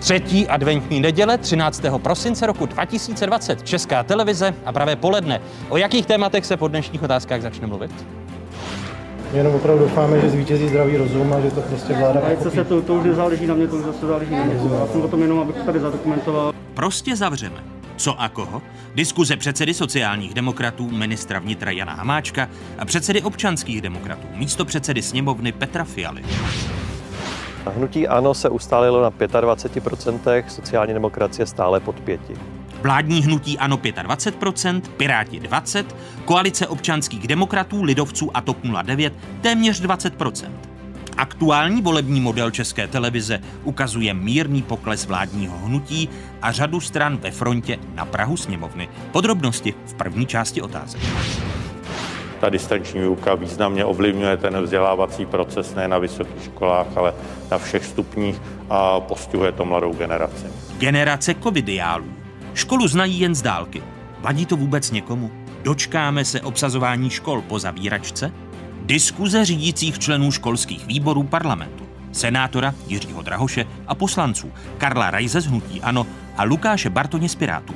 Třetí adventní neděle 13. prosince roku 2020. Česká televize a pravé poledne. O jakých tématech se po dnešních otázkách začne mluvit? Jenom opravdu doufáme, že zvítězí zdravý rozum a že to prostě vláda pochopí. Zase to už nezáleží na mě, to už zase záleží na mě. Já jsem o tom jenom, abych tady zadokumentoval. Prostě zavřeme. Co a koho? Diskuze předsedy sociálních demokratů, ministra vnitra Jana Hamáčka a předsedy občanských demokratů, místopředsedy sněmovny Petra Fialy. Hnutí ANO se ustálilo na 25%, sociální demokracie stále pod 5%. Vládní hnutí ANO 25%, Piráti 20%, koalice občanských demokratů, lidovců a TOP 09 téměř 20%. Aktuální volební model České televize ukazuje mírný pokles vládního hnutí a řadu stran ve frontě na prahu sněmovny. Podrobnosti v první části otázek. Ta distanční výuka významně ovlivňuje ten vzdělávací proces ne na vysokých školách, ale na všech stupních a postihuje to mladou generaci. Generace covidiálů. Školu znají jen z dálky. Vadí to vůbec někomu? Dočkáme se obsazování škol po zavíračce? Diskuze řídících členů školských výborů parlamentu, senátora Jiřího Drahoše a poslanců Karla Raise z hnutí ANO a Lukáše Bartoně z Pirátů.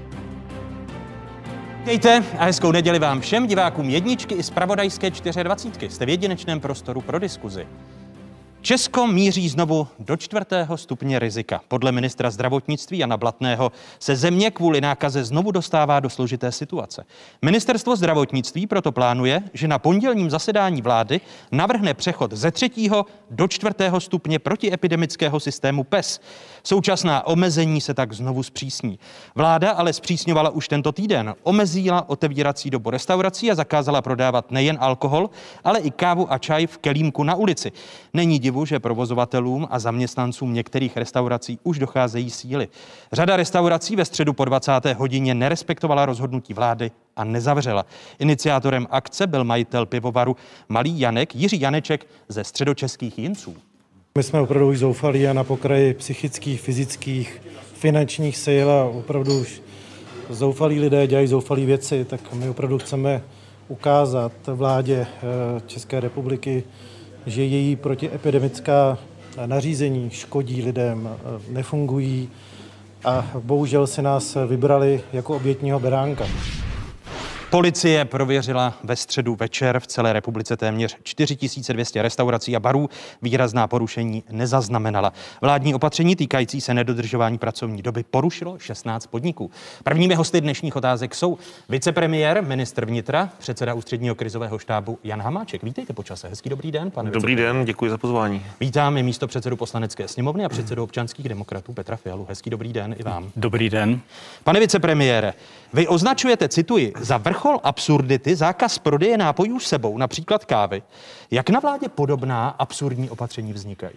Dejte a hezkou neděli vám všem divákům jedničky i zpravodajské 24. Jste v jedinečném prostoru pro diskuzi. Česko míří znovu do 4. stupně rizika. Podle ministra zdravotnictví Jana Blatného se země kvůli nákaze znovu dostává do složité situace. Ministerstvo zdravotnictví proto plánuje, že na pondělním zasedání vlády navrhne přechod ze 3. do 4. stupně protiepidemického systému PES. Současná omezení se tak znovu zpřísní. Vláda ale zpřísňovala už tento týden. Omezila otevírací dobu restaurací a zakázala prodávat nejen alkohol, ale i kávu a čaj v kelímku na ulici. Není divu, že provozovatelům a zaměstnancům některých restaurací už docházejí síly. Řada restaurací ve středu po 20. hodině nerespektovala rozhodnutí vlády a nezavřela. Iniciátorem akce byl majitel pivovaru Malý Janek Jiří Janeček ze Středočeských Jinců. My jsme opravdu už zoufalí a na pokraji psychických, fyzických, finančních sil a opravdu už zoufalí lidé dělají zoufalé věci, tak my opravdu chceme ukázat vládě České republiky, že její protiepidemická nařízení škodí lidem, nefungují a bohužel si nás vybrali jako obětního beránka. Policie prověřila ve středu večer v celé republice téměř 4200 restaurací a barů. Výrazná porušení nezaznamenala. Vládní opatření týkající se nedodržování pracovní doby porušilo 16 podniků. Prvními hosty dnešních otázek jsou vicepremiér, ministr vnitra, předseda Ústředního krizového štábu Jan Hamáček. Vítejte po čase. Hezký dobrý den, pane Dobrý den, děkuji za pozvání. Vítám i místopředsedu Poslanecké sněmovny a předsedu občanských demokratů Petra Fialu. Hezký dobrý den i vám. Dobrý den. Pane vicepremiére, vy označujete, cituji, za vrchol absurdity zákaz prodeje nápojů s sebou, například kávy. Jak na vládě podobná absurdní opatření vznikají?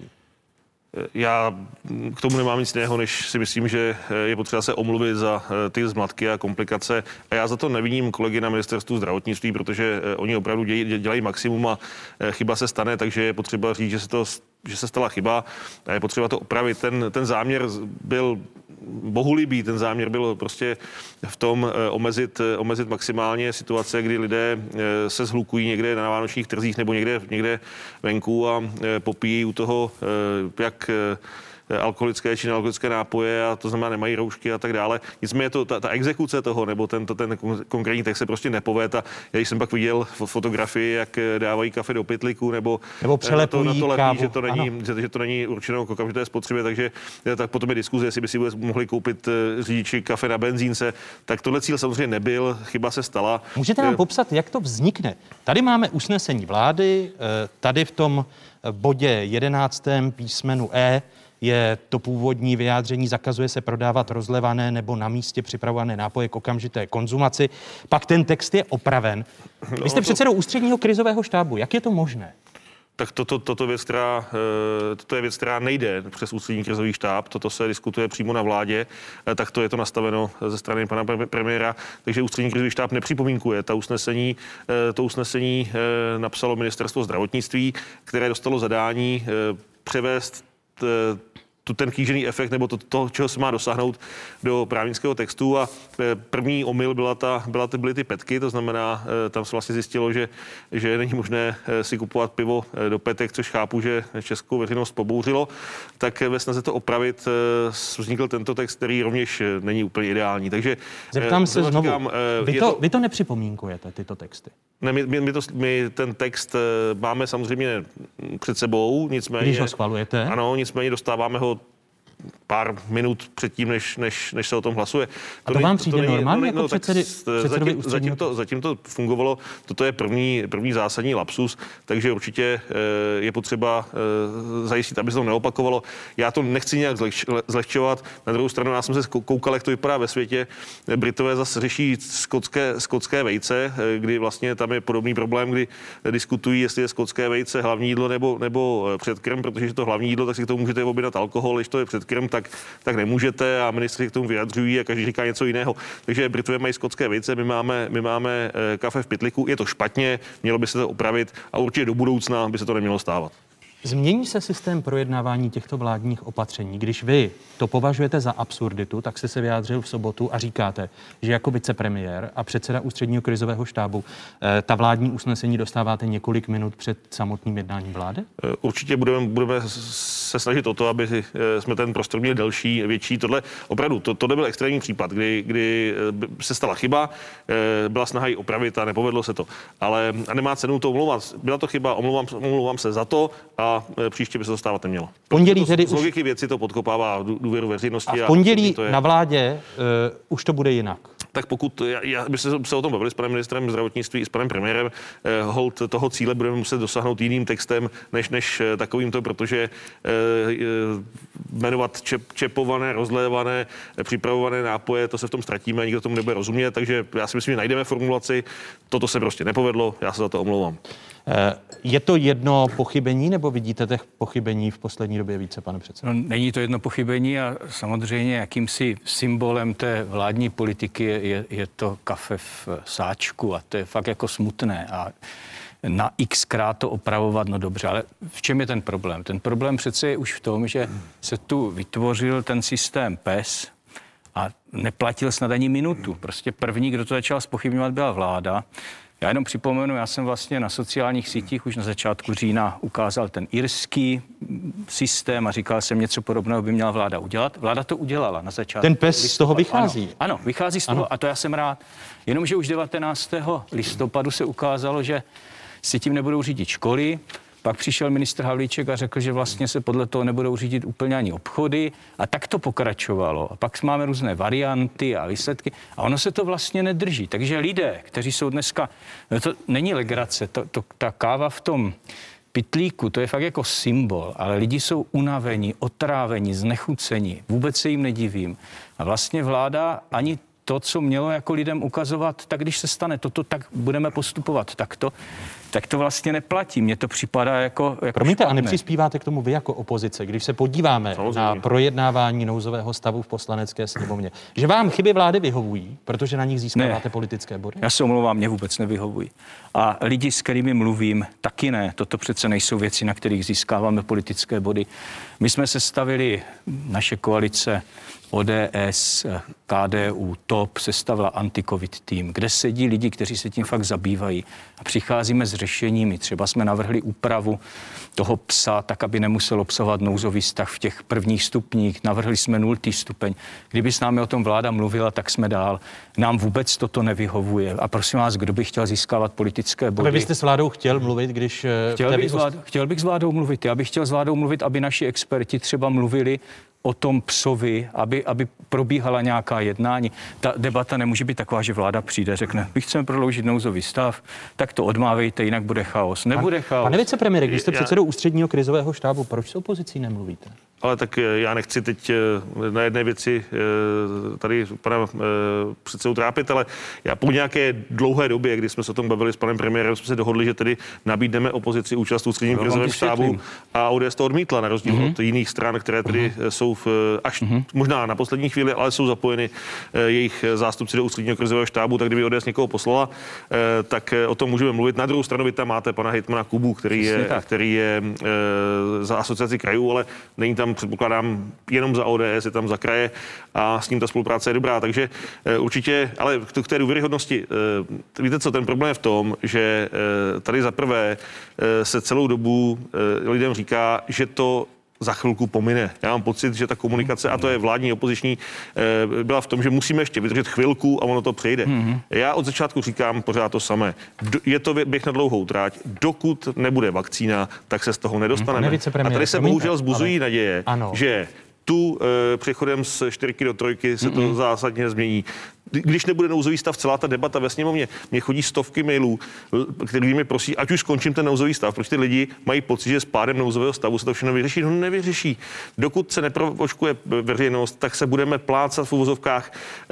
Já k tomu nemám nic jiného, než si myslím, že je potřeba se omluvit za ty zmatky a komplikace. A já za to neviním kolegy na ministerstvu zdravotnictví, protože oni opravdu dělají maximum a chyba se stane, takže je potřeba říct, že se stala chyba a je potřeba to opravit. Ten záměr byl bohulibý, ten záměr byl prostě v tom omezit maximálně situace, kdy lidé se shlukují někde na vánočních trzích nebo někde venku a popíjí u toho jak alkoholické či nealkoholické nápoje, a to znamená nemají roušky a tak dále. Nicméně ta exekuce toho nebo ten konkrétní text se prostě nepovede. A já jsem pak viděl fotografii, jak dávají kafe do pytlíku nebo přelepují na to lepí, kávu. že to není určeno k okamžité spotřebě, takže tak potom je diskuze, jestli by si mohli koupit řidiči kafe na benzínce. Tak tohle cíl samozřejmě nebyl, chyba se stala. Můžete nám popsat, jak to vznikne? Tady máme usnesení vlády, tady v tom bodě 11. písmenu E je to původní vyjádření, zakazuje se prodávat rozlevané nebo na místě připravované nápoje k okamžité konzumaci. Pak ten text je opraven. Vy jste předsedou Ústředního krizového štábu. Jak je to možné? Tak toto je věc, která nejde přes Ústřední krizový štáb, toto se diskutuje přímo na vládě, tak to je to nastaveno ze strany pana premiéra, takže Ústřední krizový štáb nepřipomínkuje to usnesení napsalo ministerstvo zdravotnictví, které dostalo zadání převést ten kýžený efekt nebo to, čeho se má dosáhnout do právnického textu. A první omyl byly ty petky, to znamená, tam se vlastně zjistilo, že není možné si kupovat pivo do petek, což chápu, že českou veřejnost pobouřilo. Tak ve snaze to opravit vznikl tento text, který rovněž není úplně ideální. Takže zeptám se znovu, vy to nepřipomínkujete, tyto texty? Ne, my ten text máme samozřejmě před sebou, nicméně... Když ho schvalujete? Ano, nicméně dostáváme ho pár minut předtím, než se o tom hlasuje. A to vám přijde normálně jako předsedovi ústředního? Zatím to fungovalo, toto je první zásadní lapsus, takže určitě je potřeba zajistit, aby se to neopakovalo. Já to nechci nějak zlehčovat. Na druhou stranu, já jsem se koukal, jak to vypadá ve světě. Britové zase řeší skotské vejce, kdy vlastně tam je podobný problém, kdy diskutují, jestli je skotské vejce hlavní jídlo nebo předkrm, protože je to hlavní jídlo, tak si k tomu můžete objednat alkohol, když to je předkrm, tak nemůžete a ministři k tomu vyjadřují a každý říká něco jiného. Takže Britové mají skotské vejce, my máme kafe v pytliku. Je to špatně, mělo by se to opravit a určitě do budoucna by se to nemělo stávat. Změní se systém projednávání těchto vládních opatření? Když vy to považujete za absurditu, tak jste se vyjádřil v sobotu a říkáte, že jako vicepremiér a předseda ústředního krizového štábu ta vládní usnesení dostáváte několik minut před samotným jednáním vlády? Určitě budeme se snažit o to, aby jsme ten prostor měli delší, větší. Tohle byl extrémní případ, kdy se stala chyba, byla snaha ji opravit a nepovedlo se to. Ale nemá cenu to omlouvat. Byla to chyba, omlouvám se za to a příště by se to stávat nemělo. Pondělí tedy z logiky věci to podkopává důvěru veřejnosti. A v pondělí na vládě už to bude jinak. Tak pokud my se o tom bavili s panem ministrem zdravotnictví i s panem premiérem, holt toho cíle budeme muset dosáhnout jiným textem, než takovýmto, protože jmenovat čepované, rozlévané, připravované nápoje, to se v tom ztratíme, nikdo tomu nebude rozumět, takže já si myslím, že najdeme formulaci. Toto se prostě nepovedlo, já se za to omlouvám. Je to jedno pochybení, nebo vidíte těch pochybení v poslední době více, pane předsedo? No, není to jedno pochybení a samozřejmě jakýmsi symbolem té vládní politiky je to kafe v sáčku a to je fakt jako smutné a na xkrát to opravovat, no dobře, ale v čem je ten problém? Ten problém přece je už v tom, že se tu vytvořil ten systém PES a neplatil snad ani minutu. Prostě první, kdo to začal zpochybňovat, byla vláda. Já jenom připomenu, já jsem vlastně na sociálních sítích už na začátku října ukázal ten irský systém a říkal jsem, něco podobného by měla vláda udělat. Vláda to udělala na začátku. Ten PES z toho vychází. Ano, vychází z toho a to já jsem rád. Jenomže už 19. listopadu se ukázalo, že si tím nebudou řídit školy. Pak přišel ministr Havlíček a řekl, že vlastně se podle toho nebudou řídit úplně ani obchody a tak to pokračovalo. A pak máme různé varianty a výsledky a ono se to vlastně nedrží. Takže lidé, kteří jsou dneska, to není legrace, ta káva v tom pytlíku, to je fakt jako symbol, ale lidi jsou unavení, otrávení, znechucení, vůbec se jim nedivím. A vlastně vláda ani to, co mělo jako lidem ukazovat, tak když se stane toto, tak budeme postupovat takto, tak to vlastně neplatí. Mně to připadá jako Promiňte, špatné. a nepřispíváte k tomu vy jako opozice, když se podíváme na projednávání nouzového stavu v Poslanecké sněmovně, že vám chyby vlády vyhovují, protože na nich získáváte politické body? Já se omlouvám, mě vůbec nevyhovují. A lidi, s kterými mluvím, taky ne. Toto přece nejsou věci, na kterých získáváme politické body. My jsme sestavili naše koalice ODS, KDU, TOP, sestavila anti-covid tým, kde sedí lidi, kteří se tím fakt zabývají a přicházíme s řešeními. Třeba jsme navrhli úpravu toho psa, tak, aby nemusel obsahovat nouzový stav v těch prvních stupních. Navrhli jsme 0. stupeň. Kdyby s námi o tom vláda mluvila, tak jsme dál. Nám vůbec toto nevyhovuje. A prosím vás, kdo by chtěl získávat politické body? Vy byste s vládou chtěl mluvit, když... Chtěl bych s vládou mluvit. Já bych chtěl s vládou mluvit, aby naši experti třeba mluvili o tom psovi, aby probíhala nějaká jednání. Ta debata nemůže být taková, že vláda přijde, řekne, my chceme prodloužit nouzový stav, tak to odmávejte, jinak bude chaos. Nebude chaos. Pane vicepremiére, když jste předsedou ústředního krizového štábu, proč s opozicí nemluvíte? Ale tak já nechci teď na jedné věci tady pana předsedu trápit, ale já po nějaké dlouhé době, kdy jsme se o tom bavili s panem premiérem, jsme se dohodli, že tedy nabídneme opozici účast v ústředním krizovém štábu a ODS to odmítla, na rozdíl od jiných stran, které tedy jsou až možná na poslední chvíli, ale jsou zapojeny jejich zástupci do ústředního krizového štábu, tak kdyby ODS někoho poslala, tak o tom můžeme mluvit. Na druhou stranu vy tam máte pana hejtmana Kubu, který je za asociaci krajů, ale není tam tam předpokládám jenom za ODS, je tam za kraje a s ním ta spolupráce je dobrá, takže určitě, ale k té důvěryhodnosti, víte co, ten problém je v tom, že tady za prvé se celou dobu lidem říká, že to za chvilku pomine. Já mám pocit, že ta komunikace, a to je vládní opoziční, byla v tom, že musíme ještě vydržet chvilku a ono to přejde. Já od začátku říkám pořád to samé. Je to běh na dlouhou tráť. Dokud nebude vakcína, tak se z toho nedostaneme. A tady se bohužel zbuzují naděje, že tu přechodem z 4 do 3 se to zásadně změní. Když nebude nouzový stav, celá ta debata ve sněmovně, mě chodí stovky mailů, který mi prosí, ať už skončím ten nouzový stav, protože ty lidi mají pocit, že s pádem nouzového stavu se to všechno vyřeší. No nevyřeší. Dokud se neproočkuje veřejnost, tak se budeme plácat v uvozovkách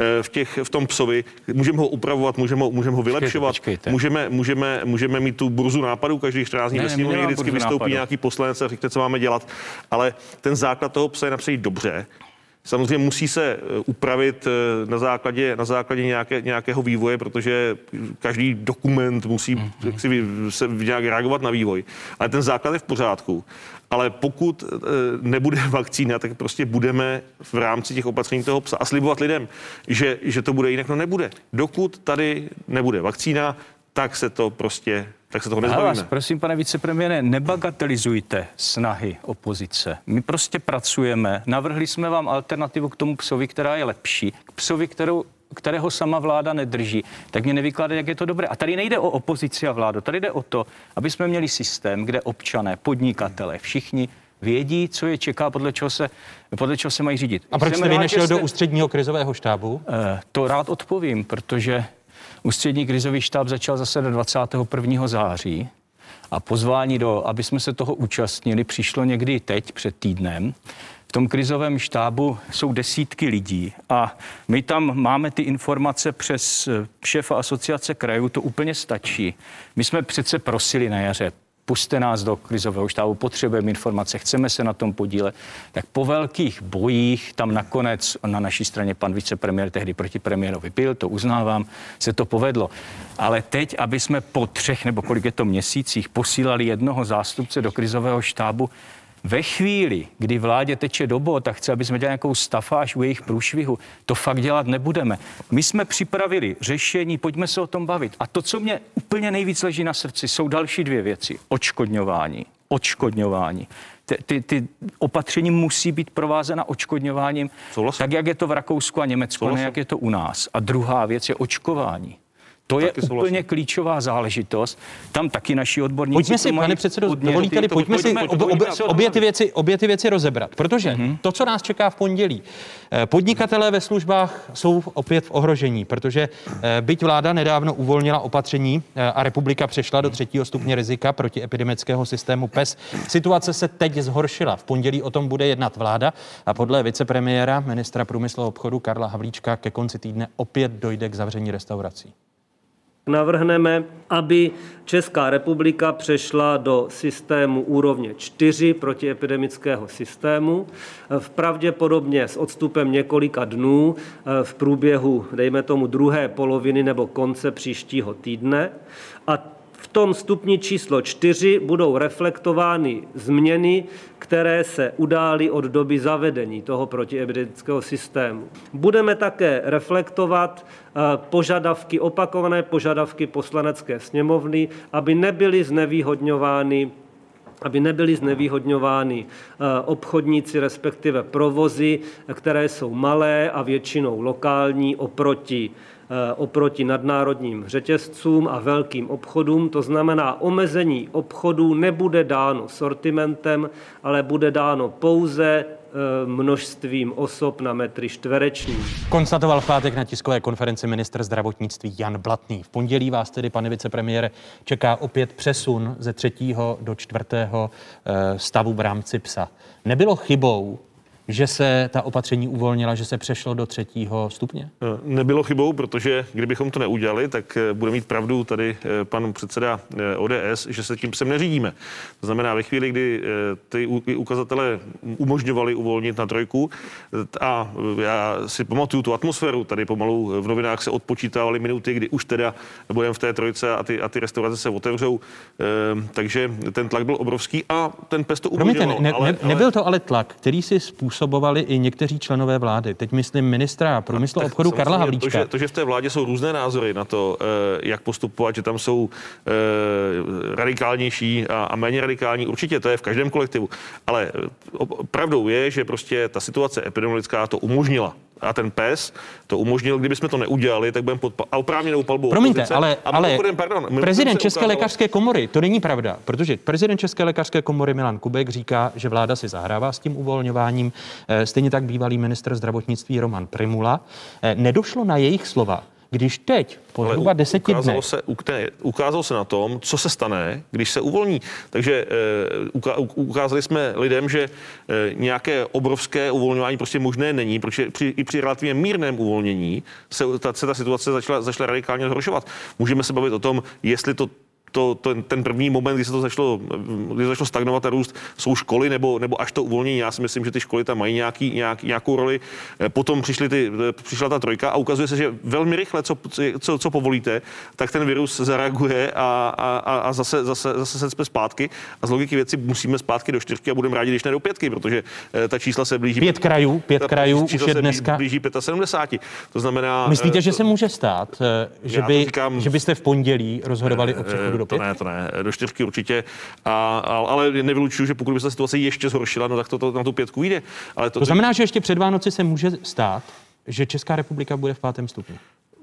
v tom psovi. Můžeme ho upravovat, můžeme ho vylepšovat. Můžeme mít tu burzu nápadů každý 14 dní ve sněmovně, vždycky vystoupí nějaký poslanec a řekne, co máme dělat. Ale ten základ toho psa je napsat dobře. Samozřejmě musí se upravit na základě nějakého vývoje, protože každý dokument musí se nějak reagovat na vývoj. Ale ten základ je v pořádku. Ale pokud nebude vakcína, tak prostě budeme v rámci těch opatření toho psa a slibovat lidem, že to bude jinak, no nebude. Dokud tady nebude vakcína, tak se toho nezbavíme. Vás, prosím, pane vicepremiére, nebagatelizujte snahy opozice. My prostě pracujeme, navrhli jsme vám alternativu k tomu psovi, která je lepší, k psovi, kterého sama vláda nedrží, tak mě nevykládá, jak je to dobré. A tady nejde o opozici a vládu, tady jde o to, aby jsme měli systém, kde občané, podnikatelé, všichni vědí, co je čeká, podle čeho se mají řídit. A proč jste vy nešel do ústředního krizového štábu? To rád odpovím, protože Ústřední krizový štáb začal zase do 21. září a pozvání aby jsme se toho účastnili, přišlo někdy teď, před týdnem. V tom krizovém štábu jsou desítky lidí a my tam máme ty informace přes šéfa asociace krajů, to úplně stačí. My jsme přece prosili na jaře, pusťte nás do krizového štábu, potřebujeme informace, chceme se na tom podílet. Tak po velkých bojích tam nakonec na naší straně pan vicepremiér tehdy proti premiérovi byl, to uznávám, se to povedlo. Ale teď, aby jsme po 3 nebo kolik je to měsících posílali jednoho zástupce do krizového štábu, ve chvíli, kdy vládě teče do bot a chce, aby jsme dělali nějakou stafáž u jejich průšvihu, to fakt dělat nebudeme. My jsme připravili řešení, pojďme se o tom bavit. A to, co mě úplně nejvíc leží na srdci, jsou další 2 věci. Odškodňování. Ty opatření musí být provázena odškodňováním, tak jak je to v Rakousku a Německu, ne jak je to u nás. A druhá věc je očkování. To je úplně klíčová záležitost. Tam taky naši odborníci... Pojďme si, pane předsedo, dovolíte-li, pojďme si obě ty věci rozebrat, protože to, co nás čeká v pondělí, podnikatelé ve službách jsou opět v ohrožení, protože byť vláda nedávno uvolnila opatření a republika přešla do 3. stupně rizika protiepidemického systému PES, situace se teď zhoršila. V pondělí o tom bude jednat vláda a podle vicepremiéra, ministra průmyslu a obchodu Karla Havlíčka ke konci týdne opět dojde k zavření restaurací. Navrhneme, aby Česká republika přešla do systému úrovně 4 protiepidemického systému. Pravděpodobně s odstupem několika dnů v průběhu, dejme tomu, druhé poloviny nebo konce příštího týdne. A v tom stupni číslo 4 budou reflektovány změny, které se udály od doby zavedení toho protiepidemického systému. Budeme také reflektovat opakované požadavky Poslanecké sněmovny, aby nebyly znevýhodňovány obchodníci, respektive provozy, které jsou malé a většinou lokální oproti nadnárodním řetězcům a velkým obchodům. To znamená, omezení obchodů nebude dáno sortimentem, ale bude dáno pouze množstvím osob na metry čtvereční. Konstatoval v pátek na tiskové konferenci ministr zdravotnictví Jan Blatný. V pondělí vás tedy, pane vicepremiére, čeká opět přesun ze 3. do 4. stavu v rámci PES. Nebylo chybou že se ta opatření uvolnila, že se přešlo do 3. stupně? Nebylo chybou, protože kdybychom to neudělali, tak bude mít pravdu tady pan předseda ODS, že se tím sem neřídíme. To znamená, ve chvíli, kdy ty ukazatele umožňovali uvolnit na 3, a já si pamatuju tu atmosféru, tady pomalu v novinách se odpočítávaly minuty, kdy už teda budeme v té 3 a ty restaurace se otevřou, takže ten tlak byl obrovský a ten PES to umožňoval. Nebyl to ale tlak, který si způsobovali i někteří členové vlády. Teď myslím ministra průmyslu a obchodu Karla Havlíčka. To, že v té vládě jsou různé názory na to, jak postupovat, že tam jsou radikálnější a méně radikální, určitě to je v každém kolektivu. Ale pravdou je, že prostě ta situace epidemiologická to umožnila. A ten PES to umožnil, kdybychom to neudělali, tak budeme pod oprávněnou palbou. Promiňte, opozice. ale prezident České lékařské komory, to není pravda, protože prezident České lékařské komory Milan Kubek říká, že vláda si zahrává s tím uvolňováním. Stejně tak bývalý ministr zdravotnictví Roman Prymula. Nedošlo na jejich slova. Když teď, po zhruba 10 dnech... Ukázalo se na tom, co se stane, když se uvolní. Takže ukázali jsme lidem, že nějaké obrovské uvolňování prostě možné není, protože i při relativně mírném uvolnění se ta situace začala radikálně zhoršovat. Můžeme se bavit o tom, jestli ten první moment, kdy se to začalo stagnovat a růst, jsou školy nebo až to uvolnění. Já si myslím, že ty školy tam mají nějakou roli. Potom přišla ta 3 a ukazuje se, že velmi rychle, co povolíte, tak ten virus zareaguje a zase se jsme zpátky. A z logiky věci musíme zpátky do 4 a budeme rádi, když ne do 5, protože ta čísla se blíží. 5 krajů už je dneska. Blíží 75. To znamená... Myslíte, že se může stát, že byste v pondělí rozhodovali o přechodu do 5? To ne, do 4 určitě, ale nevylučuju, že pokud by se situace ještě zhoršila, no tak to na tu 5 vyjde. Ale to znamená, že ještě před Vánoci se může stát, že Česká republika bude v 5. stupni.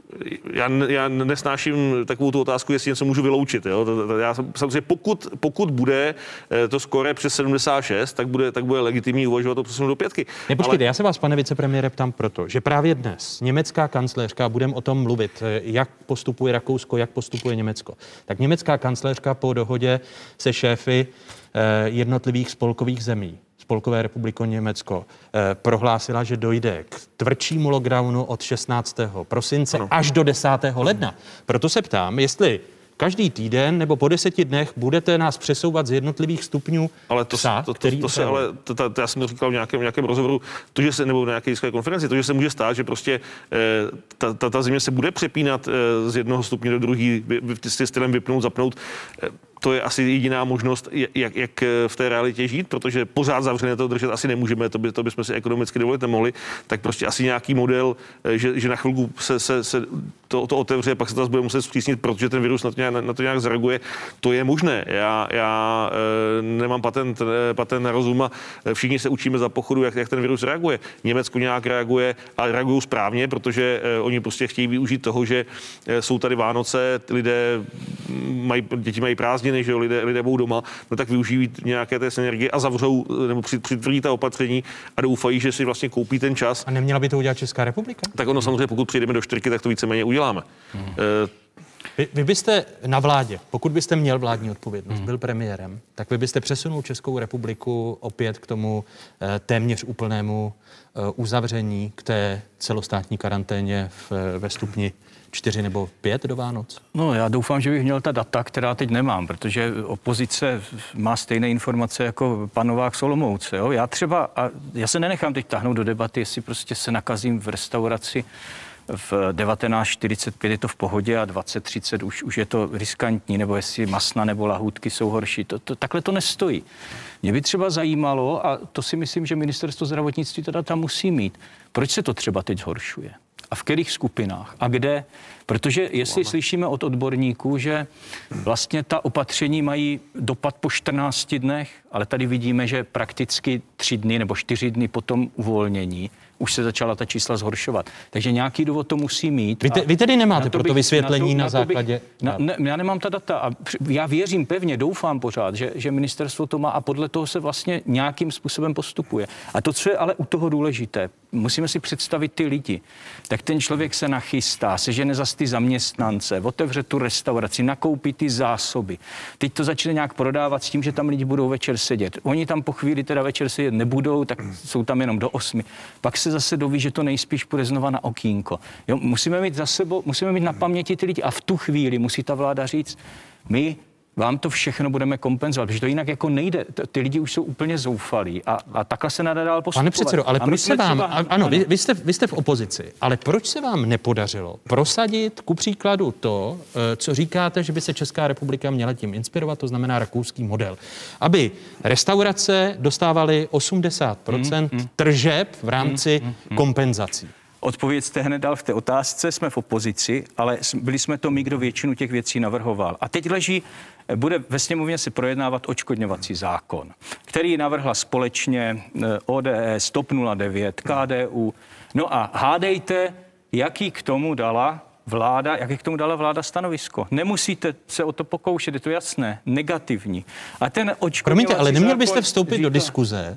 Já nesnáším takovou tu otázku, jestli něco můžu vyloučit. Jo? Já samozřejmě, pokud bude to skóre přes 76, tak bude legitimní uvažovat o přesunu do 5. Počkejte, já se vás, pane vicepremiére, ptám proto, že právě dnes německá kancléřka, budeme o tom mluvit, jak postupuje Rakousko, jak postupuje Německo, tak německá kancléřka po dohodě se šéfy jednotlivých spolkových zemí, Spolkové republiko Německo, prohlásila, že dojde k tvrdšímu lockdownu od 16. prosince až do 10. ledna. Proto se ptám, jestli každý týden nebo po 10 dnech budete nás přesouvat z jednotlivých stupňů. Ale já jsem to říkal v nějakém rozhovoru, nebo na nějaké konferenci, to, že se může stát, že prostě ta země se bude přepínat z jednoho stupně do druhý, s stylem vypnout, zapnout. To je asi jediná možnost, jak v té realitě žít, protože pořád zavřené to držet asi nemůžeme, to bychom si ekonomicky dovolit nemohli, tak prostě asi nějaký model, že na chvilku se to otevře, pak se to zase bude muset zpřísnit, protože ten virus na to nějak zareaguje. To je možné. Já nemám patent na rozum a všichni se učíme za pochodu, jak ten virus reaguje. Německo nějak reaguje a reagují správně, protože oni prostě chtějí využít toho, že jsou tady Vánoce, děti mají prázdniny, že lidé budou doma, no tak využijí nějaké té synergie a zavřou nebo přitvrdí ta opatření a doufají, že si vlastně koupí ten čas. A neměla by to udělat Česká republika? Tak ono samozřejmě, pokud přijdeme do 4, tak to víceméně uděláme. Vy byste na vládě, pokud byste měl vládní odpovědnost, byl premiérem, tak vy byste přesunul Českou republiku opět k tomu téměř úplnému uzavření, k té celostátní karanténě ve stupni 4 nebo 5 do Vánoc? No, já doufám, že bych měl ta data, která teď nemám, protože opozice má stejné informace jako pan Novák z Olomouce. Jo? Já se nenechám teď tahnout do debaty, jestli prostě se nakazím v restauraci v 19:45 je to v pohodě a 20:30 už je to riskantní, nebo jestli masna nebo lahůdky jsou horší. Takhle to nestojí. Mě by třeba zajímalo, a to si myslím, že ministerstvo zdravotnictví teda tam musí mít, proč se to třeba teď zhoršuje? A v kterých skupinách? A kde? Protože jestli slyšíme od odborníků, že vlastně ta opatření mají dopad po 14 dnech, ale tady vidíme, že prakticky 3 dny nebo 4 dny po tom uvolnění už se začala ta čísla zhoršovat. Takže nějaký důvod to musí mít. Vy tedy nemáte pro to vysvětlení na základě? Já nemám ta data a já věřím pevně, doufám pořád, že ministerstvo to má a podle toho se vlastně nějakým způsobem postupuje. A to, co je ale u toho důležité, musíme si představit ty lidi. Tak ten člověk se nachystá, sežene zas ty zaměstnance, otevře tu restauraci, nakoupí ty zásoby. Teď to začne nějak prodávat s tím, že tam lidi budou večer sedět. Oni tam po chvíli teda večer sedět nebudou, tak jsou tam jenom do 8. Pak se zase doví, že to nejspíš půjde znova na okýnko. Jo, musíme mít na paměti ty lidi a v tu chvíli musí ta vláda říct, my vám to všechno budeme kompenzovat, protože to jinak jako nejde. Ty lidi už jsou úplně zoufalí a takhle se nadá dál postupovat. Pane předsedo, ale proč se vám, ano. Vy jste v opozici, ale proč se vám nepodařilo prosadit ku příkladu to, co říkáte, že by se Česká republika měla tím inspirovat, to znamená rakouský model, aby restaurace dostávaly 80% tržeb v rámci kompenzací? Odpověď jste hned dal v té otázce, jsme v opozici, ale byli jsme to my, kdo většinu těch věcí navrhoval. A teď bude ve sněmovně se projednávat odškodňovací zákon, který navrhla společně ODS, TOP 09, KDU. No a hádejte, jaký k tomu dala vláda stanovisko. Nemusíte se o to pokoušet, je to jasné, negativní. A ten odškodňovací Promiňte, ale neměl byste zákon vstoupit do diskuze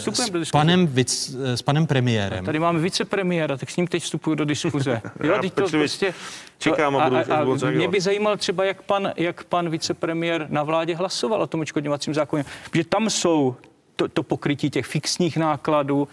s panem premiérem? Tady máme vicepremiéra, tak s ním teď vstupuju do diskuze. Jo, teď to prostě čekám a budu mě by zajímalo třeba, jak pan vicepremiér na vládě hlasoval o tom odškodňovacím zákoně, protože tam jsou to pokrytí těch fixních nákladů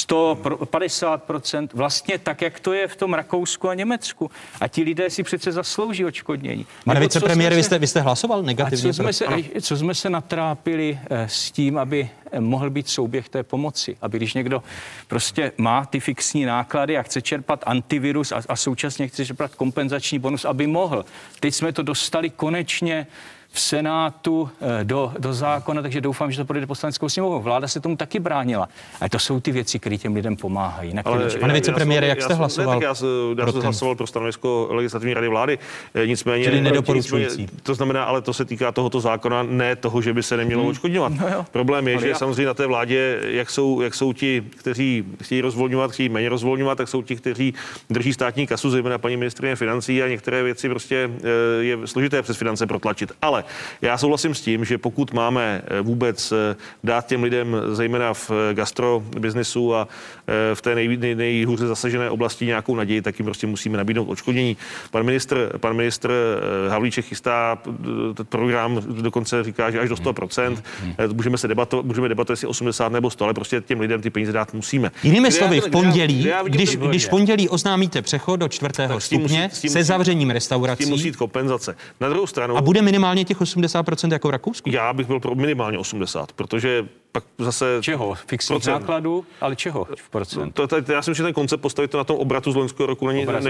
150%, vlastně tak, jak to je v tom Rakousku a Německu. A ti lidé si přece zaslouží odškodnění. Pane vicepremiére, vy jste hlasoval negativně? Co jsme se natrápili s tím, aby mohl být souběh té pomoci. Aby když někdo prostě má ty fixní náklady a chce čerpat antivirus a současně chce čerpat kompenzační bonus, aby mohl. Teď jsme to dostali konečně v Senátu do zákona, takže doufám, že to projde Poslaneckou sněmovnou. Vláda se tomu taky bránila. Ale to jsou ty věci, které těm lidem pomáhají. Pane vicepremiére, jak jste hlasoval? Já jsem hlasoval pro stanovisko Legislativní rady vlády. Nicméně, čili nedoporučující. To znamená, ale to se týká tohoto zákona, ne toho, že by se nemělo odškodňovat. No problém je, že samozřejmě na té vládě, jak jsou ti, kteří chtějí rozvolňovat, chtějí méně rozvolňovat, tak jsou ti, kteří drží státní kasu, zejména paní ministryně financí, a některé věci prostě je složité přes finance protlačit. Ale já souhlasím s tím, že pokud máme vůbec dát těm lidem, zejména v gastrobiznesu a v té nejhůře zasažené oblasti nějakou naději, tak jim prostě musíme nabídnout odškodnění. Pan ministr Havlíček chystá program, dokonce říká, že až do 100%. Můžeme debatovat, jestli 80 nebo 100, ale prostě těm lidem ty peníze dát musíme. Jinými slovy, v pondělí, když v pondělí oznámíte přechod do 4. stupně se zavřením restaurací, tím musí jít kompenzace. Na druhou stranu. A bude minimálně těch 80% jako v Rakousku? Já bych byl pro minimálně 80, protože pak zase... Čeho? Fixních nákladů? Ale čeho v procent? Já si myslím, že ten koncept postavit to na tom obratu z loňského roku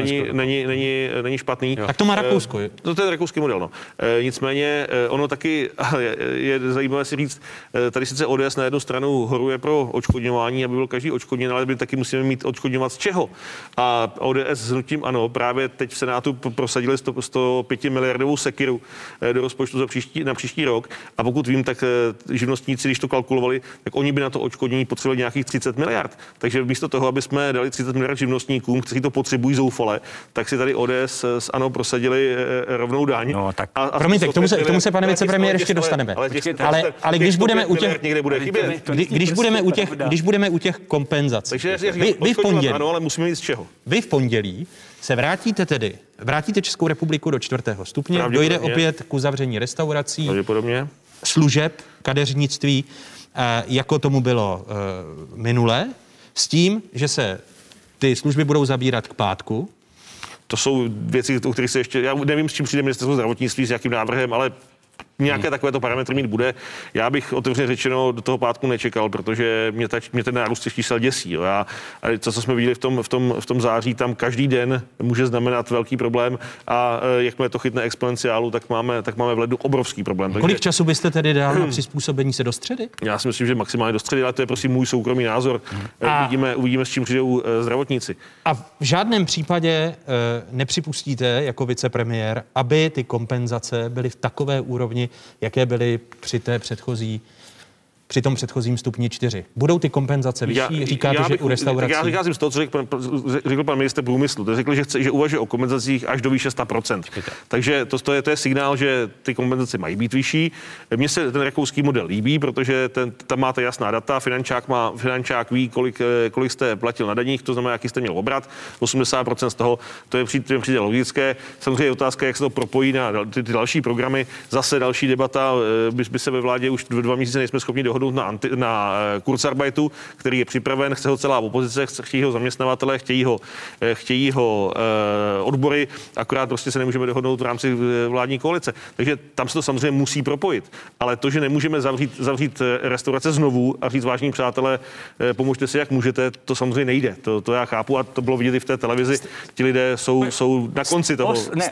není špatný. Jo. Tak to má Rakousko. To je rakouský model, no. Nicméně ono taky je zajímavé si říct, tady sice ODS na jednu stranu horuje pro odškodňování, aby byl každý odškodněn, ale my taky musíme mít odškodňovat z čeho. A ODS s hnutím ANO právě teď v Senátu prosadili 105 miliardovou sekiru do rozpočtu na příští rok. A pokud vím, tak živnostníci, když to kalkulovali, tak oni by na to odškodnění potřebovali nějakých 30 miliard. Takže místo toho, aby jsme dali 30 miliard živnostníkům, kteří to potřebují zoufale, tak si tady ODS s ANO prosadili rovnou daň. No, tak promiňte, k tomu se pane vicepremiér ještě dostaneme. Ale když budeme u těch někde bude chybět. Když budeme u těch kompenzací. Takže vy v pondělí, ano, ale musíme mít z čeho. Vy v pondělí se vrátíte Českou republiku do 4. stupně, dojde opět k uzavření restaurací, služeb, kadeřnictví, jako tomu bylo minule, s tím, že se ty služby budou zabírat k pátku. To jsou věci, o kterých se ještě, já nevím, s čím přijde ministerstvo zdravotnictví, s jakým návrhem, ale nějaké takovéto parametry mít bude. Já bych otevřeně řečeno do toho pátku nečekal, protože mě ten nárůst těch čísel děsí. Jo. Co jsme viděli v tom září, tam každý den může znamenat velký problém a jakmile to chytne exponenciálu, tak máme v lednu obrovský problém. Kolik času byste tedy dal na přizpůsobení se do středy? Já si myslím, že maximálně do středy, ale to je prostě můj soukromý názor. Uvidíme, s čím přijdou zdravotníci. A v žádném případě nepřipustíte jako vicepremiér, aby ty kompenzace byly v takové úrovni, jaké byly při té předchozí při tom předchozím stupni 4. Budou ty kompenzace vyšší? Říkáte, že u restaurací? Já vycházím z toho, co řekl pan ministr průmyslu. To řekl, že uvažuje o kompenzacích až do výše 100%. Takže to je signál, že ty kompenzace mají být vyšší. Mně se ten rakouský model líbí, protože tam máte jasná data. Finančák ví, kolik jste platil na daních, to znamená, jaký jste měl obrat. 80% z toho, to je přijde logické. Samozřejmě je otázka, jak se to propojí na ty další programy. Zase další debata. By se ve vládě už 2 měsíce nejsme schopni dohodnout na Kurzarbeitu, který je připraven, chce ho celá opozice, chtějí ho zaměstnavatele, chtějí ho odbory, akorát prostě se nemůžeme dohodnout v rámci vládní koalice. Takže tam se to samozřejmě musí propojit. Ale to, že nemůžeme zavřít restaurace znovu a říct, vážní přátelé, pomožte si, jak můžete, to samozřejmě nejde. To já chápu a to bylo vidět i v té televizi. Ti lidé jsou na konci toho.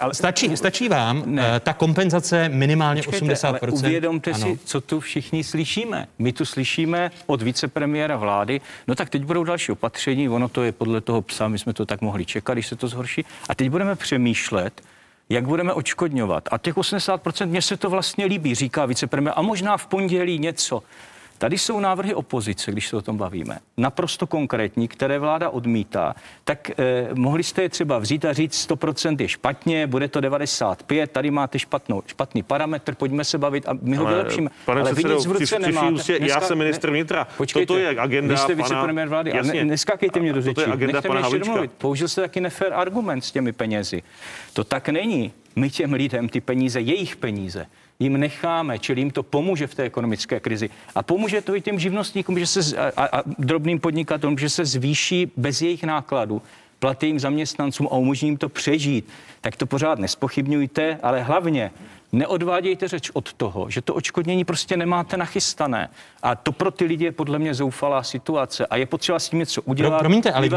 Stačí vám ta kompenzace minimálně 80%? Ale uvědomte si, co tu všichni slyšíme. My tu slyšíme od vicepremiéra vlády, no tak teď budou další opatření, ono to je podle toho psa, my jsme to tak mohli čekat, když se to zhorší. A teď budeme přemýšlet, jak budeme odškodňovat. A těch 80%, mně se to vlastně líbí, říká vicepremiér. A možná v pondělí něco. Tady jsou návrhy opozice, když se o tom bavíme, naprosto konkrétní, které vláda odmítá. Tak mohli jste je třeba vzít a říct, 100% je špatně, bude to 95, tady máte špatný parametr, pojďme se bavit a my ho vylepšíme. Ale vy nic v ruce nemáte. Já jsem ministr vnitra. Počkejte, toto je agenda vy jste vicepremiér vlády. Neskakejte mě do řečí. Nechte mě ještě domluvit. Použil jste taky nefér argument s těmi penězi. To tak není. My těm lidem ty peníze, jejich peníze, jim necháme, čili jim to pomůže v té ekonomické krizi. A pomůže to i těm živnostníkům, a drobným podnikatelům, že se zvýší bez jejich nákladů platy jim zaměstnancům a umožní jim to přežít. Tak to pořád nespochybňujte, ale hlavně neodvádějte řeč od toho, že to odškodnění prostě nemáte nachystané. A to pro ty lidi je podle mě zoufalá situace a je potřeba s tím něco udělat. Promiňte, ale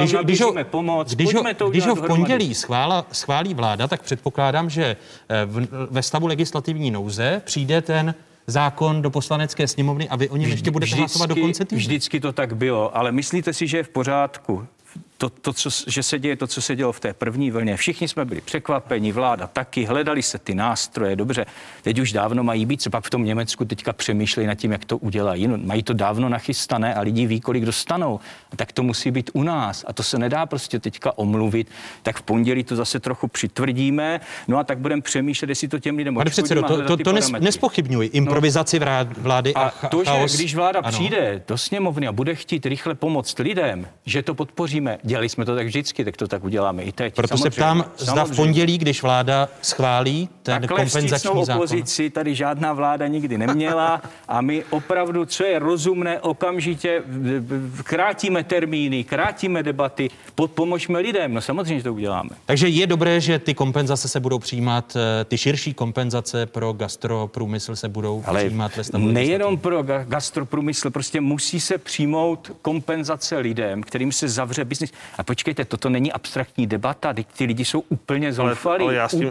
když ho v pondělí schválí vláda, tak předpokládám, že ve stavu legislativní nouze přijde ten zákon do Poslanecké sněmovny a vy o něm ještě budete hlasovat do konce týdne. Vždycky to tak bylo, ale myslíte si, že je v pořádku? Že se děje to, co se dělo v té první vlně. Všichni jsme byli překvapeni, vláda taky, hledali se ty nástroje, dobře. Teď už dávno mají být, co pak v tom Německu teďka přemýšlejí nad tím, jak to udělají. No, mají to dávno nachystané a lidi ví, kolik dostanou. Tak to musí být u nás a to se nedá prostě teďka omluvit. Tak v pondělí to zase trochu přitvrdíme, no a tak budeme přemýšlet, jestli to těm lidem odškodíme. Pane předsedo, to nespochybňuji. Improvizaci vlády a to, že když vláda přijde do sněmovny a bude chtít rychle pomoct lidem, že to podpoříme. Dělali jsme to tak vždycky, tak to tak uděláme i teď. Proto se ptám, zda v pondělí, když vláda schválí ten kompenzační zákon. Opozici tady žádná vláda nikdy neměla a my opravdu, co je rozumné, okamžitě krátíme termíny, krátíme debaty, pomožme lidem. No samozřejmě, že to uděláme. Takže je dobré, že ty kompenzace se budou přijímat, ty širší kompenzace pro gastroprůmysl se budou přijímat ve stavu. Nejenom pro gastroprůmysl, prostě musí se přijmout kompenzace lidem, kterým se zavře biznis. A počkejte, toto není abstraktní debata, teď ty lidi jsou úplně zoufalí,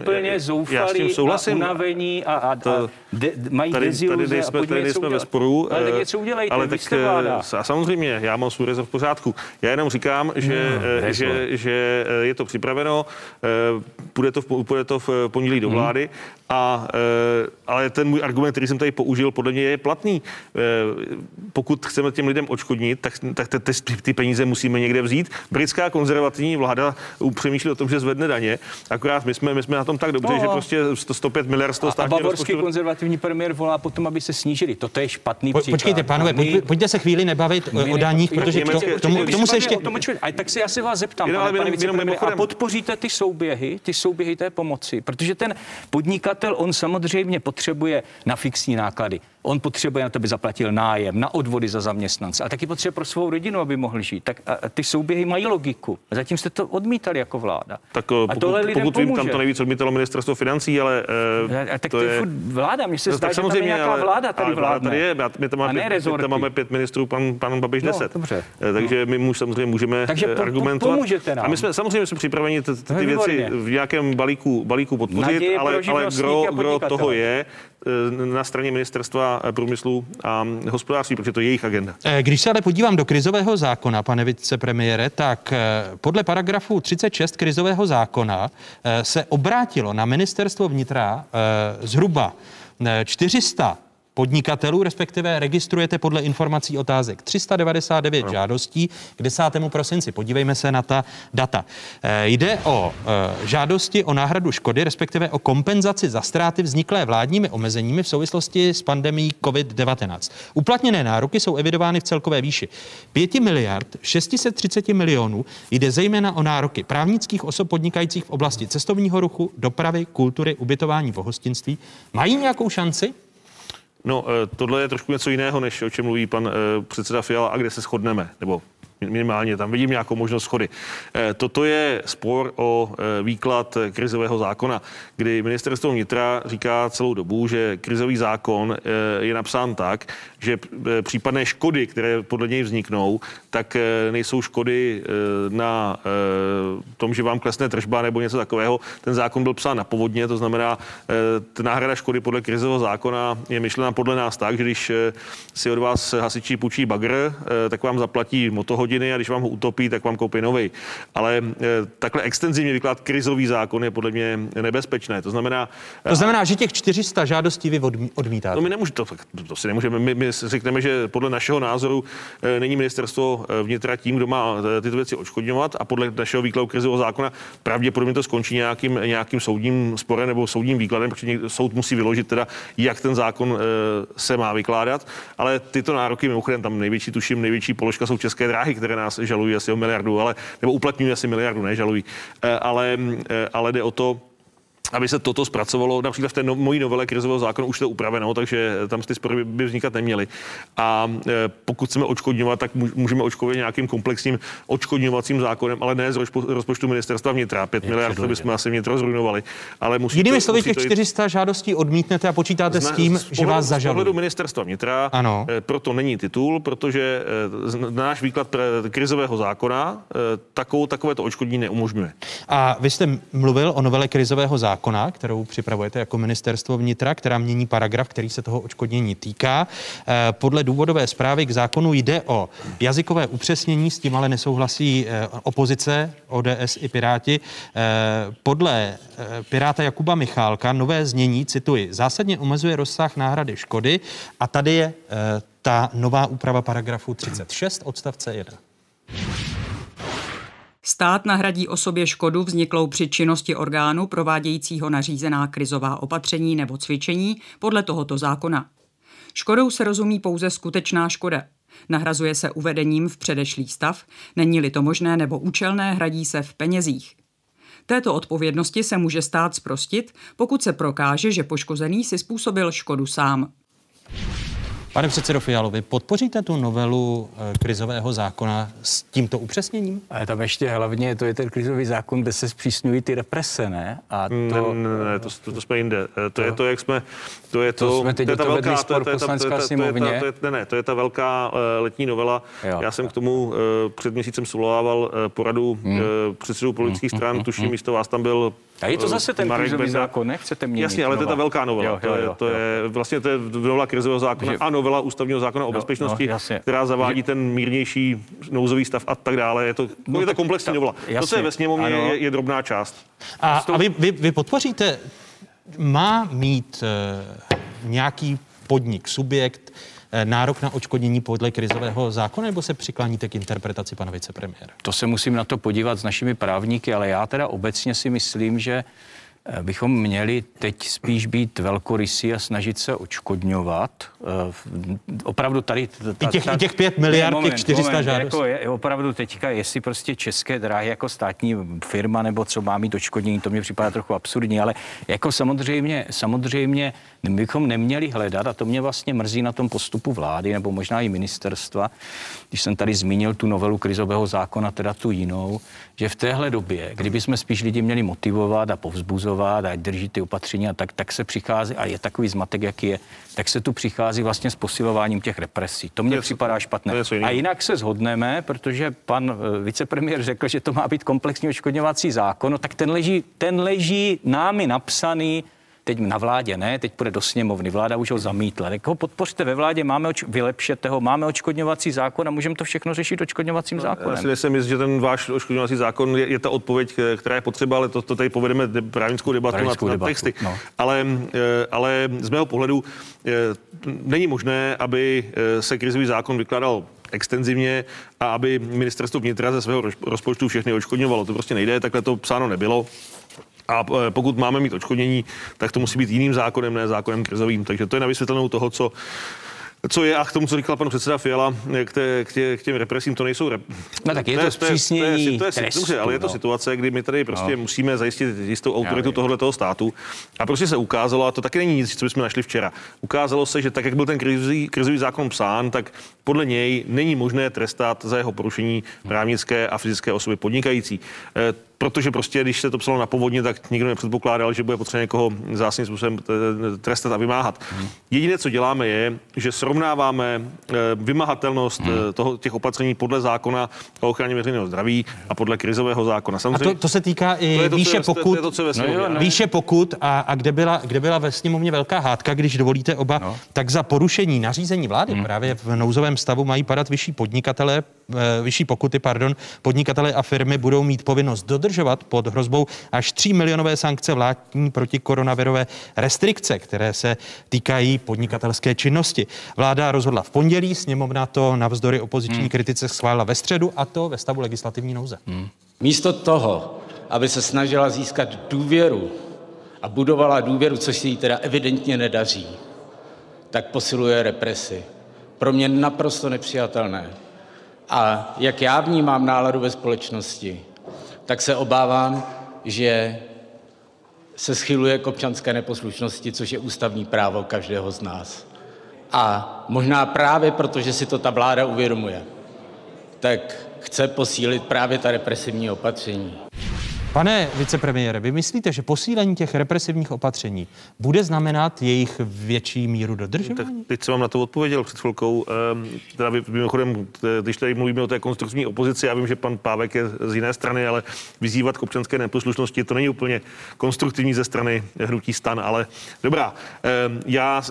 a unavení a mají deziluze a pojďme něco ve sporu, ale tak něco udělejte, ale tak a samozřejmě, já mám svůj rezerv v pořádku. Já jenom říkám, že je to připraveno, půjde to v pondělí do vlády, ale ten můj argument, který jsem tady použil, podle mě je platný. Pokud chceme těm lidem odškodnit, tak ty peníze musíme někde vzít. Britská konzervativní vláda přemýšlí o tom, že zvedne daně, akorát my jsme na tom tak dobře, že prostě 105 miliard z toho státního rozpočtu. A bavorský konzervativní premiér volá potom, aby se snížili. Toto je špatný příklad. Počkejte, pánové, pojďte se chvíli nebavit o daních, protože k tomu se ještě... A tak se já se vás zeptám, pane vicepremiére, a podpoříte ty souběhy té pomoci, protože ten podnikatel, on samozřejmě potřebuje na fixní náklady. On potřebuje na to, aby zaplatil nájem, na odvody za zaměstnance, a taky potřebuje pro svou rodinu, aby mohl žít. Tak a ty souběhy mají logiku. A zatím jste to odmítali jako vláda. Tak pokud vím, tam to nejvíc odmítalo ministerstvo financí, ale tak to je vláda. Mně se zdá, že tam je nějaká vláda tady vládne. Tady je, my tam máme 5 ministrů, pan Babiš 10. Dobře. Takže my samozřejmě můžeme argumentovat. Pomůžete nám. A my jsme samozřejmě připraveni ty věci v nějakém balíku podpořit, ale gro toho je na straně ministerstva průmyslu a hospodářství, protože to je jejich agenda. Když se ale podívám do krizového zákona, pane vicepremiére, tak podle paragrafu 36 krizového zákona se obrátilo na ministerstvo vnitra zhruba 400 podnikatelů, respektive registrujete podle informací otázek 399 žádostí k 10. prosinci. Podívejme se na ta data. Jde o žádosti o náhradu škody, respektive o kompenzaci za ztráty vzniklé vládními omezeními v souvislosti s pandemií COVID-19. Uplatněné nároky jsou evidovány v celkové výši 5 miliard 630 milionů. Jde zejména o nároky právnických osob podnikajících v oblasti cestovního ruchu, dopravy, kultury, ubytování, pohostinství. Mají nějakou šanci? No, tohle je trošku něco jiného, než o čem mluví pan předseda Fiala a kde se shodneme, nebo minimálně tam vidím nějakou možnost shody. Toto je spor o výklad krizového zákona, kdy ministerstvo vnitra říká celou dobu, že krizový zákon je napsán tak, že případné škody, které podle něj vzniknou, tak nejsou škody na tom, že vám klesne tržba nebo něco takového. Ten zákon byl psán na povodně, to znamená, náhrada škody podle krizového zákona je myšlena podle nás tak, že když si od vás hasiči půjčí bagr, tak vám zaplatí motohodiny a když vám ho utopí, tak vám koupí novej. Ale takhle extenzivně vyklad krizový zákon je podle mě nebezpečné. To znamená, že těch 400 žádostí vy odmítáte. No my to si nemůžeme. My řekneme, že podle našeho názoru není ministerstvo vnitra tím, kdo má tyto věci odškodňovat a podle našeho výkladu krizového zákona pravděpodobně to skončí nějakým soudním sporem nebo soudním výkladem, protože soud musí vyložit teda, jak ten zákon se má vykládat. Ale tyto nároky, mimochodem tam největší položka jsou České dráhy, které nás žalují asi o miliardu, nebo uplatňují asi miliardu, ne žalují. Ale jde o to, aby se toto zpracovalo, například v té mojí novele krizového zákona už to je upraveno, takže tam ty spory by vznikat neměly. A pokud chceme odškodňovat, tak můžeme odškodňovat nějakým komplexním odškodňovacím zákonem, ale ne z rozpočtu ministerstva vnitra. 5 miliard, to bychom asi vnitro zrujnovali. Ale jinými slovy, těch 400 žádostí odmítnete a počítáte s tím, že vás zažalují. Z pohledu ministerstva vnitra proto není titul, protože náš výklad krizového zákona takovéto odškodnění neumožňuje. A vy jste mluvil o novele krizového zákona, kterou připravujete jako ministerstvo vnitra, která mění paragraf, který se toho odškodnění týká. Podle důvodové zprávy k zákonu jde o jazykové upřesnění, s tím ale nesouhlasí opozice, ODS i Piráti. Podle Piráta Jakuba Michálka nové znění, cituji, zásadně omezuje rozsah náhrady škody a tady je ta nová úprava paragrafu 36 odstavce 1. Stát nahradí osobě škodu vzniklou při činnosti orgánu provádějícího nařízená krizová opatření nebo cvičení podle tohoto zákona. Škodou se rozumí pouze skutečná škoda. Nahrazuje se uvedením v předešlý stav, není-li to možné nebo účelné, hradí se v penězích. Této odpovědnosti se může stát zprostit, pokud se prokáže, že poškozený si způsobil škodu sám. Pane předsedo Fialo, vy podpoříte tu novelu krizového zákona s tímto upřesněním? Ale tam ještě hlavně to je ten krizový zákon, kde se zpřísňují ty represe, ne? A to... Ne, to jsme jinde. To je to, jak jsme... To jsme teď to vedli spor v Poslanecké sněmovně. To je ta velká letní novela. Jo. Já jsem k tomu před měsícem svolával poradu předsedů politických stran, tuším, místo vás tam byl. A je to zase ten krizový zákon, nechcete měnit? Jasně, ale to je ta velká novela. To je vlastně novela krizového zákona a novela ústavního zákona o bezpečnosti, která zavádí ten mírnější nouzový stav a tak dále. Je to komplexní novela. To, co je ve sněmovně, je drobná část. A vy podpoříte, má mít nějaký podnik, subjekt, nárok na odškodnění podle krizového zákona, nebo se přikláníte k interpretaci pana vicepremiéra? To se musím na to podívat s našimi právníky, ale já teda obecně si myslím, že bychom měli teď spíš být velkorysí a snažit se odškodňovat. Opravdu tady... I těch 5 miliard, těch 400 žádostí. Jako je opravdu teďka, jestli prostě České dráhy jako státní firma nebo co má mít odškodnění, to mě připadá trochu absurdní, ale jako samozřejmě bychom neměli hledat, a to mě vlastně mrzí na tom postupu vlády, nebo možná i ministerstva, když jsem tady zmínil tu novelu krizového zákona, teda tu jinou, že v téhle době, kdyby jsme spíš lidi měli motivovat a povzbuzovat a drží ty opatření a tak se přichází, a je takový zmatek, jaký je, tak se tu přichází vlastně s posilováním těch represí. To mně připadá špatné. A jinak se shodneme, protože pan vicepremiér řekl, že to má být komplexní odškodňovací zákon, no tak ten leží námi napsaný teď na vládě ne, teď půjde do sněmovny, vláda už ho zamítla. Tak ho podpořte ve vládě, vylepšete ho, máme odškodňovací zákon a můžeme to všechno řešit odškodňovacím zákonem. Já si nejsem jist, že ten váš odškodňovací zákon je ta odpověď, která je potřeba, ale to tady povedeme právnickou debatu na texty. No. Ale z mého pohledu není možné, aby se krizový zákon vykládal extenzivně a aby ministerstvo vnitra ze svého rozpočtu všechny odškodňovalo. To prostě nejde, takhle to psáno nebylo. A pokud máme mít odškodnění, tak to musí být jiným zákonem, ne zákonem krizovým. Takže to je na vysvětlenou toho, co je, a k tomu, co říkal pan předseda Fiala, k těm represím, to nejsou No tak je to zpřísnění trestu. Dobře, ale je to situace, kdy my tady prostě musíme zajistit jistou autoritu tohoto státu. A prostě se ukázalo, a to taky není nic, co bychom našli včera. Ukázalo se, že tak, jak byl ten krizový zákon psán, tak podle něj není možné trestat za jeho porušení právnické a fyzické osoby podnikající. Protože prostě, když se to psalo na povodně, tak nikdo nepředpokládal, že bude potřeba někoho zásadním způsobem trestat a vymáhat. Jediné, co děláme, je, že srovnáváme vymahatelnost těch opatření podle zákona o ochraně veřejného zdraví a podle krizového zákona. Samozřejmě, a to se týká i výše pokut. Výše pokut a kde byla ve sněmovně velká hádka, když dovolíte oba, tak za porušení nařízení vlády právě v nouzovém stavu mají padat vyšší pokuty, podnikatele a firmy budou mít povinnost dodržovat pod hrozbou až 3 milionové sankce vládní protikoronavirové restrikce, které se týkají podnikatelské činnosti. Vláda rozhodla v pondělí, sněmovna to navzdory opoziční kritice schválila ve středu, a to ve stavu legislativní nouze. Místo toho, aby se snažila získat důvěru a budovala důvěru, což se jí teda evidentně nedaří, tak posiluje represi. Pro mě naprosto nepřijatelné. A jak já vnímám náladu ve společnosti, tak se obávám, že se schyluje k občanské neposlušnosti, což je ústavní právo každého z nás. A možná právě proto, že si to ta vláda uvědomuje, tak chce posílit právě ta represivní opatření. Pane vicepremiére, vy myslíte, že posílení těch represivních opatření bude znamenat jejich větší míru dodržování? Tak teď jsem vám na to odpověděl před chvilkou. Teda mimochodem, když tady mluvíme o té konstruktivní opozici, já vím, že pan Pávek je z jiné strany, ale vyzývat k občanské neposlušnosti, to není úplně konstruktivní ze strany hnutí STAN, ale dobrá. Já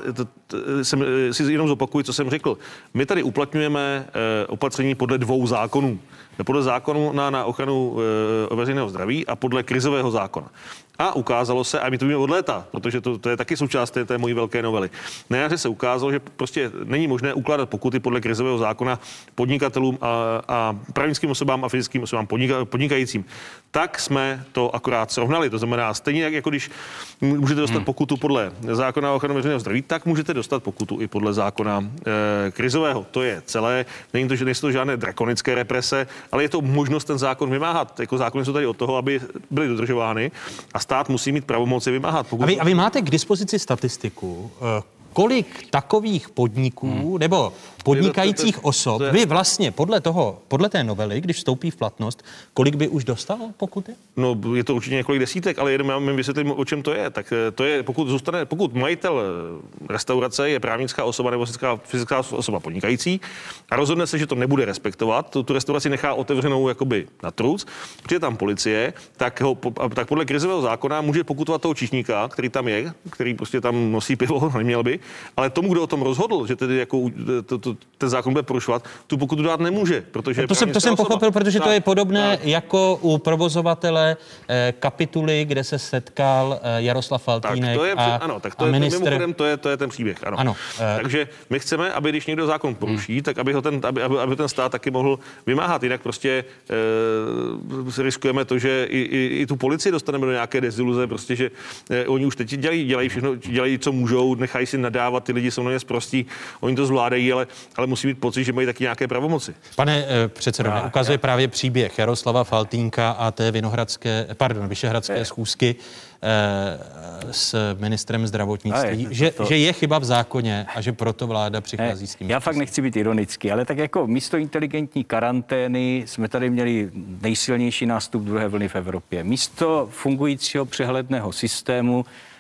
si jenom zopakuju, co jsem řekl. My tady uplatňujeme opatření podle 2 zákonů. Podle zákonu na ochranu veřejného zdraví a podle krizového zákona. A ukázalo se, a my to víme od léta, protože to je taky součást té mojí velké novely. Na jaře se ukázalo, že prostě není možné ukládat pokuty podle krizového zákona podnikatelům a právnickým osobám a fyzickým osobám podnikajícím. Tak jsme to akorát srovnali. To znamená, stejně jako když můžete dostat pokutu podle zákona o ochraně veřejného zdraví, tak můžete dostat pokutu i podle zákona krizového. To je celé. Nejsou to žádné drakonické represe, ale je to možnost ten zákon vymáhat. Jako zákony jsou tady od toho, aby byly dodržovány, a stát musí mít pravomoci vymáhat. A vy máte k dispozici statistiku, kolik takových podniků nebo podnikajících osob vy vlastně podle té novely, když vstoupí v platnost, kolik by už dostalo pokuty? No, je to určitě několik desítek, ale jenom já vysvětlím, o čem to je. Tak to je, pokud majitel restaurace je právnická osoba nebo fyzická osoba podnikající a rozhodne se, že to nebude respektovat, tu restauraci nechá otevřenou jakoby na truc, přijde tam policie, tak podle krizového zákona může pokutovat toho číšníka, který tam je, který prostě tam nosí pivo, neměl by, ale tomu, kdo o tom rozhodl, že tedy jako ten zákon bude porušovat, tu pokutu dát nemůže, protože to jsem pochopil, protože to je podobné jako u provozovatele Kapituly, kde se setkal Jaroslav Faltýnek a ministr. Mimochodem, to je ten příběh, ano. Takže my chceme, aby když někdo zákon poruší, tak aby ten stát taky mohl vymáhat, jinak prostě riskujeme to, že i tu policii dostaneme do nějaké deziluze, prostě, že oni už teď dělají všechno, dělají, co můžou, nechají si nadávat, ty lidi jsou na ně sprostí, oni to zvládají, ale musí mít pocit, že mají taky nějaké pravomoci. Pane předsedo, ukazuje právě příběh Jaroslava Faltýnka a té vyšehradské schůzky s ministrem zdravotnictví, že je chyba v zákoně a že proto vláda přichází s tím. Já fakt nechci být ironický, ale tak jako místo inteligentní karantény jsme tady měli nejsilnější nástup druhé vlny v Evropě. Místo fungujícího přehledného systému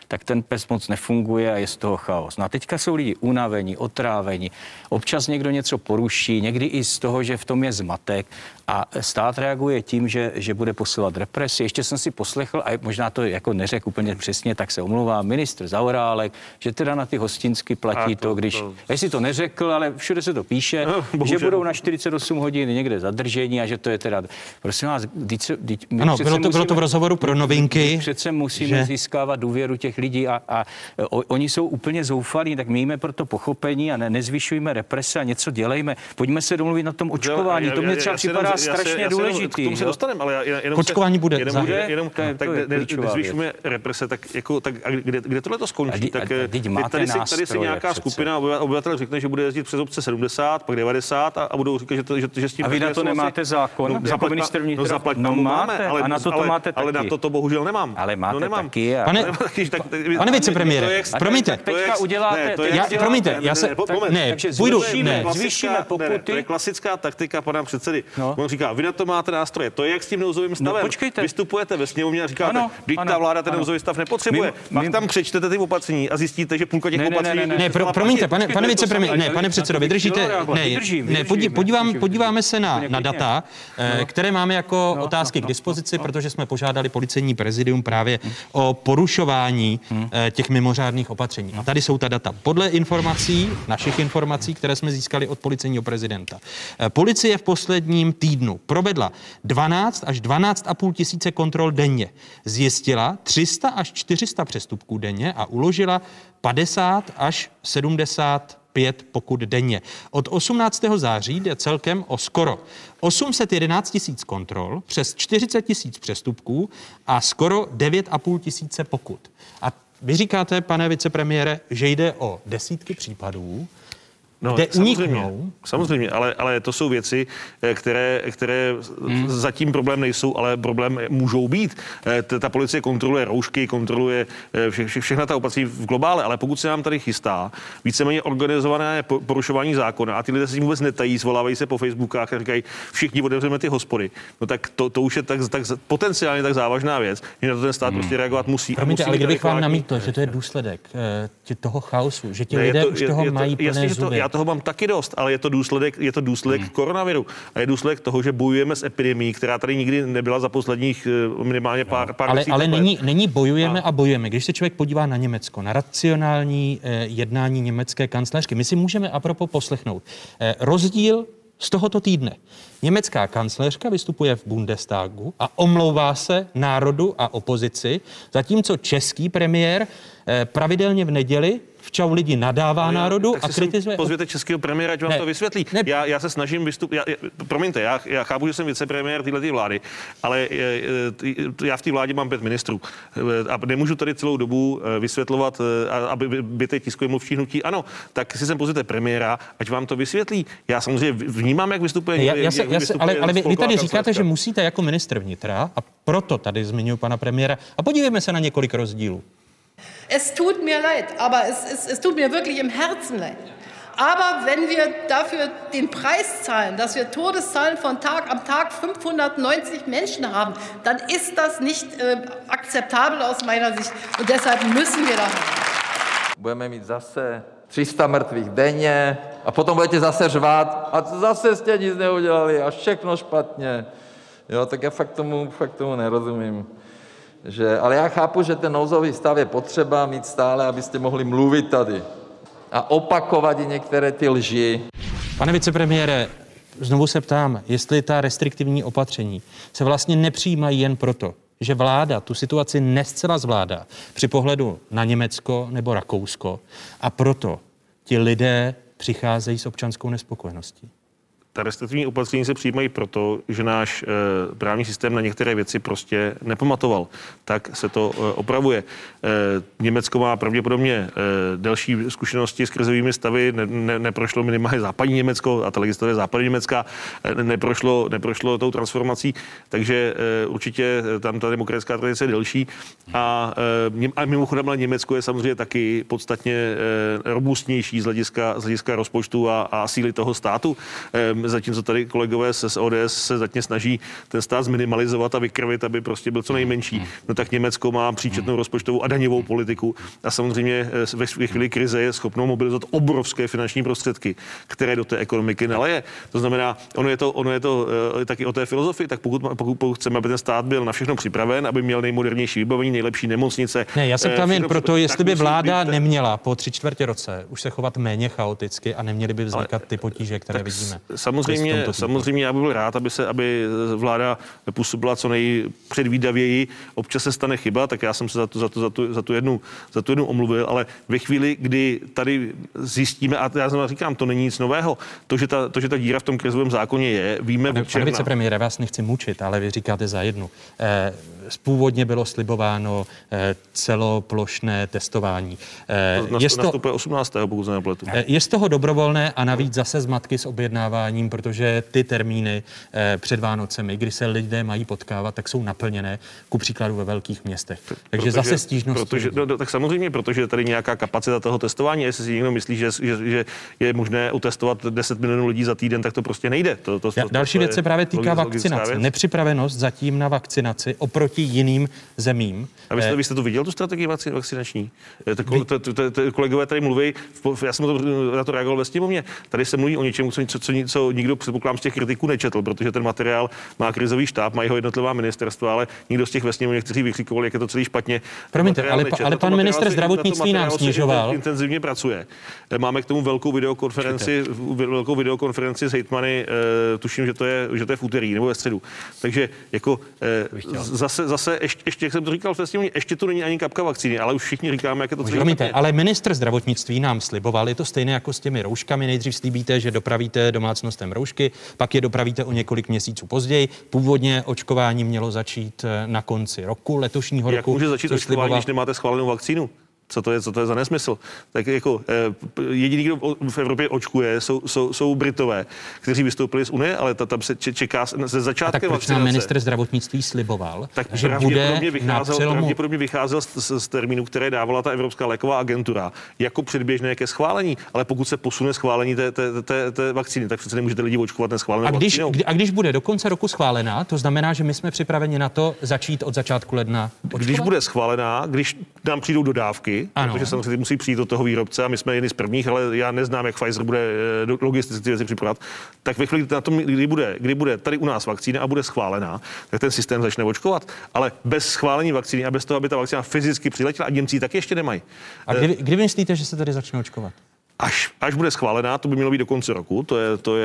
tak ten PES moc nefunguje a je z toho chaos. No a teďka jsou lidi unavení, otrávení, občas někdo něco poruší, někdy i z toho, že v tom je zmatek a stát reaguje tím, že bude posilovat represi. Ještě jsem si poslechl, a možná to jako neřekl úplně přesně, tak se omlouvá ministr Zaorálek, že teda na ty hostinsky platí jestli to neřekl, ale všude se to píše, že budou na 48 hodin někde zadržení a že to je teda, prosím vás, ano, bylo to v rozhovoru pro Novinky. Přece musíme získávat důvěru těch lidí a oni jsou úplně zoufalí, tak mějme proto pochopení a nezvyšujme represe a něco dělejme. Pojďme se domluvit na tom očkování. To mě třeba připadá strašně důležitý. K tomu se dostaneme, ale jenom očkování bude. Tak nezvyšujeme represe, tak kde tohle to skončí? Tak tady se nějaká skupina obyvatel řekne, že bude jezdit přes obce 70, pak 90 a budou říkat, že s tím... A vy na to nemáte zákon? Jako ministr vnitra? No máme, a na to máte taky. Ale na to bohužel nemám. Ale máte taky. Pane vicepremiére, promiňte. Teďka uděláte... Promiňte, já se... Ne, půjdu... Zvýšíme pokuty. To je klasická taktika pana předsedy. On říká, vy na to máte nástroje. To je jak s tím nouzovým stavem. Vystupujete ve sněmovně a říkáte, vždyť ta vláda ten nouzový stav nepotřebuje. Pak tam přečtete ty opatření a zjistíte, že půlka těch opatření... Ne, promiňte, pane vicepremiére, ne, pane předsedo, vydržíte... Ne, podíváme se na data, které máme jako otázky k dispozici, protože jsme požádali policejní prezidium právě o porušování těch mimořádných opatření. A tady jsou ta data. Podle našich informací, které jsme získali od policejního prezidenta. Policie v posledním týdnu provedla 12 až 12,5 tisíce kontrol denně. Zjistila 300 až 400 přestupků denně a uložila 50 až 75 pokut denně. Od 18. září jde celkem o skoro 811 tisíc kontrol, přes 40 tisíc přestupků a skoro 9,5 tisíce pokut. A vy říkáte, pane vicepremiére, že jde o desítky případů, kde uniknou. Samozřejmě, ale to jsou věci, které zatím problém nejsou, ale problém můžou být. Ta policie kontroluje roušky, kontroluje všechna ta opatření v globále, ale pokud se nám tady chystá víceméně organizované porušování zákona a ty lidé se tím vůbec netají, svolávají se po Facebookách a říkají, všichni otevřeme ty hospody, no tak to už je tak potenciálně tak závažná věc, že na to ten stát prostě reagovat musí. Promiňte, ale kdybych vám namítl, že to je důsledek toho chaosu, že ti lidé už toho mají plné zuby. Já toho mám taky dost, ale je to důsledek koronaviru a je důsledek toho, že bojujeme s epidemií, která tady nikdy nebyla za posledních minimálně pár ale není bojujeme a bojujeme. Když se člověk podívá na Německo, na racionální jednání německé kancléřky, my si můžeme apropos poslechnout rozdíl z tohoto týdne. Německá kancléřka vystupuje v Bundestagu a omlouvá se národu a opozici, zatímco český premiér pravidelně v neděli v Čau lidi nadává národu a kritizuje... Pozvěte českého premiéra, ať vám to vysvětlí. Já se snažím vystupit... Promiňte, já chápu, že jsem vicepremiér této vlády, ale já v té vládě mám 5 ministrů. A nemůžu tady celou dobu vysvětlovat, aby ty tiskové mluvčí hnutí. Ano, tak si sem pozvěte premiéra, ať vám to vysvětlí. Já samozřejmě vnímám, jak vystupuje... Ale vy tady říkáte, že musíte jako ministr vnitra a proto tady zmiňuji pana premiéra. A podívejme se na několik rozdílů. Es tut mir leid, aber es tut mir wirklich im Herzen leid. Aber wenn wir dafür den Preis zahlen, dass wir Todeszahlen am Tag 590 Menschen haben, dann ist das nicht akzeptabel aus meiner Sicht. Und deshalb müssen wir da hin. Budeme mít zase 300 mrtvých denně a potom budete zase řvát a zase jste nic neudělali a všechno špatně. Jo, tak já fakt tomu nerozumím. Ale já chápu, že ten nouzový stav je potřeba mít stále, abyste mohli mluvit tady a opakovat i některé ty lži. Pane vicepremiére, znovu se ptám, jestli ta restriktivní opatření se vlastně nepřijímají jen proto, že vláda tu situaci nescela zvládá při pohledu na Německo nebo Rakousko a proto ti lidé přicházejí s občanskou nespokojeností. Ta restriktivní opatření se přijímají proto, že náš právní systém na některé věci prostě nepamatoval. Tak se to opravuje. Německo má pravděpodobně delší zkušenosti s krizovými stavy, neprošlo minimálně západní Německo a ta legislativa západní Německa neprošlo tou transformací, takže určitě tam ta demokratická tradice je delší. A mimochodem, ale Německo je samozřejmě taky podstatně robustnější z hlediska rozpočtu a síly toho státu. zatímco tady kolegové z ODS se zatím snaží ten stát zminimalizovat a vykrvit, aby prostě byl co nejmenší. No tak Německo má příčetnou rozpočtovou a daňovou politiku a samozřejmě ve chvíli krize je schopno mobilizovat obrovské finanční prostředky, které do té ekonomiky naleje. To znamená, ono je to taky o té filozofii, tak pokud chceme, aby ten stát byl na všechno připraven, aby měl nejmodernější vybavení, nejlepší nemocnice. Ne, já jsem tam jen proto, jestli by vláda neměla po 3/4 roce už se chovat méně chaoticky a neměly by vznikat ty potíže, které vidíme. Samozřejmě já bych byl rád, aby vláda působila co nejpředvídavěji. Občas se stane chyba, tak já jsem se za tu jednu omluvil, ale ve chvíli, kdy tady zjistíme, a já znamená říkám, to není nic nového, to, že ta díra v tom krizovém zákoně je, víme od června. Pane vicepremiére, vás nechci mučit, ale vy říkáte za jednu. Původně bylo slibováno celoplošné testování. Nastupuje 18. pokud se nepletu. Je z toho dobrovolné a navíc zase zmatky s objednáváním, protože ty termíny před Vánocemi, kdy se lidé mají potkávat, tak jsou naplněné, ku příkladu ve velkých městech. Takže zase stížnost. Tak samozřejmě, protože tady nějaká kapacita toho testování, jestli si někdo myslí, že je možné utestovat 10 milionů lidí za týden, tak to prostě nejde. Další věc se právě týká vakcinace. Nepřipravenost zatím na vakcinaci oproti jiným zemím. A vy jste to viděl, tu strategii vakcinační? Kolegové tady mluví, já jsem na to reagoval ve sněmovně. Tady se mluví o něčem, co nikdo předpokládám z těch kritiků nečetl, protože ten materiál má krizový štáb, mají ho jednotlivá ministerstva, ale nikdo z těch ve sněmovně, kteří vykřikovali, jak je to celý špatně. Promiňte, ale pan ministr zdravotnictví nám snižoval. Intenzivně pracuje. Máme k tomu velkou videokonferenci s hejtmany, tuším, že to je v úterý nebo ve středu. Takže jako zase ještě, jak jsem to říkal v sněmovně, ještě to není ani kapka vakcíny, ale už všichni říkáme, jak je to celý. Promiňte, ale ministr zdravotnictví nám sliboval, je to stejné jako s těmi rouškami. Nejdřív slíbíte, že dopravíte domácnostem roušky, pak je dopravíte o několik měsíců později. Původně očkování mělo začít na konci roku, letošního roku. Jak může začít očkování, když nemáte schválenou vakcínu? Co to je za nesmysl? Tak jako jediný, kdo v Evropě očkuje, jsou Britové, kteří vystoupili z Unie, ale tam se čeká se začátkem tak vakcinace. Tak ministr zdravotnictví sliboval, tak že bude pravděpodobně vycházel z termínu, které dávala ta Evropská léková agentura jako předběžné ke schválení, ale pokud se posune schválení té vakcíny, tak přece nemůžete lidi očkovat neschválenou vakcínou. A když bude do konce roku schválená, to znamená, že my jsme připraveni na to začít od začátku ledna očkovat? Když bude schválená, když nám přijdou dodávky, protože samozřejmě musí přijít od toho výrobce a my jsme jedni z prvních, ale já neznám, jak Pfizer bude logisticky ty věci připravovat. Tak ve chvíli, na tom, kdy bude tady u nás vakcína a bude schválená, tak ten systém začne očkovat. Ale bez schválení vakcíny a bez toho, aby ta vakcína fyzicky přiletěla, a Němci ji taky ještě nemají. A kdy myslíte, že se tady začne očkovat? Až bude schválená, to by mělo být do konce roku, to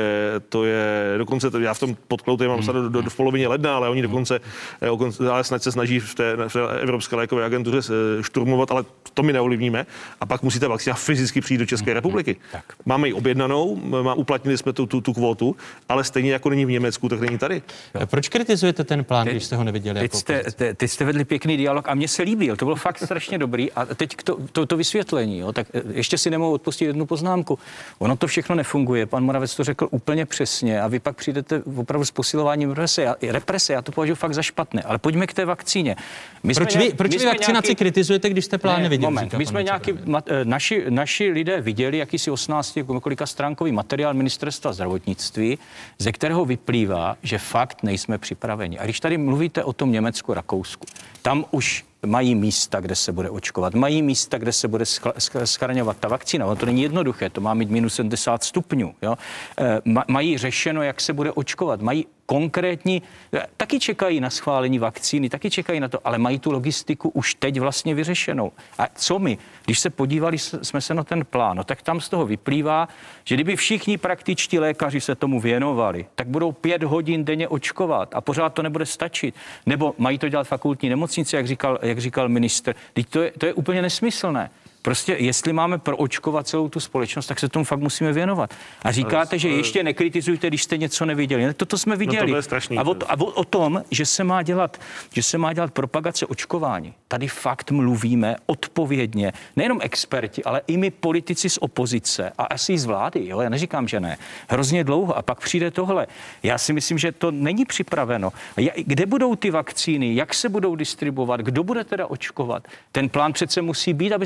je dokonce, já v tom podkladu mám v polovině ledna, ale oni dokonce, ale snad se snaží v té Evropské lékové agentuře šturmovat, ale to my neovlivníme a pak musí ta vakcína fyzicky přijít do České republiky. Máme ji objednanou, uplatnili jsme tu kvótu, ale stejně jako není v Německu, tak není tady. Proč kritizujete ten plán, když jste ho neviděli? Teď jste vedli pěkný dialog a mně se líbil, to bylo fakt strašně dobrý a teď to vysvětlení, jo, tak ještě si nemohu odpustit jednu poznámku. Ono to všechno nefunguje. Pan Moravec to řekl úplně přesně a vy pak přijdete opravdu s posilováním represe. Já to považuji fakt za špatné. Ale pojďme k té vakcíně. Proč vy vakcinaci kritizujete, když jste plán neviděli? My jsme naši lidé viděli jakýsi 18 kolika stránkový materiál ministerstva zdravotnictví, ze kterého vyplývá, že fakt nejsme připraveni. A když tady mluvíte o tom Německu, Rakousku, tam už mají místa, kde se bude očkovat, mají místa, kde se bude schraňovat ta vakcína. Ono to není jednoduché, to má mít minus 70 stupňů. Jo? Mají řešeno, jak se bude očkovat, mají konkrétní, taky čekají na schválení vakcíny, taky čekají na to, ale mají tu logistiku už teď vlastně vyřešenou. A co my? Když se podívali jsme se na ten plán, no, tak tam z toho vyplývá, že kdyby všichni praktičtí lékaři se tomu věnovali, tak budou 5 hodin denně očkovat a pořád to nebude stačit. Nebo mají to dělat fakultní nemocnice, jak říkal ministr. To je úplně nesmyslné. Prostě jestli máme proočkovat celou tu společnost, tak se tomu fakt musíme věnovat. A říkáte, že ještě nekritizujte, když jste něco neviděli. Toto jsme viděli. No to je strašný. A o tom, že se má dělat propagace očkování. Tady fakt mluvíme odpovědně. Nejenom experti, ale i my politici z opozice a asi i z vlády. Jo? Já neříkám, že ne. Hrozně dlouho. A pak přijde tohle. Já si myslím, že to není připraveno. Kde budou ty vakcíny? Jak se budou distribuovat? Kdo bude teda očkovat? Ten plán přece musí být, aby jsme mohli v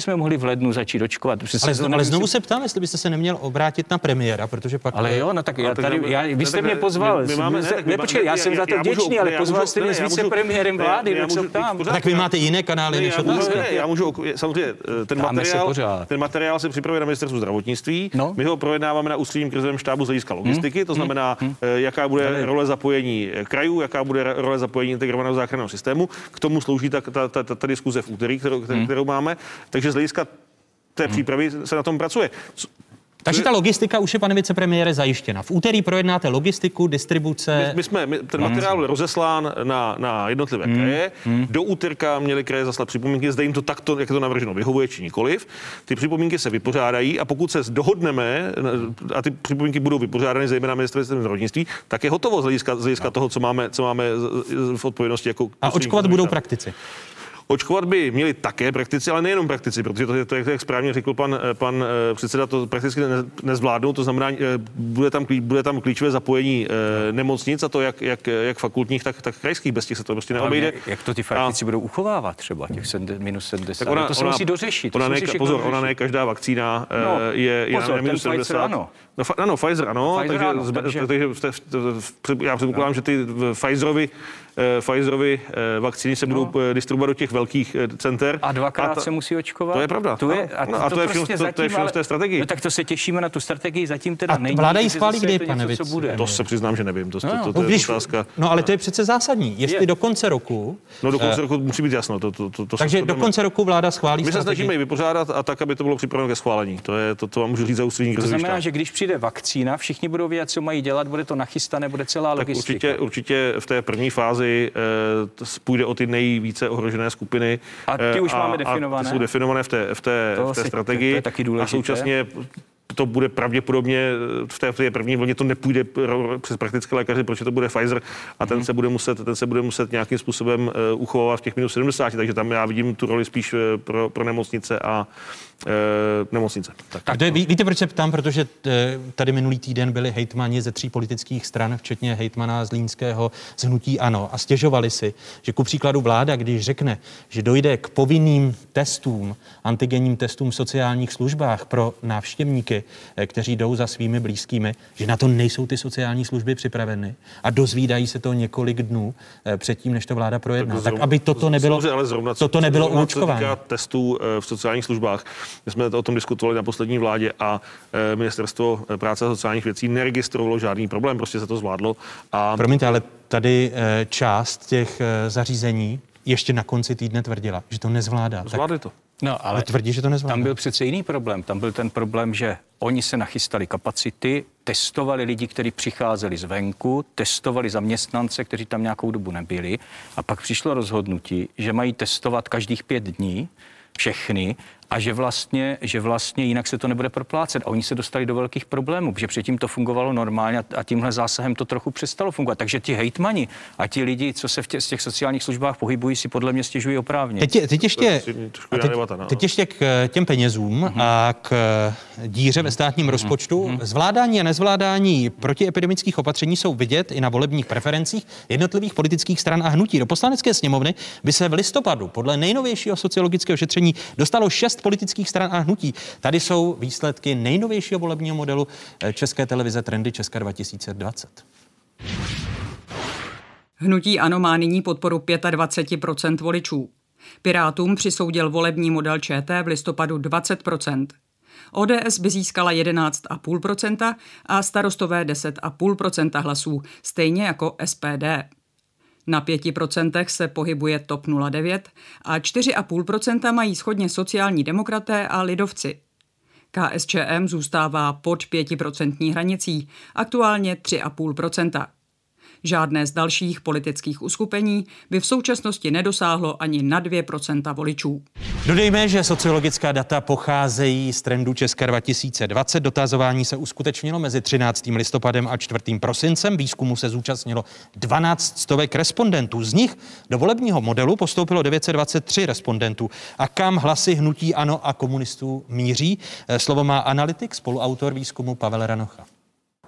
lednu začít očkovat. Ale znovu se ptám, jestli byste se neměl obrátit na premiéra, protože pak... Ale jo, no tak vy jste mě pozval. Počkej, já jsem za to vděčný, ale pozval jste mě s vicepremiérem vlády, tak se ptám. Tak vy máte jiné kanály než otázky. Já můžu, samozřejmě, ten materiál se připravuje na ministerstvu zdravotnictví. My ho projednáváme na ústředním krizovém štábu z hlediska logistiky, to znamená, jaká bude role zapojení krajů, jaká bude role zapojení integrovaného záchranného systému. K tomu slouží ta diskuze v úterý, kterou máme. Takže z hlediska té přípravy se na tom pracuje. Takže ta logistika už je, pane vicepremiére, zajištěna. V úterý projednáte logistiku, distribuce. Ten materiál byl rozeslán na jednotlivé kraje. Do úterka měli kraje zaslat připomínky, zda jim to takto, jak je to navrženo, vyhovuje či nikoliv. Ty připomínky se vypořádají a pokud se dohodneme a ty připomínky budou vypořádány zejména ministerstvem zdravotnictví, tak je hotovo z hlediska toho, co máme v odpovědnosti jako. A očkovat budou praktici. Očkovat by měli také praktici, ale nejenom praktici, protože to jak správně řekl pan předseda, to prakticky nezvládnou, to znamená, bude tam klíčové zapojení nemocnic, a to jak fakultních, tak krajských, bez těch se to prostě neobejde. Jak to ty praktici budou uchovávat třeba, těch minus 70? To se musí dořešit. Ona ne každá vakcína je na minus 70. Ano, Pfizer ano, takže já předpokládám, že ty Pfizerovy vakcíny se budou distribuovat do těch velkých center. A dvakrát se musí očkovat? To je pravda. To je všechno z té strategii. No tak to se těšíme na tu strategii, zatím teda není. Vláda ji schválí kdy, pane vice? To se přiznám, že nevím. To je otázka. No ale to je přece zásadní. Jestli do konce roku... No do konce roku musí být jasno. Takže do konce roku vláda schválí strategii. My se snažíme ji vypořádat a tak, aby to bylo připraveno ke schválení. To vám můžu říct za ústřední krizový štáb. To znamená, že když přijde vakcína, všichni budou vědět, co mají dělat, bude to nachystané, bude celá logistika. Určitě v té první fázi půjde o ty nejvíce ohrožené skupiny. A ty už máme definované? Ty jsou definované v té strategii. To je taky důležité. A současně to bude pravděpodobně v té první vlně to nepůjde přes praktické lékaře, protože to bude Pfizer a ten se bude muset nějakým způsobem uchovávat v těch minus 70, takže tam já vidím tu roli spíš pro nemocnice a nemocnice. Víte, proč se ptám? Protože tady minulý týden byli hejtmani ze 3 politických stran, včetně hejtmana Zlínského z hnutí ANO, a stěžovali si, že ku příkladu vláda, když řekne, že dojde k povinným testům, antigenním testům v sociálních službách pro návštěvníky, kteří jdou za svými blízkými, že na to nejsou ty sociální služby připraveny a dozvídají se to několik dnů předtím, než to vláda projedná. Tak aby toto nebylo u očkování. Testů v sociálních službách. My jsme o tom diskutovali na poslední vládě a ministerstvo práce a sociálních věcí neregistrovalo žádný problém, prostě se to zvládlo. Promiňte, ale tady část těch zařízení ještě na konci týdne tvrdila, že to nezvládá. Zvládli to. No, ale tvrdí, že to nezvládá. Tam byl přece jiný problém. Tam byl ten problém, že oni se nachystali kapacity, testovali lidi, kteří přicházeli zvenku, testovali zaměstnance, kteří tam nějakou dobu nebyli, a pak přišlo rozhodnutí, že mají testovat každých 5 dní všechny a že vlastně jinak se to nebude proplácet. A oni se dostali do velkých problémů, protože předtím to fungovalo normálně a tímhle zásahem to trochu přestalo fungovat. Takže ti hejtmani a ti lidi, co se z těch sociálních službách pohybují, si podle mě stěžují oprávně. Teď ještě k těm penězům a k díře ve státním rozpočtu. Zvládání a nezvládání protiepidemických opatření jsou vidět i na volebních preferencích jednotlivých politických stran a hnutí. Do Poslanecké sněmovny by se v listopadu podle nejnovějšího sociologického šetření dostalo 6 politických stran a hnutí. Tady jsou výsledky nejnovějšího volebního modelu České televize Trendy Česka 2020. Hnutí ANO má nyní podporu 25% voličů. Pirátům přisoudil volební model ČT v listopadu 20%. ODS by získala 11,5% a Starostové 10,5% hlasů, stejně jako SPD. Na 5% se pohybuje TOP 09 a 4,5% mají shodně sociální demokraté a lidovci. KSČM zůstává pod 5% hranicí, aktuálně 3,5%. Žádné z dalších politických uskupení by v současnosti nedosáhlo ani na 2% voličů. Dodejme, že sociologická data pocházejí z Trendu Česka 2020. Dotazování se uskutečnilo mezi 13. listopadem a 4. prosincem. Výzkumu se zúčastnilo 1200 respondentů. Z nich do volebního modelu postoupilo 923 respondentů. A kam hlasy hnutí ANO a komunistů míří? Slovo má analytik, spoluautor výzkumu Pavel Ranocha.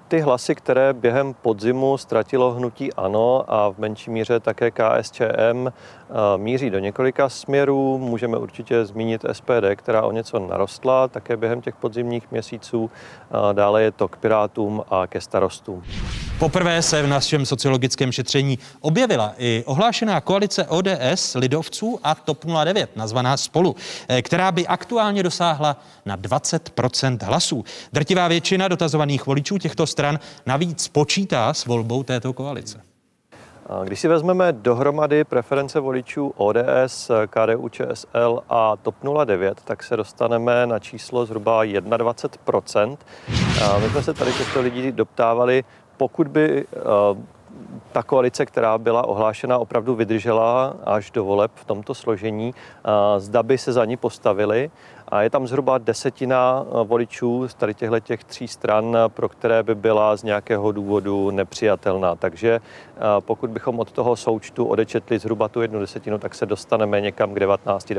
ty hlasy, které během podzimu ztratilo hnutí ANO a v menší míře také KSČM, míří do několika směrů. Můžeme určitě zmínit SPD, která o něco narostla také během těch podzimních měsíců. Dále je to k Pirátům a ke Starostům. Poprvé se v našem sociologickém šetření objevila i ohlášená koalice ODS, lidovců a TOP 09, nazvaná Spolu, která by aktuálně dosáhla na 20% hlasů. Drtivá většina dotazovaných voličů těchto stran navíc počítá s volbou této koalice. Když si vezmeme dohromady preference voličů ODS, KDU-ČSL a TOP 09, tak se dostaneme na číslo zhruba 21%. My jsme se tady těchto lidí doptávali, pokud by ta koalice, která byla ohlášena, opravdu vydržela až do voleb v tomto složení, zda by se za ní postavili. A je tam zhruba 10% voličů z tady těch tří stran, pro které by byla z nějakého důvodu nepřijatelná. Takže pokud bychom od toho součtu odečetli zhruba tu 1/10, tak se dostaneme někam k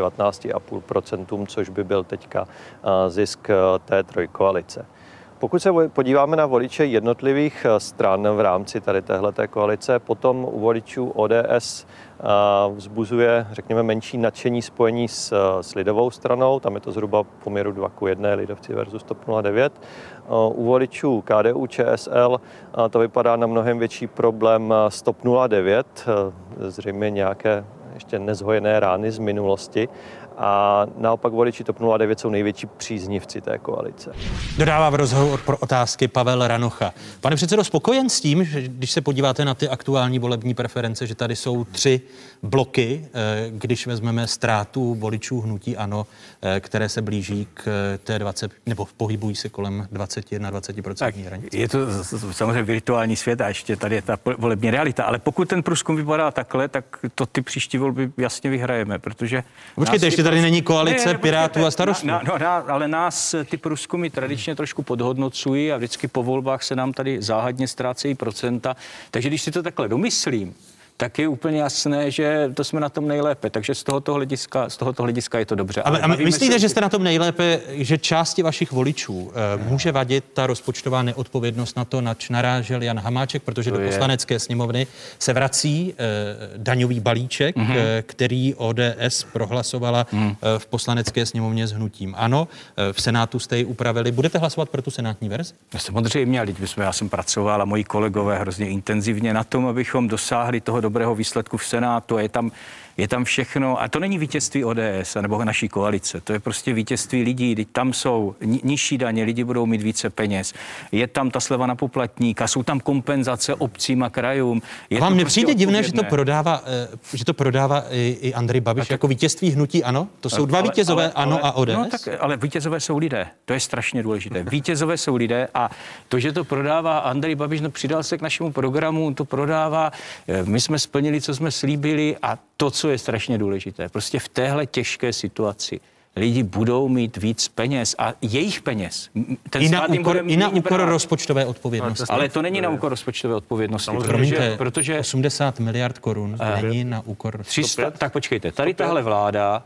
19,5%, což by byl teďka zisk té trojkoalice. Pokud se podíváme na voliče jednotlivých stran v rámci tady téhleté koalice, potom u voličů ODS vzbuzuje, řekněme, menší nadšení spojení s lidovou stranou, tam je to zhruba v poměru 2:1 lidovci versus TOP 09. U voličů KDU, ČSL to vypadá na mnohem větší problém s TOP 09, zřejmě nějaké ještě nezhojené rány z minulosti. A naopak voliči TOP 09 jsou největší příznivci té koalice. Dodává v rozhovoru pro Otázky Pavel Ranocha. Pane předsedo, spokojen s tím, že když se podíváte na ty aktuální volební preference, že tady jsou 3 bloky, když vezmeme ztrátu voličů hnutí ANO, které se blíží k té 20, nebo pohybují se kolem 21-20% hranice. Je to samozřejmě virtuální svět a ještě tady je ta volební realita, ale pokud ten průzkum vypadá takhle, tak to ty příští volby jasně vyhrajeme, protože... Počkejte, ještě tady není koalice Pirátů a Starostů. Ale nás ty průzkumy tradičně trošku podhodnocují a vždycky po volbách se nám tady záhadně ztrácejí procenta. Takže když si to takhle domyslím, tak je úplně jasné, že to jsme na tom nejlépe. Takže z tohoto hlediska je to dobře. A myslíte, že jste na tom nejlépe, že části vašich voličů může vadit ta rozpočtová neodpovědnost na to, nač narážel Jan Hamáček, protože do Poslanecké sněmovny se vrací daňový balíček, který ODS prohlasovala v Poslanecké sněmovně s hnutím ANO. V Senátu jste ji upravili. Budete hlasovat pro tu senátní verzi? Samozřejmě, já jsem pracoval a moji kolegové hrozně intenzivně na tom, abychom dosáhli toho dobrého výsledku v Senátu. Je tam všechno, a to není vítězství ODS nebo naší koalice, to je prostě vítězství lidí, teď tam jsou nižší daně, lidi budou mít více peněz, je tam ta sleva na poplatníka, jsou tam kompenzace obcím a krajům. Vám nepřijde divné, že to prodává i Andrej Babiš jako vítězství hnutí ANO? To jsou dva vítězové, ANO a ODS? No, ale vítězové jsou lidé, to je strašně důležité. Vítězové jsou lidé a to, že to prodává Andrej Babiš, přidal se k našemu programu, to prodává, my jsme splnili, co jsme slíbili a to, co je strašně důležité. Prostě v téhle těžké situaci lidi budou mít víc peněz a jejich peněz. I na úkor rozpočtové odpovědnosti. Ale to není na úkor rozpočtové odpovědnosti. Protože 80 miliard korun není na úkor... 300, tak počkejte, tady tahle vláda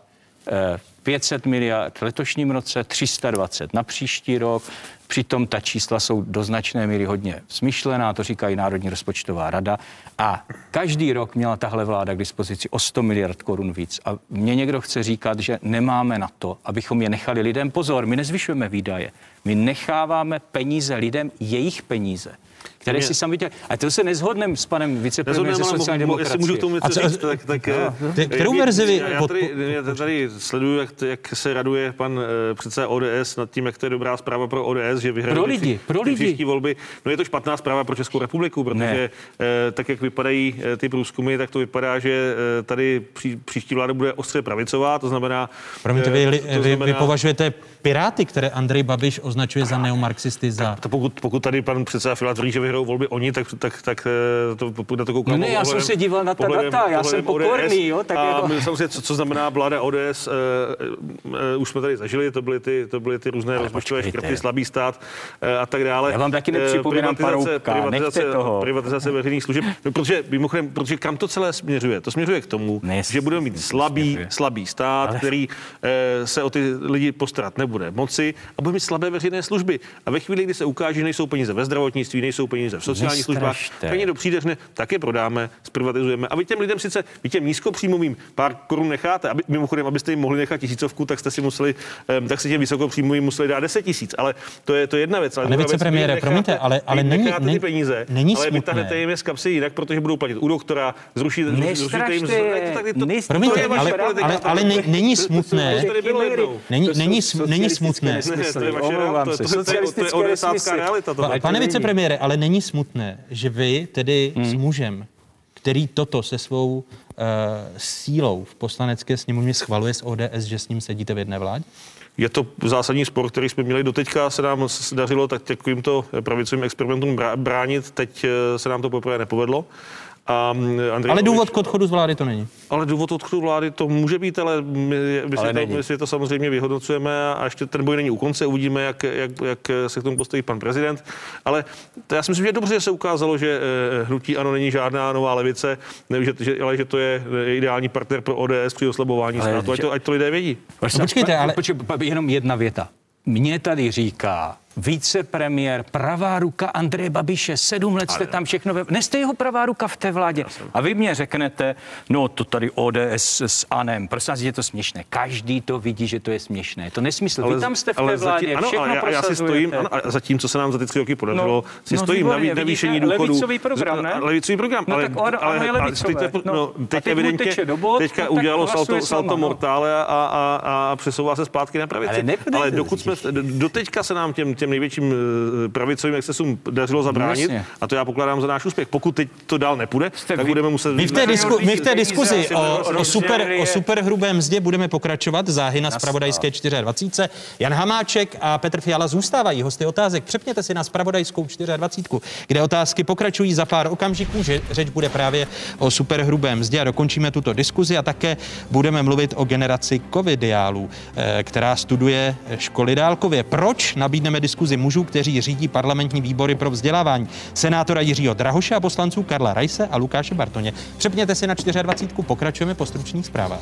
500 miliard v letošním roce, 320 na příští rok. Přitom ta čísla jsou do značné míry hodně smyšlená, to říká i Národní rozpočtová rada. A každý rok měla tahle vláda k dispozici o 100 miliard korun víc. A mě někdo chce říkat, že nemáme na to, abychom je nechali lidem. Pozor, my nezvyšujeme výdaje. My necháváme peníze lidem, jejich peníze, které si sami dělají. A to se nezhodneme s panem vicepremiérem ze sociální demokracie. Jestli můžu k tomu něco říct, tak kterou verzi vy... Já tady sleduju, jak se raduje pan předseda ODS nad tím, jak to je dobrá zpráva pro ODS, že vyhrají pro lidi. Příští volby. No je to špatná zpráva pro Českou republiku, protože tak, jak vypadají ty průzkumy, tak to vypadá, že tady příští vláda bude ostře pravicová, to znamená... Promiňte, vy považujete Piráty, které Andrej Babiš označuje za neomarxisty, za... Pokud tady pan předseda Fiala tvrdí, že vyhrajou volby oni, tak na to koukám. No já jsem se díval na ta data, já jsem pokorný, jo, tak jako... samozřejmě, co znamená vláda ODS, už jsme tady zažili, to byly ty různé rozpočtové škrty, slabý stát stát a tak dále. Já vám taky nepřipomínám Paroubka, nechte toho. Privatizace veřejných služeb, no, protože kam to celé směřuje? To směřuje k tomu, že budeme mít slabý stát, který se o ty lidi postarat nebude moci a bude mít slabé veřejné služby. A ve chvíli, kdy se ukáže, že nejsou peníze ve zdravotnictví, nejsou peníze v sociálních službách, tak někdo přijde, tak je prodáme, zprivatizujeme. A vy těm lidem sice, vy těm nízkopříjmovým pár korun necháte, mimochodem, abyste jim mohli nechat 1000, tak jste si museli, tak si těm vysokopříjmovým museli dát 10 000, ale to je jedna věc. Pane vicepremiére, promiňte, ale není ty peníze, není ale smutné. vytáhnete jim je z kapsy jinak, protože budou platit u doktora, zrušíte jim promiňte, ale není smutné. Není smutné. To je odesácká realita. Pane vicepremiére, ale není smutné, že vy tedy s mužem, který toto se svou sílou v poslanecké sněmovně schvaluje z ODS, že s ním sedíte v jedné vládě? Je to zásadní spor, který jsme měli doteďka, se nám dařilo tak takovýmto pravicovým experimentům bránit, teď se nám to poprvé nepovedlo. Ale důvod k odchodu z vlády to není. Ale důvod odchodu vlády to může být, ale my si to samozřejmě vyhodnocujeme a ještě ten boj není u konce, uvidíme, jak se k tomu postaví pan prezident. Ale já si myslím, že je dobře, že se ukázalo, že hnutí ANO není žádná nová levice, ale že to je ideální partner pro ODS při oslabování státu, ať to lidé vědí. Počkejte, ale... Jenom jedna věta. Mně tady říká vicepremiér, pravá ruka Andreje Babiše, 7 let jste tam všechno... Nejste jeho pravá ruka v té vládě. A vy mě řeknete, no to tady ODS s ANem, prosím vás, je to směšné. Každý to vidí, že to je směšné. To nesmysl. Vy tam jste v té vládě, všechno prosazujete. Já si stojím, a zatím, co se nám za ty 3 roky podařilo, si stojím na navýšení důchodů. Levicový program, ne? Levicový program, teď evidentně teďka udělalo salto mortále a přesouvá se zpátky na pravici. Ale dokud jsme, doteďka se nám těm největším pravicovým excesům dařilo zabránit, a to já pokládám za náš úspěch. Pokud teď to dál nepůjde, tak budeme muset... My v té diskuzi o superhrubém mzdě budeme pokračovat. Záhy na zpravodajské 24. Jan Hamáček a Petr Fiala zůstávají hosty otázek. Přepněte si na zpravodajskou 24, kde otázky pokračují za pár okamžiků, že řeč bude právě o superhrubém mzdě a dokončíme tuto diskuzi a také budeme mluvit o generaci covidiálů, která studuje školy dálkově. Proč? Nabídneme diskuzi mužů, kteří řídí parlamentní výbory pro vzdělávání. Senátora Jiřího Drahoše a poslanců Karla Raise a Lukáše Bartoně. Přepněte si na 24. Pokračujeme po stručných zprávách.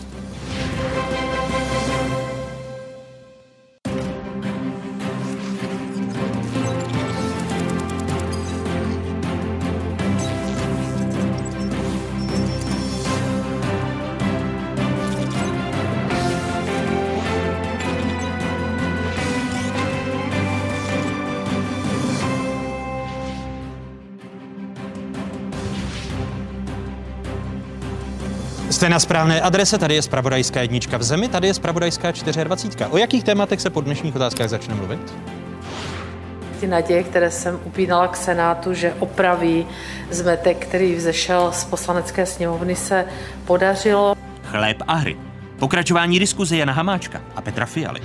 Jste na správné adrese, tady je zpravodajská 1 v zemi, tady je zpravodajská 24. O jakých tématech se po dnešních otázkách začne mluvit? Ty naděje, které jsem upínala k Senátu, že opraví zmetek, který vzešel z poslanecké sněmovny, se podařilo. Chléb a hry. Pokračování diskuze Jana Hamáčka a Petra Fialy.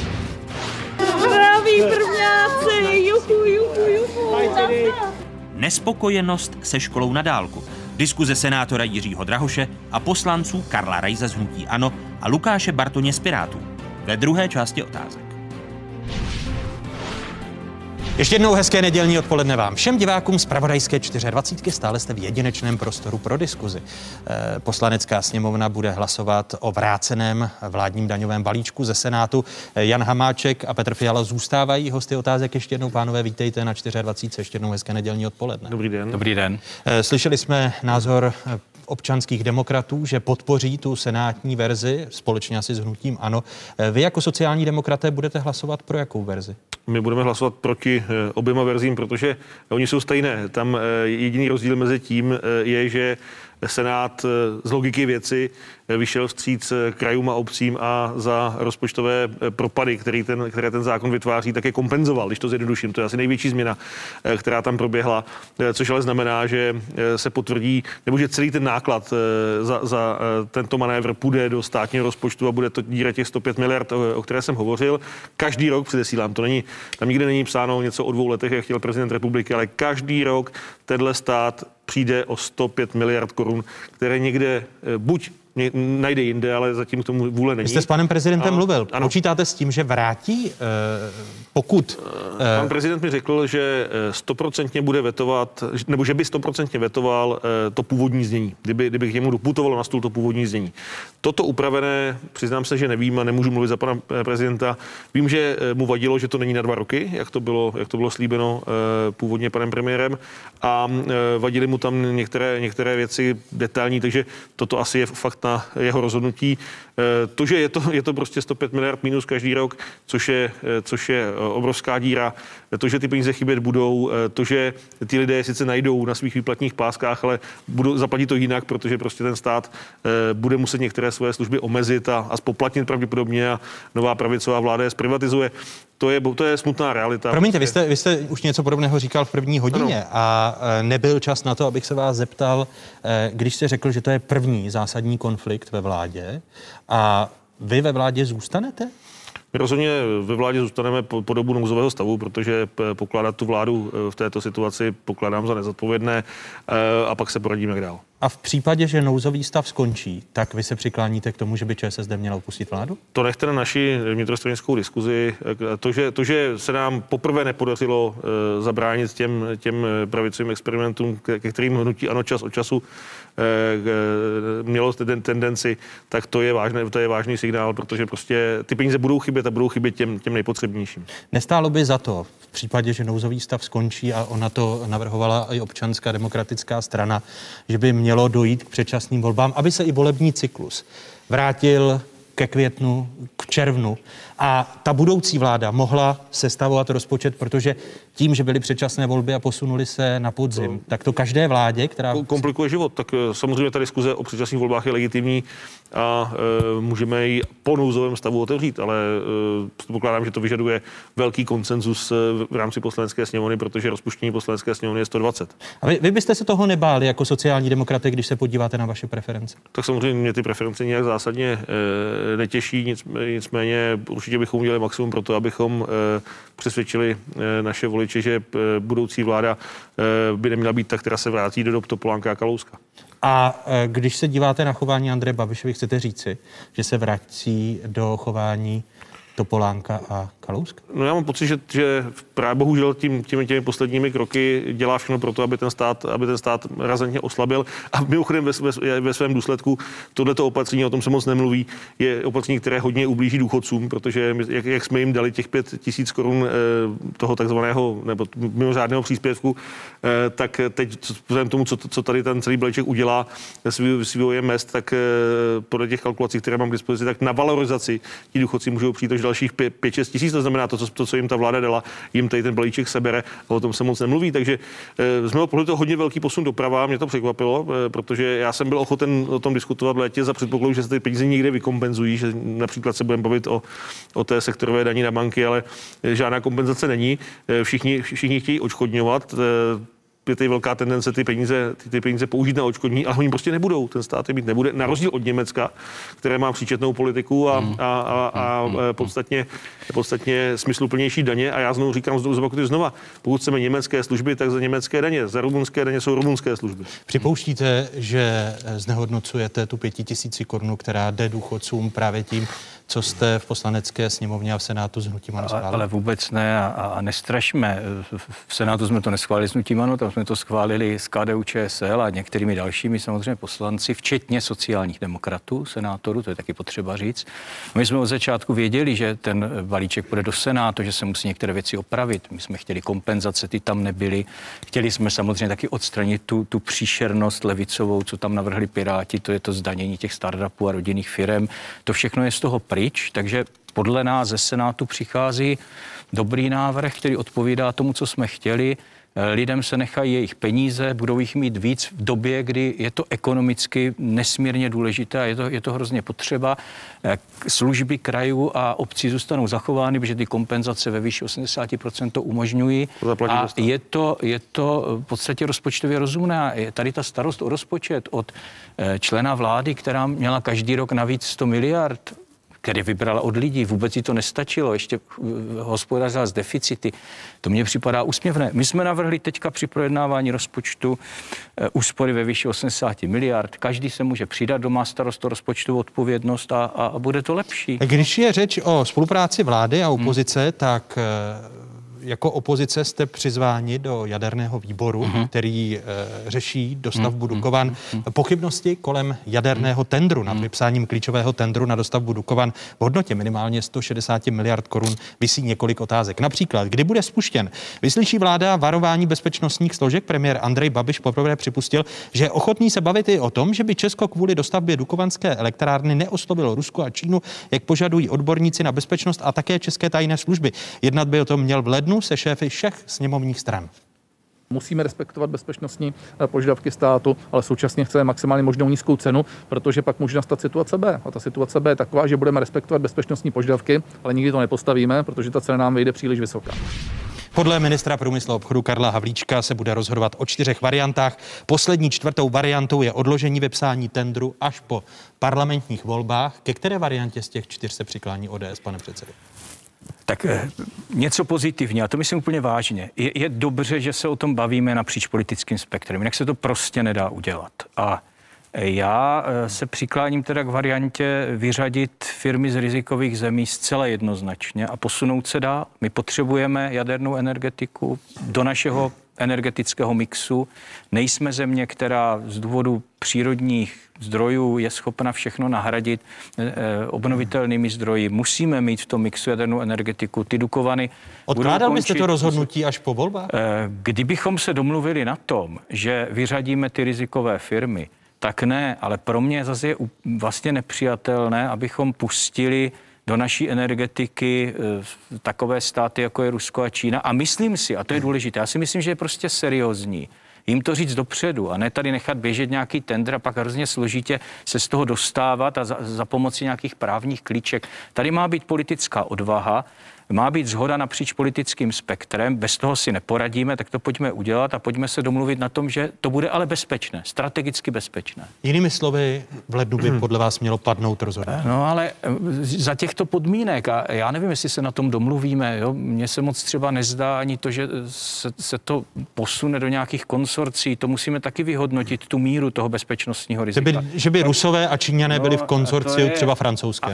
Zdraví prvňáci, juhu. Nespokojenost se školou na dálku. Diskuze senátora Jiřího Drahoše a poslanců Karla Raise z hnutí ANO a Lukáše Bartoně z Pirátů. Ve druhé části otázek. Ještě jednou hezké nedělní odpoledne vám všem divákům zpravodajské 24. Stále jste v jedinečném prostoru pro diskuzi. Poslanecká sněmovna bude hlasovat o vráceném vládním daňovém balíčku ze Senátu. Jan Hamáček a Petr Fiala zůstávají hosty otázek. Ještě jednou, pánové, vítejte na 24. Ještě jednou hezké nedělní odpoledne. Dobrý den. Dobrý den. Slyšeli jsme názor občanských demokratů, že podpoří tu senátní verzi společně asi s hnutím ANO. Vy jako sociální demokraté budete hlasovat pro jakou verzi? My budeme hlasovat proti oběma verzím, protože oni jsou stejné. Tam jediný rozdíl mezi tím je, že Senát z logiky věci vyšel vstříc krajům a obcím a za rozpočtové propady, které ten zákon vytváří, tak je kompenzoval, když to zjednoduším. To je asi největší změna, která tam proběhla, což ale znamená, že se potvrdí, nebo že celý ten náklad za tento manévr půjde do státního rozpočtu a bude to díra těch 105 miliard, o které jsem hovořil. Každý rok, předesílám, tam nikde není psáno něco o 2 letech, jak chtěl prezident republiky, ale každý rok tenhle stát přijde o 105 miliard korun, které někde buď najde jinde, ale zatím k tomu vůle není. Vy jste s panem prezidentem mluvil. Ano. Počítáte s tím, že vrátí, pokud... Pan prezident mi řekl, že 100% bude vetovat, nebo že by 100% vetoval to původní znění, kdyby k němu doputovalo na stůl to původní znění. Toto upravené, přiznám se, že nevím a nemůžu mluvit za pana prezidenta. Vím, že mu vadilo, že to není na 2 roky, jak to bylo slíbeno původně panem premiérem, a vadily mu tam některé věci detailní, takže toto asi je fakt na jeho rozhodnutí. To, že je to prostě 105 miliard minus každý rok, což je obrovská díra, to, že ty peníze chybět budou, to, že ty lidé sice najdou na svých výplatních páskách, ale zaplatí to jinak, protože prostě ten stát bude muset některé svoje služby omezit a spoplatnit pravděpodobně a nová pravicová vláda je zprivatizuje. To je smutná realita. Promiňte, vy jste už něco podobného říkal v první hodině a nebyl čas na to, abych se vás zeptal, když jste řekl, že to je první zásadní konflikt ve vládě a vy ve vládě zůstanete? My rozhodně ve vládě zůstaneme po dobu nouzového stavu, protože pokládat tu vládu v této situaci pokládám za nezodpovědné a pak se poradíme jak dál. A v případě, že nouzový stav skončí, tak vy se přikláníte k tomu, že by ČSSD měla opustit vládu? To nechte na naši vnitrostranickou diskuzi. To, že se nám poprvé nepodařilo zabránit těm pravicovým experimentům, ke kterým hnutí ANO čas od času mělo tendenci, tak to je vážný signál, protože prostě ty peníze budou chybět a budou chybět těm nejpotřebnějším. Nestálo by za to v případě, že nouzový stav skončí, a ona to navrhovala i Občanská demokratická strana, že by mělo dojít k předčasným volbám, aby se i volební cyklus vrátil ke květnu, k červnu a ta budoucí vláda mohla sestavovat rozpočet, protože tím, že byly předčasné volby a posunuli se na podzim, tak to každé vládě, která... Komplikuje život, tak samozřejmě ta diskuze o předčasných volbách je legitimní a můžeme ji po nouzovém stavu otevřít, ale pokládám, že to vyžaduje velký konsenzus v rámci poslanecké sněmovny, protože rozpuštění poslanecké sněmovny je 120. A vy byste se toho nebáli jako sociální demokraté, když se podíváte na vaše preference? Tak samozřejmě mě ty preference nějak zásadně netěší, nicméně určitě bychom udělali maximum pro to, abychom přesvědčili naše voliče, že budoucí vláda by neměla být ta, která se vrátí do dob Topolánka a Kalouska. A když se díváte na chování Andreje Babiše, vy chcete říci, že se vrací do chování Topolánka a Kalouska? No já mám pocit, že právě bohužel těmi posledními kroky dělá všechno pro to, aby ten stát razantně oslabil. A mimochodem ve svém důsledku tohleto opatření, o tom se moc nemluví, je opatření, které hodně ublíží důchodcům, protože jak jsme jim dali těch 5 000 korun toho takzvaného nebo mimořádného příspěvku, tak teď vzhledem tomu, co tady ten celý balíček udělá s vývojem mezd, tak podle těch kalkulací, které mám k dispozici, tak na valorizaci ti důchodci můžou přijít až dalších 5-6 tisíc, to znamená to, co jim ta vláda dala, jim tady ten balíček sebere a o tom se moc nemluví, takže z mého pohledu to hodně velký posun doprava, mě to překvapilo, protože já jsem byl ochoten o tom diskutovat v létě za předpokladu, že se ty peníze někde vykompenzují, že například se budeme bavit o té sektorové daní na banky, ale žádná kompenzace není, všichni chtějí odškodňovat. Je tady velká tendence ty peníze použít na odškodní, ale oni prostě nebudou. Ten stát je mít nebude. Na rozdíl od Německa, které má příčetnou politiku a podstatně smysluplnější daně. A já znovu říkám, znova, pokud chceme německé služby, tak za německé daně. Za rumunské daně jsou rumunské služby. Připouštíte, že znehodnocujete tu 5 000 korun, která jde důchodcům právě tím, co jste v poslanecké sněmovně a v Senátu s hnutím ANO schválili? Ale vůbec ne a nestrašme. V Senátu jsme to neschválili s hnutím ANO, tam jsme to schválili s KDU ČSL a některými dalšími samozřejmě poslanci, včetně sociálních demokratů, senátorů, to je taky potřeba říct. My jsme od začátku věděli, že ten balíček půjde do Senátu, že se musí některé věci opravit. My jsme chtěli kompenzace, ty tam nebyly. Chtěli jsme samozřejmě taky odstranit tu příšernost levicovou, co tam navrhli Piráti, to je to zdanění těch startupů a rodinných firem. To všechno je z toho pryč, takže podle nás ze Senátu přichází dobrý návrh, který odpovídá tomu, co jsme chtěli. Lidem se nechají jejich peníze, budou jich mít víc v době, kdy je to ekonomicky nesmírně důležité a je to hrozně potřeba. Služby krajů a obcí zůstanou zachovány, protože ty kompenzace ve výši 80% to umožňují. A je to v podstatě rozpočtově rozumné. Je tady ta starost o rozpočet od člena vlády, která měla každý rok navíc 100 miliard, který vybrala od lidí. Vůbec jí to nestačilo, ještě hospodařila z deficity. To mně připadá úsměvné. My jsme navrhli teďka při projednávání rozpočtu úspory ve výši 80 miliard. Každý se může přidat, kdo má starost o rozpočtovou odpovědnost a bude to lepší. Když je řeč o spolupráci vlády a opozice, tak jako opozice jste přizváni do jaderného výboru, který řeší dostavbu Dukovan. Pochybnosti kolem jaderného tendru nad vypsáním klíčového tendru na dostavbu Dukovan v hodnotě minimálně 160 miliard korun visí několik otázek. Například, kdy bude spuštěn? Vyslyší vláda varování bezpečnostních složek? Premiér Andrej Babiš poprvé připustil, že je ochotný se bavit i o tom, že by Česko kvůli dostavbě dukovanské elektrárny neoslovilo Rusko a Čínu, jak požadují odborníci na bezpečnost a také české tajné služby. Jednat by o tom měl v lednu se šéfy všech sněmovních stran. Musíme respektovat bezpečnostní požadavky státu, ale současně chceme maximálně možnou nízkou cenu, protože pak může nastat situace B. A ta situace B je taková, že budeme respektovat bezpečnostní požadavky, ale nikdy to nepostavíme, protože ta cena nám vyjde příliš vysoká. Podle ministra průmyslu a obchodu Karla Havlíčka se bude rozhodovat o 4 variantách. Poslední 4. variantou je odložení vypsání tendru až po parlamentních volbách. Ke které variantě z těch 4 se přiklání ODS, pane předsedo? Tak něco pozitivního, a to myslím úplně vážně. Je dobře, že se o tom bavíme napříč politickým spektrem, jinak se to prostě nedá udělat. A já se přikláním teda k variantě vyřadit firmy z rizikových zemí zcela jednoznačně a posunout se dál. My potřebujeme jadernou energetiku do našeho energetického mixu. Nejsme země, která z důvodu přírodních zdrojů je schopna všechno nahradit obnovitelnými zdroji. Musíme mít v tom mixu jadernou energetiku. Ty Dukovany odkládal byste to rozhodnutí až po volbách? Kdybychom se domluvili na tom, že vyřadíme ty rizikové firmy, tak ne, ale pro mě zase je vlastně nepřijatelné, abychom pustili do naší energetiky takové státy, jako je Rusko a Čína. A myslím si, a to je důležité, já si myslím, že je prostě seriózní jim to říct dopředu a ne tady nechat běžet nějaký tendr a pak hrozně složitě se z toho dostávat a za pomoci nějakých právních klíček. Tady má být politická odvaha, má být shoda napříč politickým spektrem, bez toho si neporadíme, tak to pojďme udělat a pojďme se domluvit na tom, že to bude ale bezpečné, strategicky bezpečné. Jinými slovy, v lednu by podle vás mělo padnout rozhodnutí. No ale za těchto podmínek, a já nevím, jestli se na tom domluvíme, jo? Mně se moc třeba nezdá ani to, že se to posune do nějakých konsorcí, to musíme taky vyhodnotit, tu míru toho bezpečnostního rizika. Že by Rusové a Číňané byli v konsorciu třeba francouzském.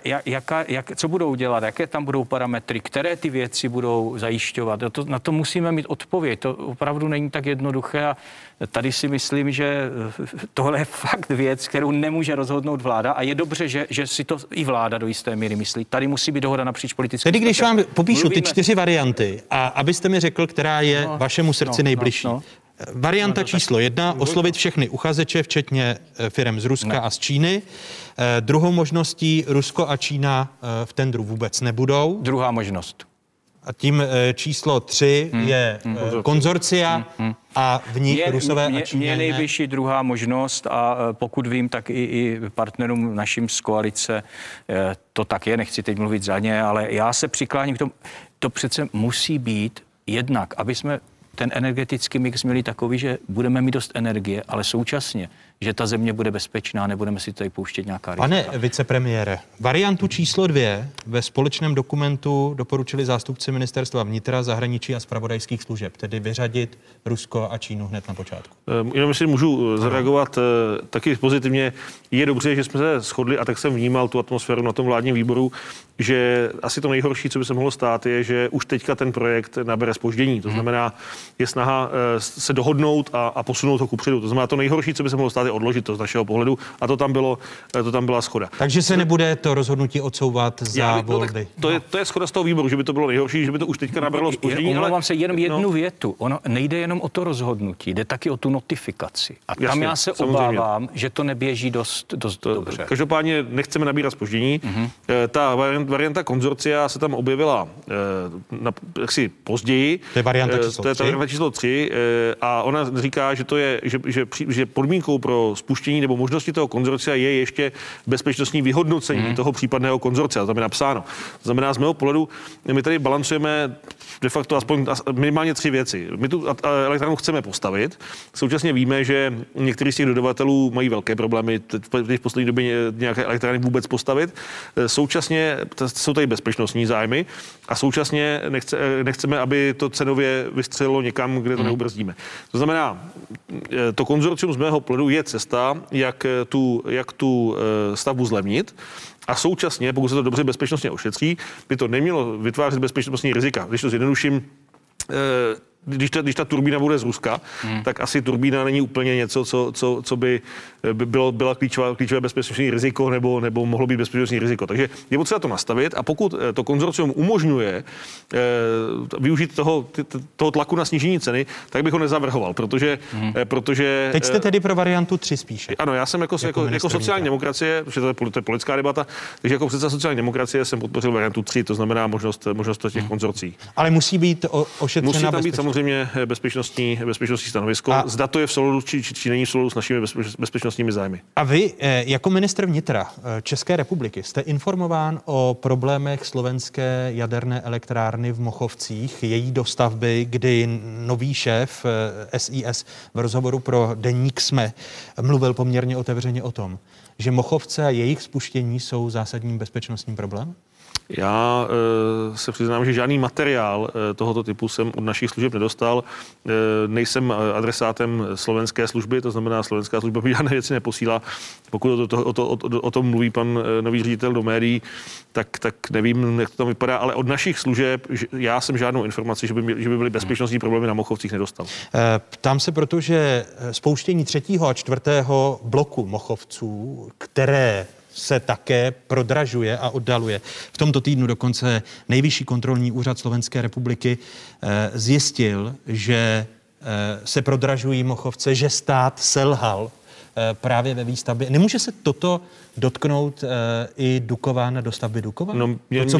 Co budou dělat, jaké tam budou parametry, které ty věci budou zajišťovat. Na to musíme mít odpověď. To opravdu není tak jednoduché a tady si myslím, že tohle je fakt věc, kterou nemůže rozhodnout vláda a je dobře, že si to i vláda do jisté míry myslí. Tady musí být dohoda napříč politickým. Tedy když vám popíšu ty 4 varianty a abyste mi řekl, která je vašemu srdci nejbližší. Varianta číslo 1, oslovit všechny uchazeče, včetně firem z Ruska a z Číny. Druhou možností Rusko a Čína v tendru vůbec nebudou. Druhá možnost. A tím číslo 3 je konzorcia a v nich Rusové a Číňané. Je nejvyšší druhá možnost a pokud vím, tak i partnerům našim z koalice to tak je, nechci teď mluvit za ně, ale já se přikláním k tomu, to přece musí být jednak, aby jsme ten energetický mix měli takový, že budeme mít dost energie, ale současně, že ta země bude bezpečná, nebudeme si tady pouštět nějaká rizika. Pane vicepremiére, variantu číslo 2 ve společném dokumentu doporučili zástupci ministerstva vnitra, zahraničí a zpravodajských služeb, tedy vyřadit Rusko a Čínu hned na počátku. Jenom si můžu zareagovat taky pozitivně. Je dobře, že jsme se shodli a tak jsem vnímal tu atmosféru na tom vládním výboru, že asi to nejhorší, co by se mohlo stát, je, že už teďka ten projekt nabere zpoždění. To znamená, je snaha se dohodnout a posunout ho kupředu. To znamená, to nejhorší, co by se mohlo stát, je odložit to z našeho pohledu a to tam byla shoda. Takže se nebude to rozhodnutí odsouvat za volby. To je shoda z toho výboru, že by to bylo nejhorší, že by to už teďka nabralo zpoždění. Omlouvám se jenom jednu větu. Ono nejde jenom o to rozhodnutí, jde taky o tu notifikaci. A tam jasně, já se obávám, že to neběží dost dobře. Každopádně nechceme nabírat zpoždění. Ta varianta konzorcia se tam objevila jaksi později. To je varianta číslo 3 a ona říká, že to je, že podmínkou pro spuštění nebo možnosti toho konzorcia je ještě bezpečnostní vyhodnocení toho případného konzorcia. Tam je napsáno. To znamená, z mého pohledu, my tady balancujeme de facto aspoň minimálně 3 věci. My tu elektrárnu chceme postavit. Současně víme, že některý z těch dodavatelů mají velké problémy v poslední době nějaké elektrárny vůbec postavit. Současně jsou tady bezpečnostní zájmy a současně nechceme, aby to cenově vystřelilo někam, kde to neubrzdíme. To znamená, to konzorcium z mého pohledu je cesta, jak tu stavbu zlevnit. A současně, pokud se to dobře bezpečnostně ošetří, by to nemělo vytvářet bezpečnostní rizika. Když to zjednoduším, když ta turbína bude z Ruska, tak asi turbína není úplně něco, co by byla klíčové bezpečnostní riziko nebo mohlo být bezpečnostní riziko. Takže je potřeba to nastavit a pokud to konzorcium umožňuje využít toho tlaku na snížení ceny, tak bych ho nezavrhoval, protože Teď jste tedy pro variantu 3 spíše. Ano, já jsem jako sociální demokracie, protože to je politická debata, takže jako předseda sociální demokracie jsem podpořil variantu 3, to znamená možnost těch konzorcí. Ale musí být ošetřena musí tam být samozřejmě bezpečnostní stanovisko. Zda to je v souladu, či není v souladu s našimi bezpečnostními zájmy. A vy, jako ministr vnitra České republiky, jste informován o problémech slovenské jaderné elektrárny v Mochovcích, její dostavby, kdy nový šéf SIS v rozhovoru pro deník SME mluvil poměrně otevřeně o tom, že Mochovce a jejich spuštění jsou zásadním bezpečnostním problémem? Já se přiznám, že žádný materiál tohoto typu jsem od našich služeb nedostal. Nejsem adresátem slovenské služby, to znamená, slovenská služba mi žádné věci neposílá. Pokud o tom mluví pan nový ředitel do médií, tak nevím, jak to tam vypadá, ale od našich služeb já jsem žádnou informaci, že by byly bezpečnostní problémy na Mochovcích nedostal. Ptám se, protože spouštění 3. a 4. bloku Mochovců, které se také prodražuje a oddaluje. V tomto týdnu dokonce Nejvyšší kontrolní úřad Slovenské republiky zjistil, že se prodražují Mochovce, že stát selhal právě ve výstavbě. Nemůže se toto dotknout i Dukovan, dostavby Dukovan?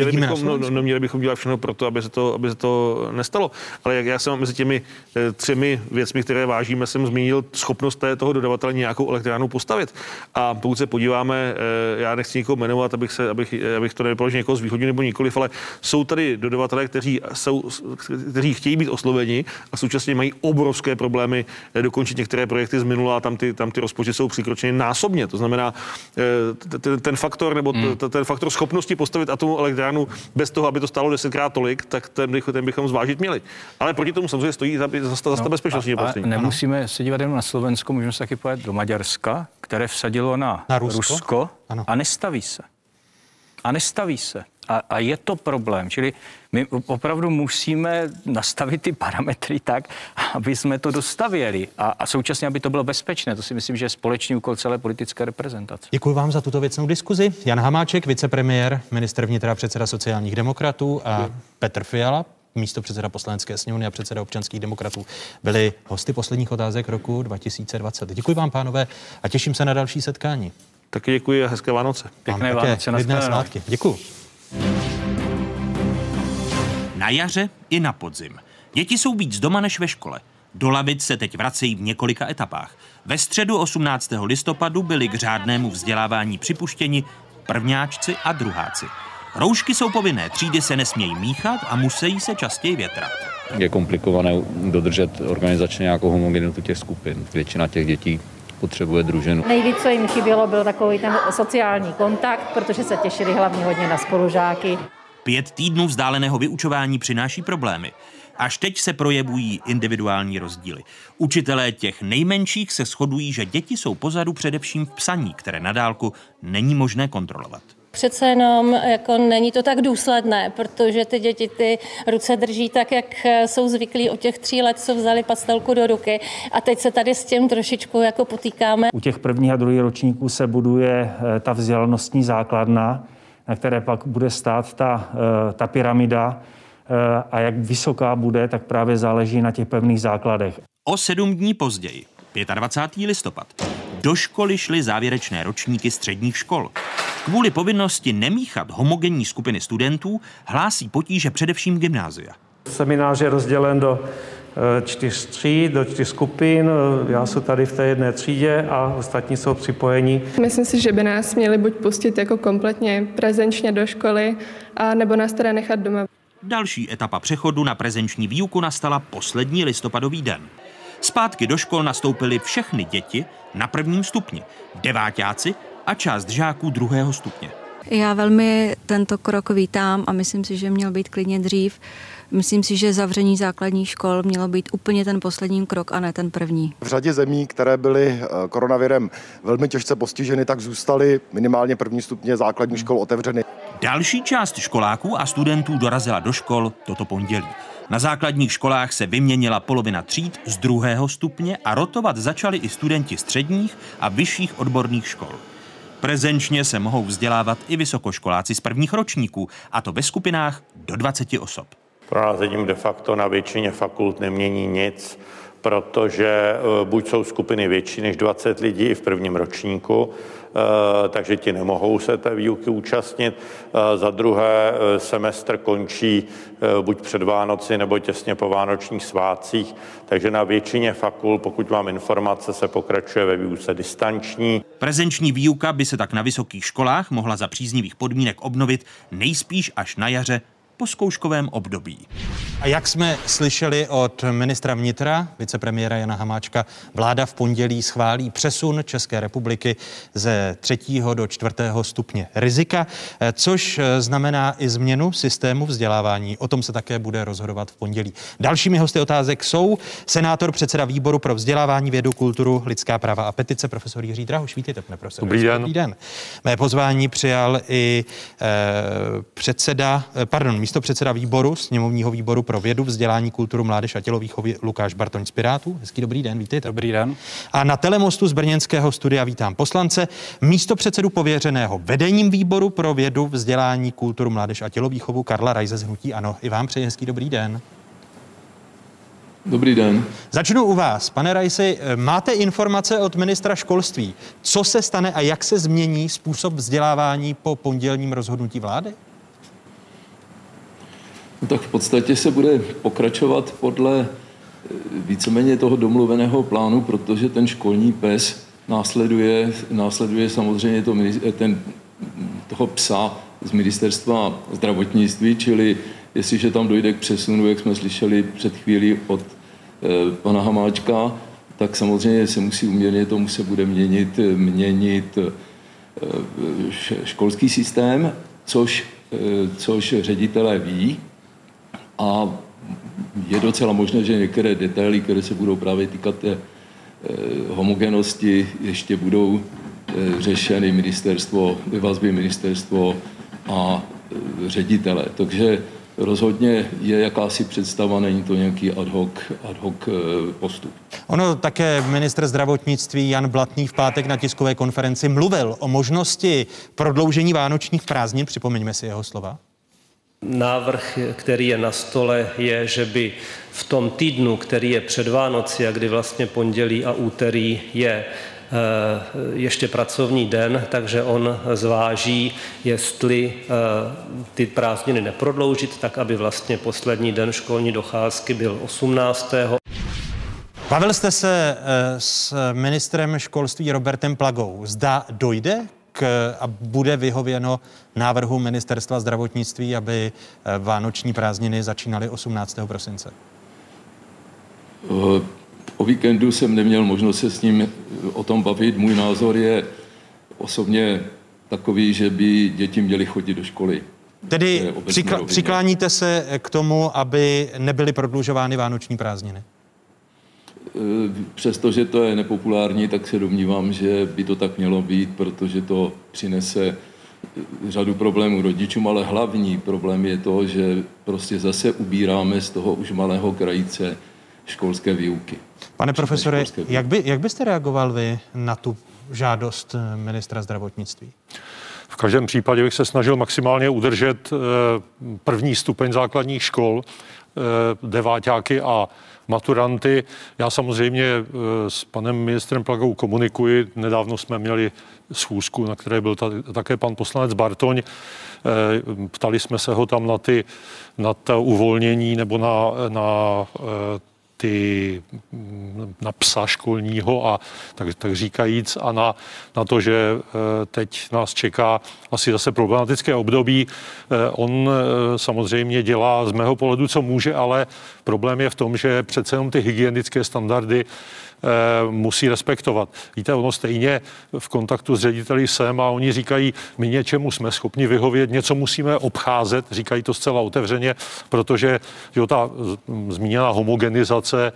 Měli bychom dělat všechno pro to, aby se to nestalo. Ale jak já jsem mezi těmi 3 věcmi, které vážíme, jsem zmínil schopnost toho dodavatele nějakou elektrárnu postavit. A pokud se podíváme, já nechci nikoho jmenovat, abych to nevypadalo, že někoho zvýhodnil nebo nikoliv, ale jsou tady dodavatelé, kteří chtějí být osloveni a současně mají obrovské problémy dokončit některé projekty z minula a tam ty rozpočty jsou přikročeny násobně. To znamená, ten faktor nebo ten faktor schopnosti postavit atomovou elektrárnu bez toho, aby to stálo 10krát tolik, tak ten bychom zvážit měli. Ale proti tomu samozřejmě stojí ta bezpečnostní opatření. Nemusíme se dívat jenom na Slovensko, můžeme se taky podívat do Maďarska, které vsadilo na Rusko a nestaví se. A je to problém. Čili my opravdu musíme nastavit ty parametry tak, aby jsme to dostavěli a současně, aby to bylo bezpečné. To si myslím, že je společný úkol celé politické reprezentace. Děkuji vám za tuto věcnou diskuzi. Jan Hamáček, vicepremiér, ministr vnitra, předseda sociálních demokratů a Petr Fiala, místopředseda Poslanecké sněmovny a předseda občanských demokratů, byli hosty posledních otázek roku 2020. Děkuji vám, pánové, a těším se na další setkání. Taky děkuji a hezké Vánoce. Pěkné Vánoce. Klidné svátky. Děkuji. Na jaře i na podzim. Děti jsou víc doma než ve škole. Do lavic se teď vracejí v několika etapách. Ve středu 18. listopadu byli k řádnému vzdělávání připuštěni prvňáčci a druháci. Roušky jsou povinné, třídy se nesmějí míchat a musí se častěji větrat. Je komplikované dodržet organizačně nějakou homogenitu těch skupin. Většina těch dětí potřebuje družinu. Nejvíc, co jim chybělo, byl takový ten sociální kontakt, protože se těšili hlavně hodně na spolužáky. 5 týdnů vzdáleného vyučování přináší problémy. Až teď se projevují individuální rozdíly. Učitelé těch nejmenších se shodují, že děti jsou pozadu především v psaní, které na dálku není možné kontrolovat. Přece jenom jako není to tak důsledné, protože ty děti ty ruce drží tak, jak jsou zvyklí od těch 3 let, co vzali pastelku do ruky a teď se tady s tím trošičku jako potýkáme. U těch 1. a 2. ročníků se buduje ta vzdělanostní základna, na které pak bude stát ta pyramida a jak vysoká bude, tak právě záleží na těch pevných základech. O 7 dní později, 25. listopad, do školy šly závěrečné ročníky středních škol. Kvůli povinnosti nemíchat homogenní skupiny studentů hlásí potíže především gymnázia. Seminář je rozdělen do 4 tříd, do 4 skupin. Já jsem tady v té jedné třídě a ostatní jsou připojení. Myslím si, že by nás měli buď pustit jako kompletně prezenčně do školy, a nebo nás teda nechat doma. Další etapa přechodu na prezenční výuku nastala poslední listopadový den. Zpátky do škol nastoupily všechny děti na prvním stupni, deváťáci a část žáků druhého stupně. Já velmi tento krok vítám a myslím si, že měl být klidně dřív. Myslím si, že zavření základních škol mělo být úplně ten poslední krok a ne ten první. V řadě zemí, které byly koronavirem velmi těžce postiženy, tak zůstaly minimálně první stupně základních škol otevřeny. Další část školáků a studentů dorazila do škol toto pondělí. Na základních školách se vyměnila polovina tříd z druhého stupně a rotovat začali i studenti středních a vyšších odborných škol. Prezenčně se mohou vzdělávat i vysokoškoláci z prvních ročníků, a to ve skupinách do 20 osob. Pro nás zatím de facto na většině fakult nemění nic, protože buď jsou skupiny větší než 20 lidí i v prvním ročníku, takže ti nemohou se té výuky účastnit. Za druhé semestr končí buď před Vánoci nebo těsně po vánočních svátcích, takže na většině fakult, pokud mám informace, se pokračuje ve výuce distanční. Prezenční výuka by se tak na vysokých školách mohla za příznivých podmínek obnovit nejspíš až na jaře po zkouškovém období. A jak jsme slyšeli od ministra vnitra, vicepremiéra Jana Hamáčka, vláda v pondělí schválí přesun České republiky ze 3. do 4. stupně rizika, což znamená i změnu systému vzdělávání. O tom se také bude rozhodovat v pondělí. Dalšími hosty otázek jsou senátor, předseda výboru pro vzdělávání, vědu, kulturu, lidská práva a petice, profesor Jiří Drahoš. Vítejte, pane profesor. Dobrý den. Mé pozvání přijal i místopředseda výboru, sněmovního výboru pro vědu, vzdělání, kulturu, mládež a tělovýchovu Lukáš Bartoň z Pirátů. Hezký dobrý den, vítejte. Dobrý den. A na telemostu z brněnského studia vítám poslance, místopředsedu pověřeného vedením výboru pro vědu, vzdělání, kulturu, mládež a tělovýchovu Karla Raise z hnutí ANO. I vám přeji hezký dobrý den. Dobrý den. Začnu u vás. Pane Raisi, máte informace od ministra školství, co se stane a jak se změní způsob vzdělávání po pondělním rozhodnutí vlády? No tak v podstatě se bude pokračovat podle víceméně toho domluveného plánu, protože ten školní PES následuje samozřejmě toho psa z ministerstva zdravotnictví, čili jestliže tam dojde k přesunu, jak jsme slyšeli před chvílí od pana Hamáčka, tak samozřejmě se musí uměrně tomu se bude měnit školský systém, což ředitelé ví. A je docela možné, že některé detaily, které se budou právě týkat té homogenosti, ještě budou řešeny ve vazbě ministerstvo a ředitele. Takže rozhodně je jakási představa, není to nějaký ad hoc postup. Ono také ministr zdravotnictví Jan Blatný v pátek na tiskové konferenci mluvil o možnosti prodloužení vánočních prázdnin. Připomeňme si jeho slova. Návrh, který je na stole, je, že by v tom týdnu, který je před Vánoci a kdy vlastně pondělí a úterý je ještě pracovní den, takže on zváží, jestli ty prázdniny neprodloužit, tak aby vlastně poslední den školní docházky byl 18. Bavil jste se s ministrem školství Robertem Plagou. Zda dojde a bude vyhověno návrhu ministerstva zdravotnictví, aby vánoční prázdniny začínaly 18. prosince? O víkendu jsem neměl možnost se s ním o tom bavit. Můj názor je osobně takový, že by děti měly chodit do školy. Tedy přikláníte se k tomu, aby nebyly prodlužovány vánoční prázdniny? Přestože to je nepopulární, tak se domnívám, že by to tak mělo být, protože to přinese řadu problémů rodičům, ale hlavní problém je to, že prostě zase ubíráme z toho už malého krajíce školské výuky. Pane profesore, jak byste reagoval vy na tu žádost ministra zdravotnictví? V každém případě bych se snažil maximálně udržet první stupeň základních škol, deváťáky a maturanty. Já samozřejmě s panem ministrem Plagou komunikuji. Nedávno jsme měli schůzku, na které byl také pan poslanec Bartoň. Ptali jsme se ho tam na to uvolnění nebo na na psa školního a tak říkajíc a na to, že teď nás čeká asi zase problematické období. On samozřejmě dělá z mého pohledu, co může, ale problém je v tom, že přece jenom ty hygienické standardy musí respektovat. Víte, ono stejně v kontaktu s řediteli jsem a oni říkají, my něčemu jsme schopni vyhovět, něco musíme obcházet, říkají to zcela otevřeně, protože ta zmíněná homogenizace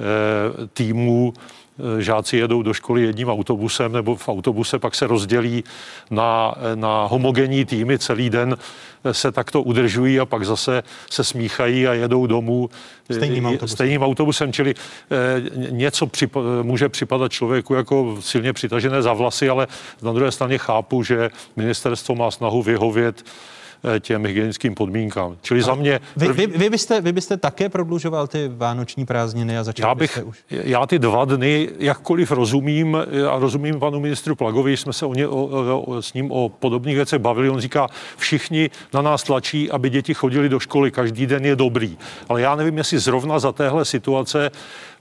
týmů, žáci jedou do školy jedním autobusem nebo v autobuse, pak se rozdělí na homogenní týmy, celý den se takto udržují a pak zase se smíchají a jedou domů stejným autobusem. Čili něco může připadat člověku jako silně přitažené za vlasy, ale na druhé straně chápu, že ministerstvo má snahu vyhovět těm hygienickým podmínkám. Čili za mě... Vy byste také prodlužoval ty vánoční prázdniny a začal byste už? Já ty 2 dny, jakkoliv rozumím a rozumím panu ministru Plagovi, jsme se s ním o podobných věcech bavili. On říká, všichni na nás tlačí, aby děti chodili do školy, každý den je dobrý. Ale já nevím, jestli zrovna za téhle situace,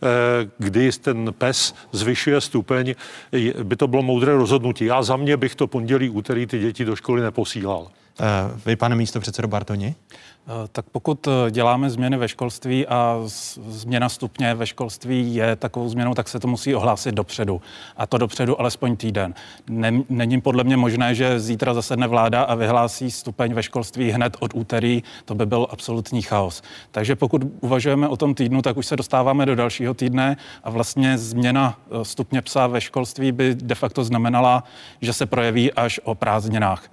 kdy ten PES zvyšuje stupeň, by to bylo moudré rozhodnutí. Já za mě bych to pondělí, úterý ty děti do školy neposílal. Vy, pane místopředsedo Bartoň? Tak pokud děláme změny ve školství a změna stupně ve školství je takovou změnou, tak se to musí ohlásit dopředu. A to dopředu alespoň týden. Není podle mě možné, že zítra zasedne vláda a vyhlásí stupeň ve školství hned od úterý. To by byl absolutní chaos. Takže pokud uvažujeme o tom týdnu, tak už se dostáváme do dalšího týdne a vlastně změna stupně psa ve školství by de facto znamenala, že se projeví až o prázdninách.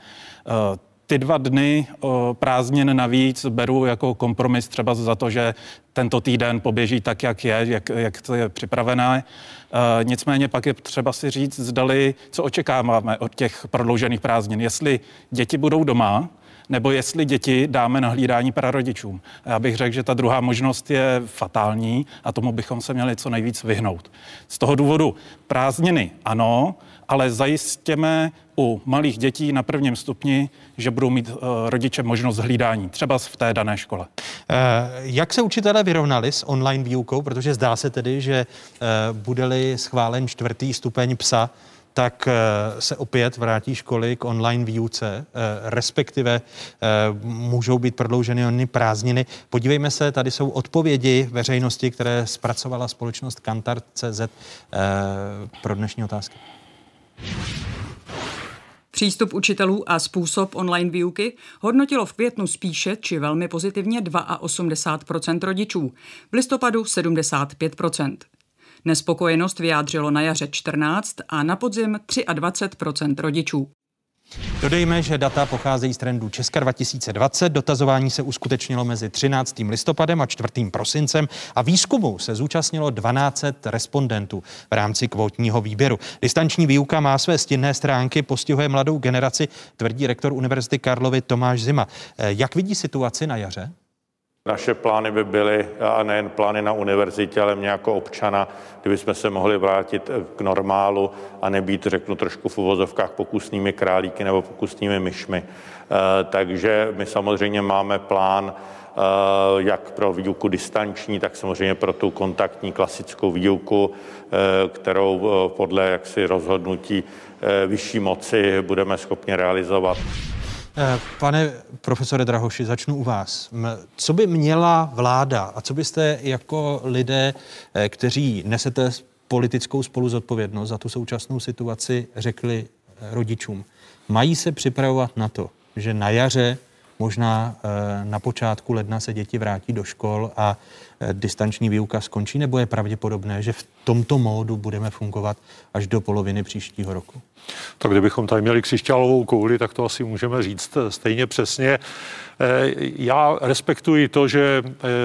Ty 2 dny prázdnin navíc beru jako kompromis třeba za to, že tento týden poběží tak, jak to je připravené. Nicméně pak je třeba si říct, co očekáváme od těch prodloužených prázdnin. Jestli děti budou doma, nebo jestli děti dáme na hlídání prarodičům. Já bych řekl, že ta druhá možnost je fatální a tomu bychom se měli co nejvíc vyhnout. Z toho důvodu prázdniny ano, ale zajistěme u malých dětí na 1. stupni, že budou mít rodiče možnost hlídání, třeba v té dané škole. Jak se učitelé vyrovnali s online výukou, protože zdá se tedy, že bude-li schválen 4. stupeň PSA, tak se opět vrátí školy k online výuce, respektive můžou být prodlouženy ony prázdniny. Podívejme se, tady jsou odpovědi veřejnosti, které zpracovala společnost Kantar.cz pro dnešní otázky. Přístup učitelů a způsob online výuky hodnotilo v květnu spíše či velmi pozitivně 82% rodičů, v listopadu 75%. Nespokojenost vyjádřilo na jaře 14 a na podzim 23% rodičů. Dodejme, že data pocházejí z trendu Česka 2020. Dotazování se uskutečnilo mezi 13. listopadem a 4. prosincem a výzkumu se zúčastnilo 1200 respondentů v rámci kvótního výběru. Distanční výuka má své stinné stránky, postihuje mladou generaci, tvrdí rektor Univerzity Karlovy Tomáš Zima. Jak vidí situaci na jaře? Naše plány by byly, a nejen plány na univerzitě, ale mě jako občana, kdybychom se mohli vrátit k normálu a nebýt, řeknu trošku v uvozovkách, pokusnými králíky nebo pokusnými myšmi. Takže my samozřejmě máme plán jak pro výuku distanční, tak samozřejmě pro tu kontaktní klasickou výuku, kterou podle jaksi rozhodnutí vyšší moci budeme schopni realizovat. Pane profesore Drahoši, začnu u vás. Co by měla vláda a co byste jako lidé, kteří nesete politickou spoluzodpovědnost za tu současnou situaci, řekli rodičům? Mají se připravovat na to, že na jaře, možná na počátku ledna se děti vrátí do škol a distanční výuka skončí, nebo je pravděpodobné, že v tomto módu budeme fungovat až do poloviny příštího roku? Tak kdybychom tady měli křišťálovou kouli, tak to asi můžeme říct stejně přesně. Já respektuji to, že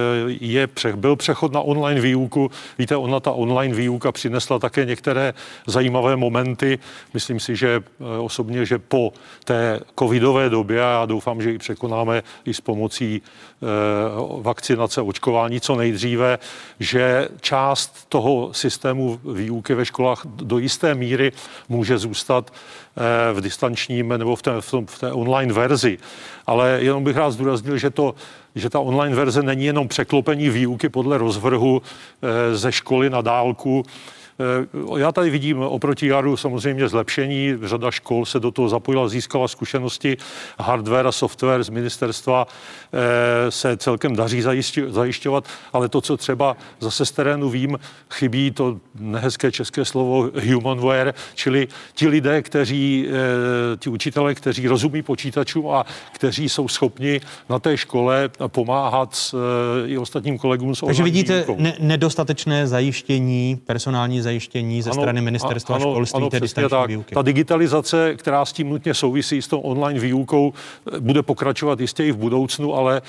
byl přechod na online výuku. Víte, ta online výuka přinesla také některé zajímavé momenty. Myslím si, že osobně, že po té covidové době, a já doufám, že ji překonáme i s pomocí vakcinace, očkování co nejdříve, že část toho systému výuky ve školách do jisté míry může zůstat v distančním nebo v té online verzi. Ale jenom bych rád zdůraznil, že ta online verze není jenom překlopení výuky podle rozvrhu ze školy na dálku. Já tady vidím oproti jaru samozřejmě zlepšení. Řada škol se do toho zapojila, získala zkušenosti. Hardware a software z ministerstva se celkem daří zajišťovat, ale to, co třeba zase z terénu vím, chybí to nehezké české slovo humanware, čili ti lidé, ti učitelé, kteří rozumí počítačům a kteří jsou schopni na té škole pomáhat i ostatním kolegům s online Takže vidíte nedostatečné zajištění, personální zajištění ze strany ministerstva školství té distanční výuky. Ta digitalizace, která s tím nutně souvisí s tou online výukou, bude pokračovat jistě i v budoucnu, ale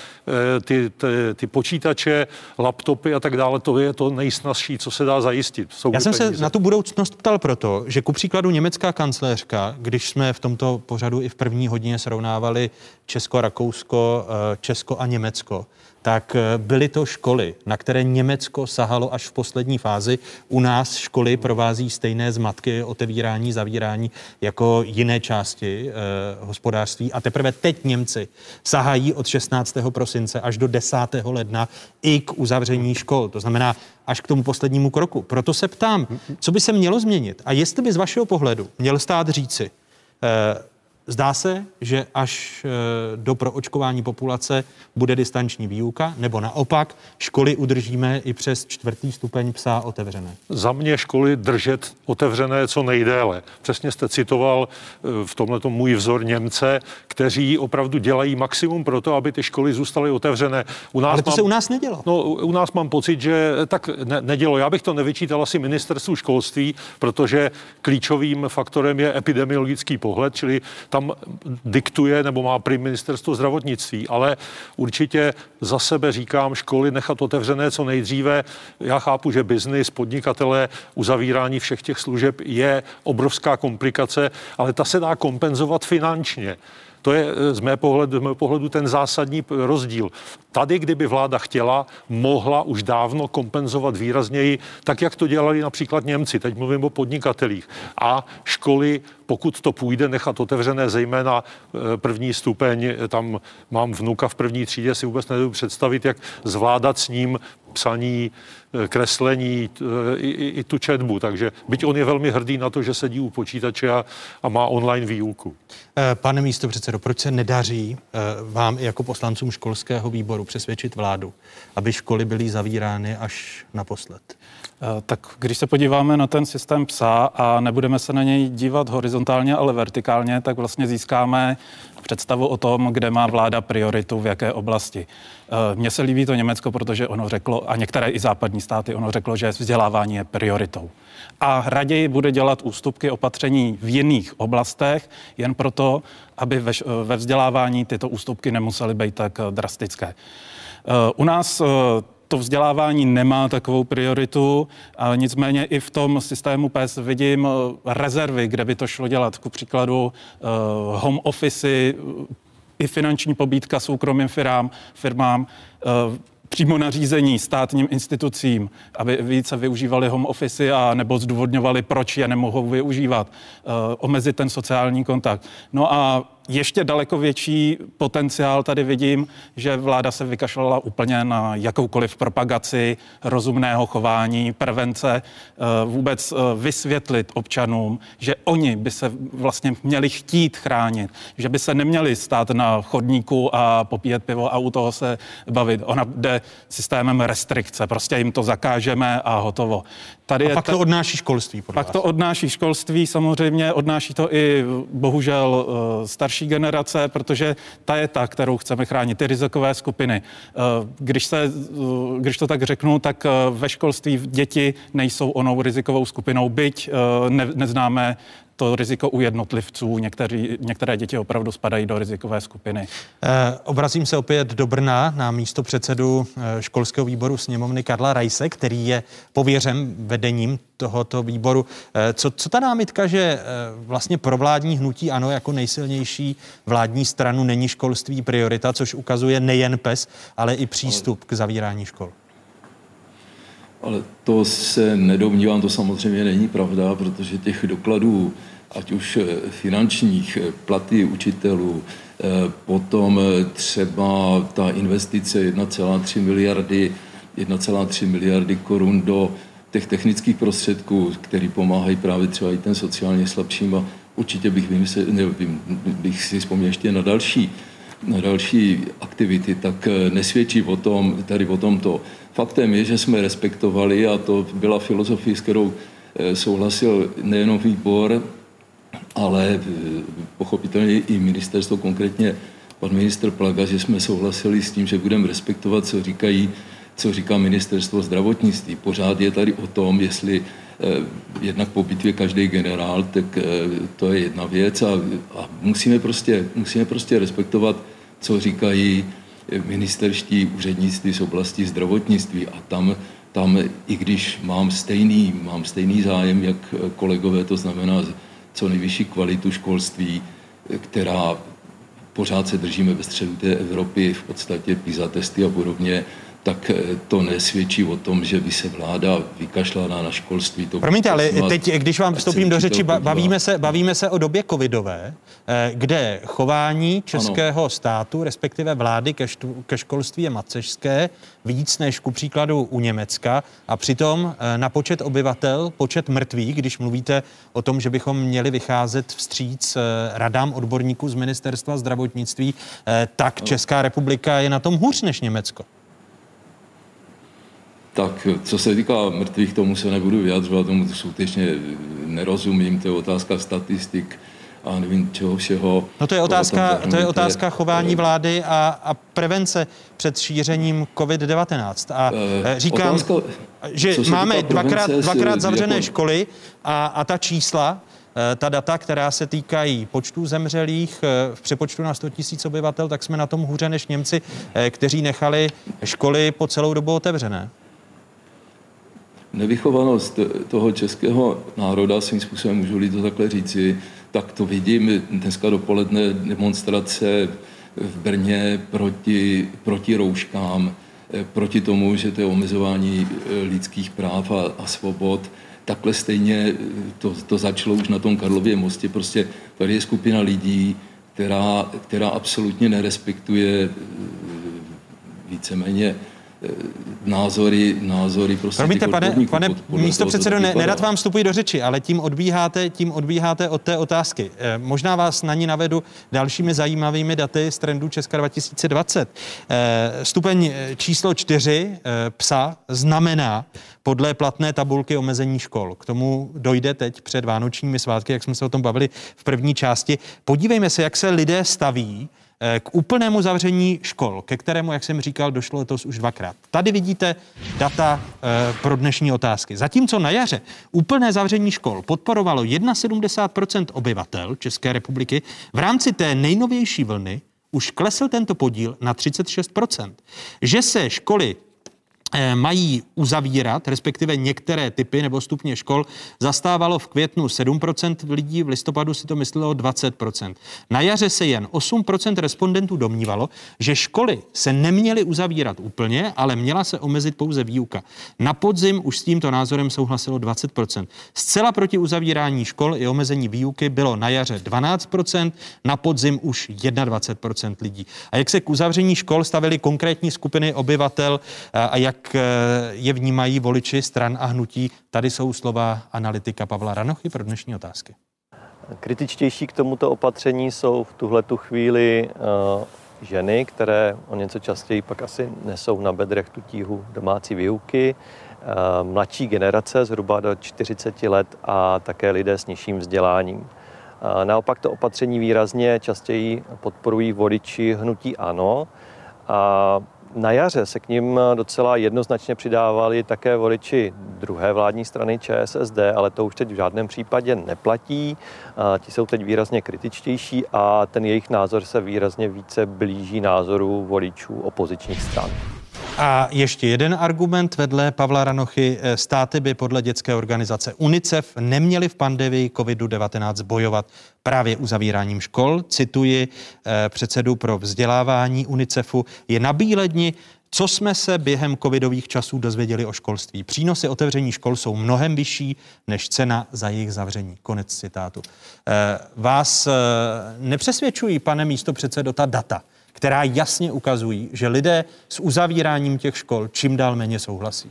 ty počítače, laptopy a tak dále, to je to nejsnazší, co se dá zajistit. Já jsem se na tu budoucnost ptal proto, že ku příkladu německá kancléřka, když jsme v tomto pořadu i v první hodině srovnávali Česko, Rakousko, Česko a Německo, tak byly to školy, na které Německo sahalo až v poslední fázi. U nás školy provází stejné zmatky, otevírání, zavírání jako jiné části hospodářství. A teprve teď Němci sahají od 16. prosince až do 10. ledna i k uzavření škol. To znamená až k tomu poslednímu kroku. Proto se ptám, co by se mělo změnit a jestli by z vašeho pohledu měl stát říci, zdá se, že až do proočkování populace bude distanční výuka, nebo naopak školy udržíme i přes 4. stupeň psa otevřené? Za mě školy držet otevřené co nejdéle. Přesně jste citoval v tomhletom můj vzor Němce, kteří opravdu dělají maximum pro to, aby ty školy zůstaly otevřené. Ale to se u nás nedělo. No, u nás mám pocit, že tak nedělo. Já bych to nevyčítal asi ministerstvu školství, protože klíčovým faktorem je epidemiologický pohled, čili tam diktuje nebo má prý ministerstvo zdravotnictví, ale určitě za sebe říkám, školy nechat otevřené co nejdříve. Já chápu, že biznis, podnikatelé, uzavírání všech těch služeb je obrovská komplikace, ale ta se dá kompenzovat finančně. To je z mého pohledu ten zásadní rozdíl. Tady, kdyby vláda chtěla, mohla už dávno kompenzovat výrazněji, tak jak to dělali například Němci. Teď mluvím o podnikatelích. A školy, pokud to půjde, nechat otevřené, zejména 1. stupeň, tam mám vnuka v 1. třídě, si vůbec nedovedu představit, jak zvládat s ním psaní, kreslení i tu četbu. Takže byť on je velmi hrdý na to, že sedí u počítače a má online výuku. Pane místopředsedo, proč se nedaří vám jako poslancům školského výboru přesvědčit vládu, aby školy byly zavírány až naposled? Tak když se podíváme na ten systém psa a nebudeme se na něj dívat horizontálně, ale vertikálně, tak vlastně získáme představu o tom, kde má vláda prioritu, v jaké oblasti. Mně se líbí to Německo, protože ono řeklo, a některé i západní státy, ono řeklo, že vzdělávání je prioritou. A raději bude dělat ústupky opatření v jiných oblastech, jen proto, aby ve vzdělávání tyto ústupky nemusely být tak drastické. U nás to vzdělávání nemá takovou prioritu, ale nicméně i v tom systému PES vidím rezervy, kde by to šlo dělat. Ku příkladu home office, i finanční pobídka soukromým firmám, přímo nařízení státním institucím, aby více využívali home office a nebo zdůvodňovali, proč je nemohou využívat, omezit ten sociální kontakt. No a ještě daleko větší potenciál tady vidím, že vláda se vykašlala úplně na jakoukoliv propagaci rozumného chování, prevence, vůbec vysvětlit občanům, že oni by se vlastně měli chtít chránit, že by se neměli stát na chodníku a popíjet pivo a u toho se bavit. Ona jde systémem restrikce, prostě jim to zakážeme a hotovo. Tady a pak to odnáší školství. Pak to odnáší školství, samozřejmě odnáší to i bohužel starší generace, protože ta je ta, kterou chceme chránit, ty rizikové skupiny. Když to tak řeknu, tak ve školství děti nejsou onou rizikovou skupinou, byť neznáme to riziko u jednotlivců. Některé děti opravdu spadají do rizikové skupiny. Obrazím se opět do Brna na místopředsedu školského výboru sněmovny Karla Raise, který je pověřen vedením tohoto výboru. Co ta námitka, že vlastně pro vládní hnutí ANO jako nejsilnější vládní stranu není školství priorita, což ukazuje nejen PES, ale i přístup k zavírání škol? ale to se nedomnívám, to samozřejmě není pravda, protože těch dokladů, ať už finančních, platy učitelů, potom třeba ta investice 1,3 miliardy korun do těch technických prostředků, které pomáhají právě třeba i ten sociálně slabším, a určitě bych si vzpomněl ještě na další aktivity, tak nesvědčí o tomto. Faktem je, že jsme respektovali, a to byla filozofie, s kterou souhlasil nejenom výbor, ale pochopitelně i ministerstvo, konkrétně pan ministr Plaga, že jsme souhlasili s tím, že budeme respektovat, co říká ministerstvo zdravotnictví. Pořád je tady o tom, jestli jednak po bitvě každý generál, tak to je jedna věc a musíme prostě respektovat, co říkají ministerští úřednictví z oblasti zdravotnictví. A tam i když mám stejný zájem, jak kolegové, to znamená co nejvyšší kvalitu školství, která pořád se držíme ve středu té Evropy, v podstatě PISA testy a podobně, tak to nesvědčí o tom, že by se vláda vykašlala na školství. Promiňte, ale teď, když vám vstoupím do řeči, bavíme se o době covidové, kde chování českého státu, respektive vlády ke školství je macešské, víc než ku příkladu u Německa, a přitom na počet obyvatel, počet mrtvých, když mluvíte o tom, že bychom měli vycházet vstříc radám odborníků z ministerstva zdravotnictví, tak Česká republika je na tom hůř než Německo. Tak, co se týká mrtvých, tomu se nebudu vyjadřovat, tomu skutečně nerozumím, to je otázka statistik a nevím čeho všeho. No to je otázka chování vlády a prevence před šířením COVID-19. A říkám, že máme dvakrát zavřené školy a ta čísla, ta data, která se týkají počtu zemřelých v přepočtu na 100 000 obyvatel, tak jsme na tom hůře než Němci, kteří nechali školy po celou dobu otevřené. Nevychovanost toho českého národa, svým způsobem můžu-li to takhle říci, tak to vidím dneska dopoledne demonstrace v Brně proti rouškám, proti tomu, že to je omezování lidských práv a svobod. Takhle stejně to začalo už na tom Karlově mostě. Prostě tady je skupina lidí, která absolutně nerespektuje víceméně názory prostě. Promiňte, pane místopředsedo, nerad vám vstupuji do řeči, ale tím odbíháte od té otázky. Možná vás na ní navedu dalšími zajímavými daty z trendu Česka 2020. Stupeň číslo 4 PSA znamená podle platné tabulky omezení škol. K tomu dojde teď před vánočními svátky, jak jsme se o tom bavili v první části. Podívejme se, jak se lidé staví k úplnému zavření škol, ke kterému, jak jsem říkal, došlo letos už 2krát. Tady vidíte data pro dnešní otázky. Zatímco na jaře úplné zavření škol podporovalo 71% obyvatel České republiky, v rámci té nejnovější vlny už klesl tento podíl na 36%. Že se školy mají uzavírat, respektive některé typy nebo stupně škol, zastávalo v květnu 7% lidí, v listopadu si to myslelo 20%. Na jaře se jen 8% respondentů domnívalo, že školy se neměly uzavírat úplně, ale měla se omezit pouze výuka. Na podzim už s tímto názorem souhlasilo 20%. Zcela proti uzavírání škol i omezení výuky bylo na jaře 12%, na podzim už 21% lidí. A jak se k uzavření škol stavily konkrétní skupiny obyvatel a jak je vnímají voliči stran a hnutí, tady jsou slova analytika Pavla Ranochy pro dnešní otázky. Kritičtější k tomuto opatření jsou v tuhletu chvíli ženy, které o něco častěji pak asi nesou na bedrech tu tíhu domácí výuky, mladší generace zhruba do 40 let a také lidé s nižším vzděláním. Naopak to opatření výrazně častěji podporují voliči hnutí ANO a na jaře se k nim docela jednoznačně přidávali také voliči druhé vládní strany ČSSD, ale to už teď v žádném případě neplatí. Ti jsou teď výrazně kritičtější a ten jejich názor se výrazně více blíží názoru voličů opozičních stran. A ještě jeden argument vedle Pavla Ranochy. Státy by podle dětské organizace UNICEF neměly v pandemii COVID-19 bojovat právě uzavíráním škol. Cituji předsedu pro vzdělávání UNICEFu. Je nabíledni Co jsme se během covidových časů dozvěděli o školství? Přínosy otevření škol jsou mnohem vyšší než cena za jejich zavření. Konec citátu. Vás nepřesvědčují, pane místopředsedo, ta data, která jasně ukazují, že lidé s uzavíráním těch škol čím dál méně souhlasí?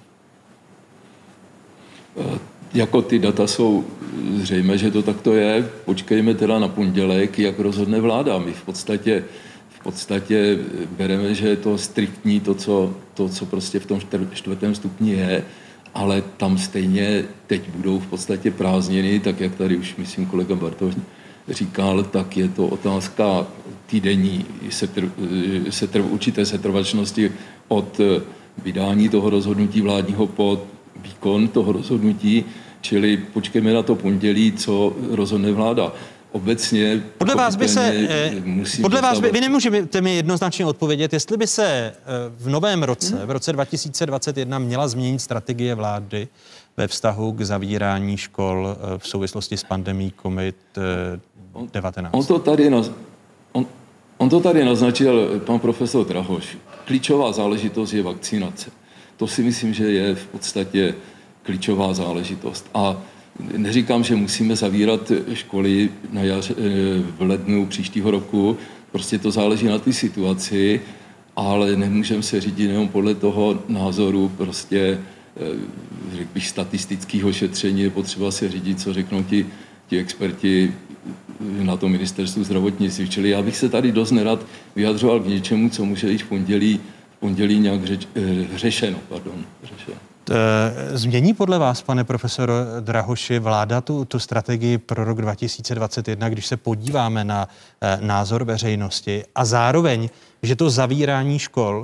Jako ty data jsou zřejmé, že to takto je. Počkejme teda na pondělek, jak rozhodne vláda. My v podstatě bereme, že je to striktní to, co prostě v tom 4. stupni je, ale tam stejně teď budou v podstatě prázdniny, tak jak tady už, myslím, kolega Bartoš říkal, tak je to otázka týdenní určité setrvačnosti od vydání toho rozhodnutí vládního po výkon toho rozhodnutí, čili počkejme na to pondělí, co rozhodne vláda. Obecně... Podle vás vy nemůžete mi jednoznačně odpovědět, jestli by se v novém roce, v roce 2021, měla změnit strategie vlády ve vztahu k zavírání škol v souvislosti s pandemií COVID-19. On to tady naznačil pan profesor Drahoš. Klíčová záležitost je vakcinace. To si myslím, že je v podstatě klíčová záležitost. A neříkám, že musíme zavírat školy v lednu příštího roku, prostě to záleží na té situaci, ale nemůžeme se řídit jenom podle toho názoru prostě, řekl bych, statistického šetření. Je potřeba se řídit, co řeknou ti experti na to ministerstvu zdravotnictví. Čili já bych se tady dost nerad vyjadřoval k něčemu, co může jít v pondělí nějak řešeno. Změní podle vás, pane profesor Drahoši, vláda tu strategii pro rok 2021, když se podíváme na názor veřejnosti a zároveň, že to zavírání škol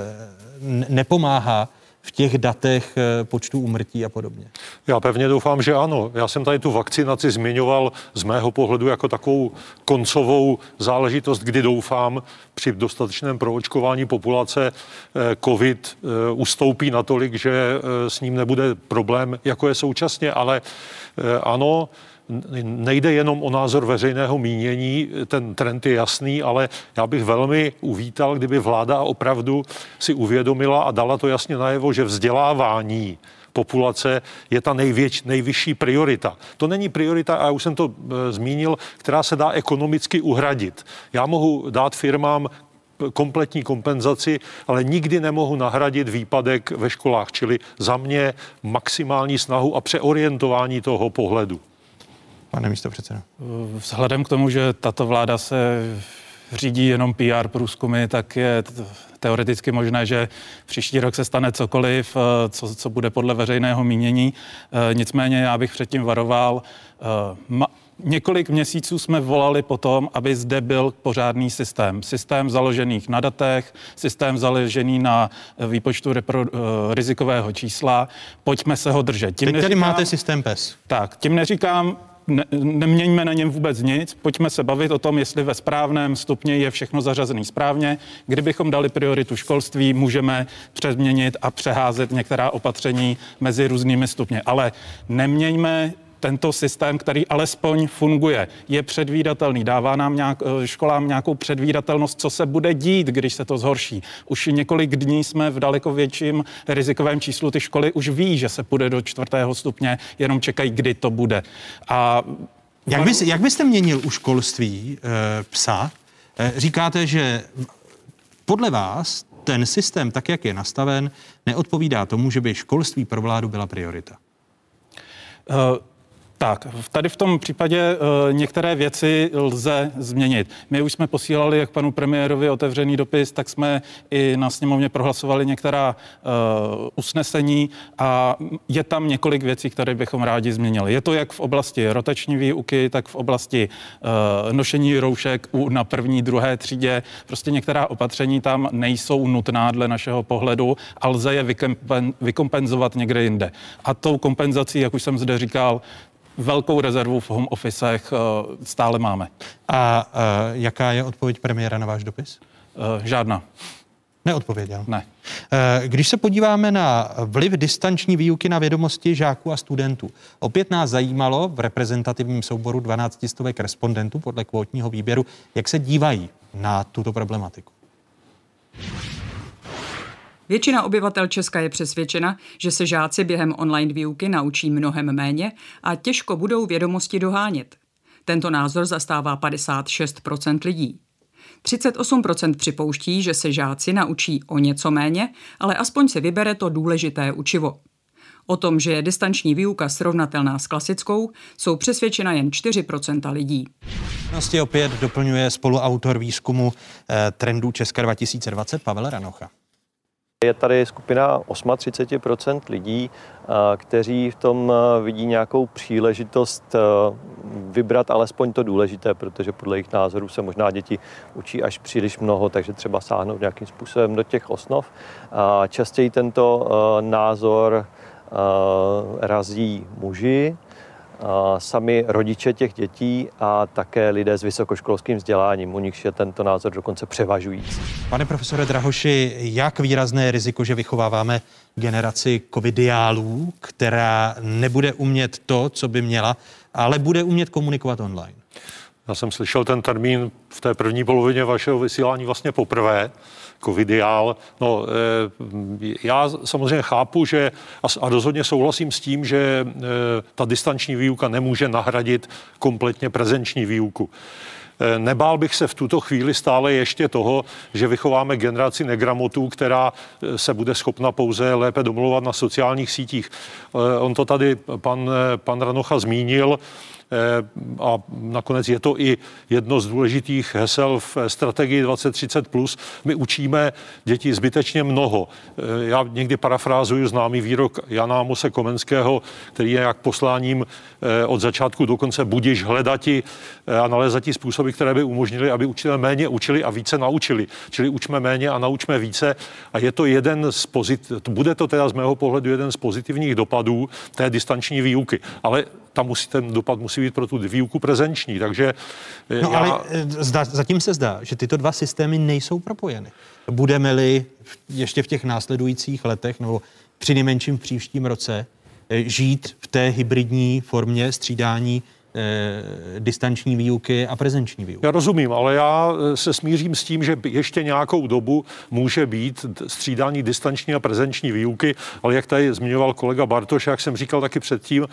nepomáhá v těch datech počtu úmrtí a podobně? Já pevně doufám, že ano. Já jsem tady tu vakcinaci zmiňoval z mého pohledu jako takovou koncovou záležitost, kdy doufám, při dostatečném proočkování populace COVID ustoupí natolik, že s ním nebude problém, jako je současně, ale ano, nejde jenom o názor veřejného mínění, ten trend je jasný, ale já bych velmi uvítal, kdyby vláda opravdu si uvědomila a dala to jasně najevo, že vzdělávání populace je ta nejvyšší priorita. To není priorita, a já už jsem to zmínil, která se dá ekonomicky uhradit. Já mohu dát firmám kompletní kompenzaci, ale nikdy nemohu nahradit výpadek ve školách, čili za mě maximální snahu a přeorientování toho pohledu. Pane místopředsedo. Vzhledem k tomu, že tato vláda se řídí jenom PR průzkumy, tak je teoreticky možné, že příští rok se stane cokoliv, co bude podle veřejného mínění. Nicméně já bych předtím varoval. Několik měsíců jsme volali po tom, aby zde byl pořádný systém. Systém založený na datech, systém založený na výpočtu rizikového čísla. Pojďme se ho držet. Teď tady máte systém PES. Tak, tím neříkám, neměňme na něm vůbec nic, pojďme se bavit o tom, jestli ve správném stupni je všechno zařazené správně. Kdybychom dali prioritu školství, můžeme přezměnit a přeházet některá opatření mezi různými stupně. Ale neměňme tento systém, který alespoň funguje, je předvídatelný, dává nám školám nějakou předvídatelnost, co se bude dít, když se to zhorší. Už několik dní jsme v daleko větším rizikovém číslu, ty školy už ví, že se půjde do 4. stupně, jenom čekají, kdy to bude. A jak byste měnil u školství PSA? Říkáte, že podle vás ten systém, tak jak je nastaven, neodpovídá tomu, že by školství pro vládu byla priorita. Tak, tady v tom případě některé věci lze změnit. My už jsme posílali jak panu premiérovi otevřený dopis, tak jsme i na sněmovně prohlasovali některá usnesení a je tam několik věcí, které bychom rádi změnili. Je to jak v oblasti rotační výuky, tak v oblasti nošení roušek na 1., 2. třídě. Prostě některá opatření tam nejsou nutná dle našeho pohledu a lze je vykompenzovat někde jinde. A tou kompenzací, jak už jsem zde říkal, velkou rezervu v home officech stále máme. A jaká je odpověď premiéra na váš dopis? Žádná. Neodpověděl? Ne. Když se podíváme na vliv distanční výuky na vědomosti žáků a studentů, opět nás zajímalo v reprezentativním souboru 12 stovek respondentů podle kvótního výběru, jak se dívají na tuto problematiku. Většina obyvatel Česka je přesvědčena, že se žáci během online výuky naučí mnohem méně a těžko budou vědomosti dohánět. Tento názor zastává 56% lidí. 38% připouští, že se žáci naučí o něco méně, ale aspoň se vybere to důležité učivo. O tom, že je distanční výuka srovnatelná s klasickou, jsou přesvědčena jen 4% lidí. Vlastně opět doplňuje spoluautor výzkumu trendů Česka 2020 Pavel Ranocha. Je tady skupina 38% lidí, kteří v tom vidí nějakou příležitost vybrat alespoň to důležité, protože podle jejich názorů se možná děti učí až příliš mnoho, takže třeba sáhnout nějakým způsobem do těch osnov. Častěji tento názor razí muži, sami rodiče těch dětí a také lidé s vysokoškolským vzděláním. U nich je tento názor dokonce převažující. Pane profesore Drahoši, jak výrazné je riziko, že vychováváme generaci covidiálů, která nebude umět to, co by měla, ale bude umět komunikovat online? Já jsem slyšel ten termín v té první polovině vašeho vysílání vlastně poprvé, covidiál. No, já samozřejmě chápu, že a rozhodně souhlasím s tím, že ta distanční výuka nemůže nahradit kompletně prezenční výuku. Nebál bych se v tuto chvíli stále ještě toho, že vychováme generaci negramotů, která se bude schopna pouze lépe domluvat na sociálních sítích. On to tady pan Ranocha zmínil. A nakonec je to i jedno z důležitých hesel v strategii 2030+. My učíme děti zbytečně mnoho. Já někdy parafrázuju známý výrok Jana Amose Komenského, který je jak posláním od začátku do konce budiš hledati a nalézati způsoby, které by umožnily, aby učitelé méně učili a více naučili. Čili učme méně a naučme více. A je to bude to teda z mého pohledu jeden z pozitivních dopadů té distanční výuky. Ale ten dopad musí být pro tu výuku prezenční, takže... Ale zatím se zdá, že tyto dva systémy nejsou propojeny. Budeme-li ještě v těch následujících letech, nebo přinejmenším v příštím roce, žít v té hybridní formě střídání distanční výuky a prezenční výuky. Já rozumím, ale já se smířím s tím, že ještě nějakou dobu může být střídání distanční a prezenční výuky, ale jak tady zmiňoval kolega Bartoš, jak jsem říkal taky předtím,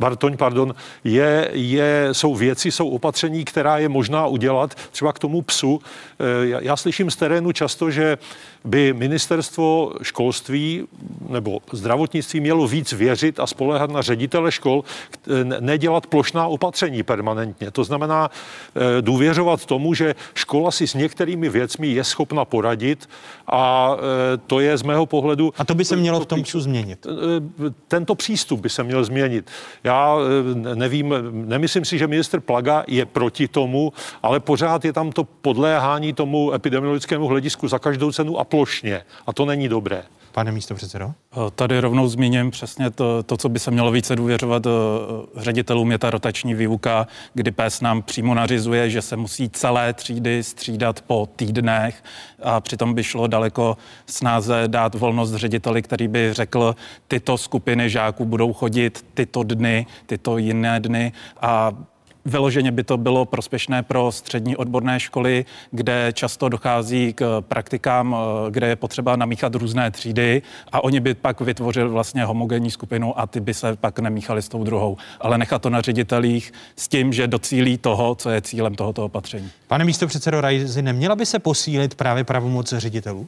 jsou opatření, která je možná udělat, třeba k tomu PSU. Já slyším z terénu často, že by ministerstvo školství nebo zdravotnictví mělo víc věřit a spoléhat na ředitele škol, nedělat plošná opatření permanentně. To znamená důvěřovat tomu, že škola si s některými věcmi je schopna poradit a to je z mého pohledu... A to by se mělo v tom PSU změnit? Tento přístup by se měl změnit. Já nevím, nemyslím si, že ministr Plaga je proti tomu, ale pořád je tam to podléhání tomu epidemiologickému hledisku za každou cenu a plošně. A to není dobré. Pane místopředsedo? Tady rovnou zmíním přesně to, co by se mělo více důvěřovat ředitelům, je ta rotační výuka, kdy PES nám přímo nařizuje, že se musí celé třídy střídat po týdnech a přitom by šlo daleko snáze dát volnost řediteli, který by řekl, tyto skupiny žáků budou chodit tyto dny, tyto jiné dny a vyloženě by to bylo prospěšné pro střední odborné školy, kde často dochází k praktikám, kde je potřeba namíchat různé třídy a oni by pak vytvořili vlastně homogenní skupinu a ty by se pak nemíchali s tou druhou. Ale nechat to na ředitelích s tím, že docílí toho, co je cílem tohoto opatření. Pane místopředsedo Raisi, neměla by se posílit právě pravomoc ředitelů?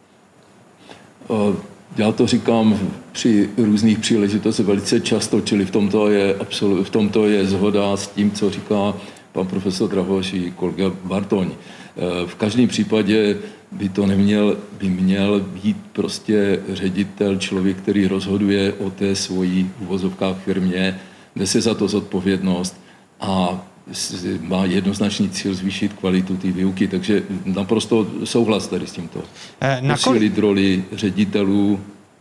Já to říkám při různých příležitostech velice často, čili v tomto je shoda s tím, co říká pan profesor Drahoš i kolega Bartoň. V každém případě by měl být prostě ředitel, člověk, který rozhoduje o té svojí v uvozovkách firmě, nese za to zodpovědnost a má jednoznačný cíl zvýšit kvalitu té výuky, takže naprosto souhlas tady s tímto. Posílit roli ředitelů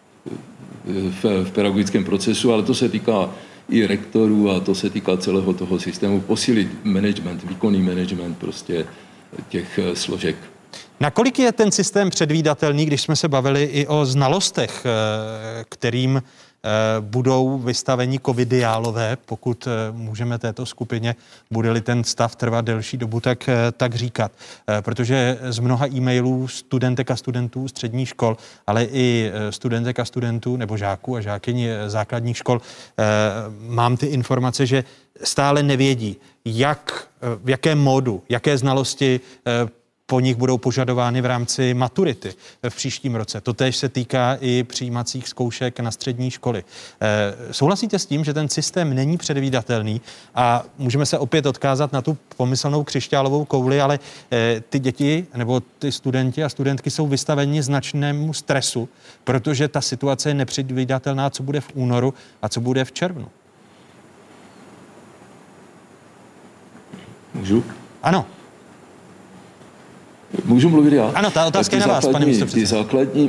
v pedagogickém procesu, ale to se týká i rektorů a to se týká celého toho systému. Posílit management, výkonný management prostě těch složek. Nakolik je ten systém předvídatelný, když jsme se bavili i o znalostech, kterým budou vystaveni covidiálové, pokud můžeme této skupině, bude-li ten stav trvat delší dobu, tak říkat. Protože z mnoha e-mailů studentek a studentů středních škol, ale i studentek a studentů nebo žáků a žákyň základních škol mám ty informace, že stále nevědí, v jakém módu, jaké znalosti po nich budou požadovány v rámci maturity v příštím roce. Totéž se týká i přijímacích zkoušek na střední školy. Souhlasíte s tím, že ten systém není předvídatelný a můžeme se opět odkázat na tu pomyslnou křišťálovou kouli, ale ty děti nebo ty studenti a studentky jsou vystaveni značnému stresu, protože ta situace je nepředvídatelná, co bude v únoru a co bude v červnu. Můžu? Ano. Můžu mluvit já? Ano, ta otázka je na vás, pane místopředsedo.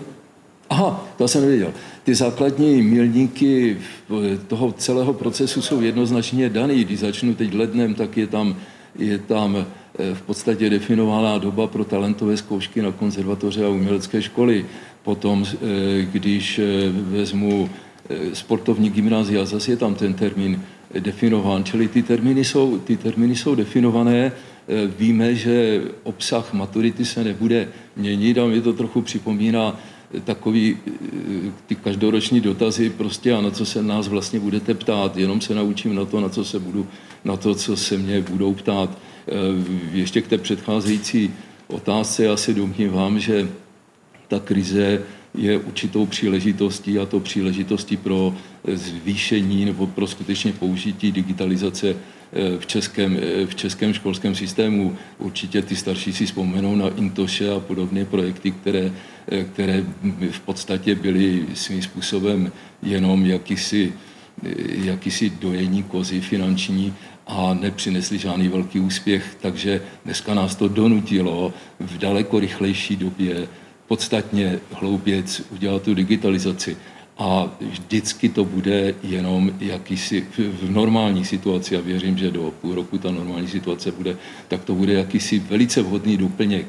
To jsem nevěděl. Ty základní milníky toho celého procesu jsou jednoznačně daný. Když začnu teď lednem, tak je tam v podstatě definovaná doba pro talentové zkoušky na konzervatoře a umělecké školy. Potom, když vezmu sportovní gymnázia, zase je tam ten termín definován. Čili ty termíny jsou definované. Víme, že obsah maturity se nebude měnit a mě to trochu připomíná takový ty každoroční dotazy prostě a na co se nás vlastně budete ptát. Jenom se naučím na to, co se mě budou ptát. Ještě k té předcházející otázce já se domnívám, že ta krize je určitou příležitostí a to příležitostí pro zvýšení nebo pro skutečně použití digitalizace v českém školském systému. Určitě ty starší si vzpomenou na Intoše a podobné projekty, které v podstatě byly svým způsobem jenom jakýsi dojení kozy finanční a nepřinesli žádný velký úspěch, takže dneska nás to donutilo v daleko rychlejší době podstatně hlouběc udělat tu digitalizaci. A vždycky to bude jenom jakýsi v normální situaci, a věřím, že do půl roku ta normální situace bude, tak to bude jakýsi velice vhodný doplněk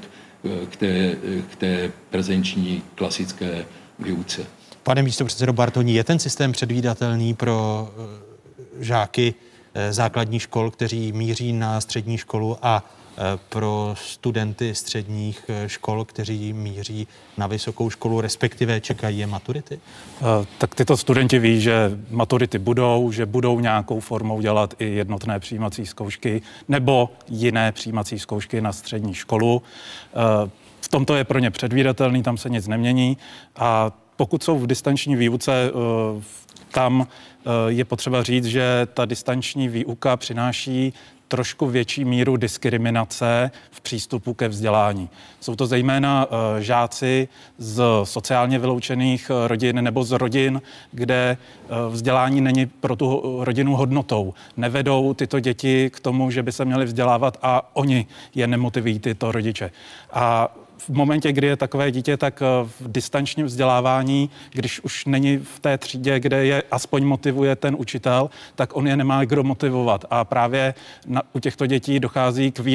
k té prezenční klasické výuce. Pane místopředsedo Bartoní, je ten systém předvídatelný pro žáky základních škol, kteří míří na střední školu a pro studenty středních škol, kteří míří na vysokou školu, respektive čekají je maturity? Tak tyto studenti ví, že maturity budou, že budou nějakou formou dělat i jednotné přijímací zkoušky nebo jiné přijímací zkoušky na střední školu. V tomto je pro ně předvídatelný, tam se nic nemění a pokud jsou v distanční výuce, tam je potřeba říct, že ta distanční výuka přináší trošku větší míru diskriminace v přístupu ke vzdělání. Jsou to zejména žáci z sociálně vyloučených rodin nebo z rodin, kde vzdělání není pro tu rodinu hodnotou. Nevedou tyto děti k tomu, že by se měly vzdělávat a oni je nemotivují tyto rodiče. A v momentě, kdy je takové dítě, tak v distančním vzdělávání, když už není v té třídě, kde je aspoň motivuje ten učitel, tak on je nemá kdo motivovat. A právě u těchto dětí dochází k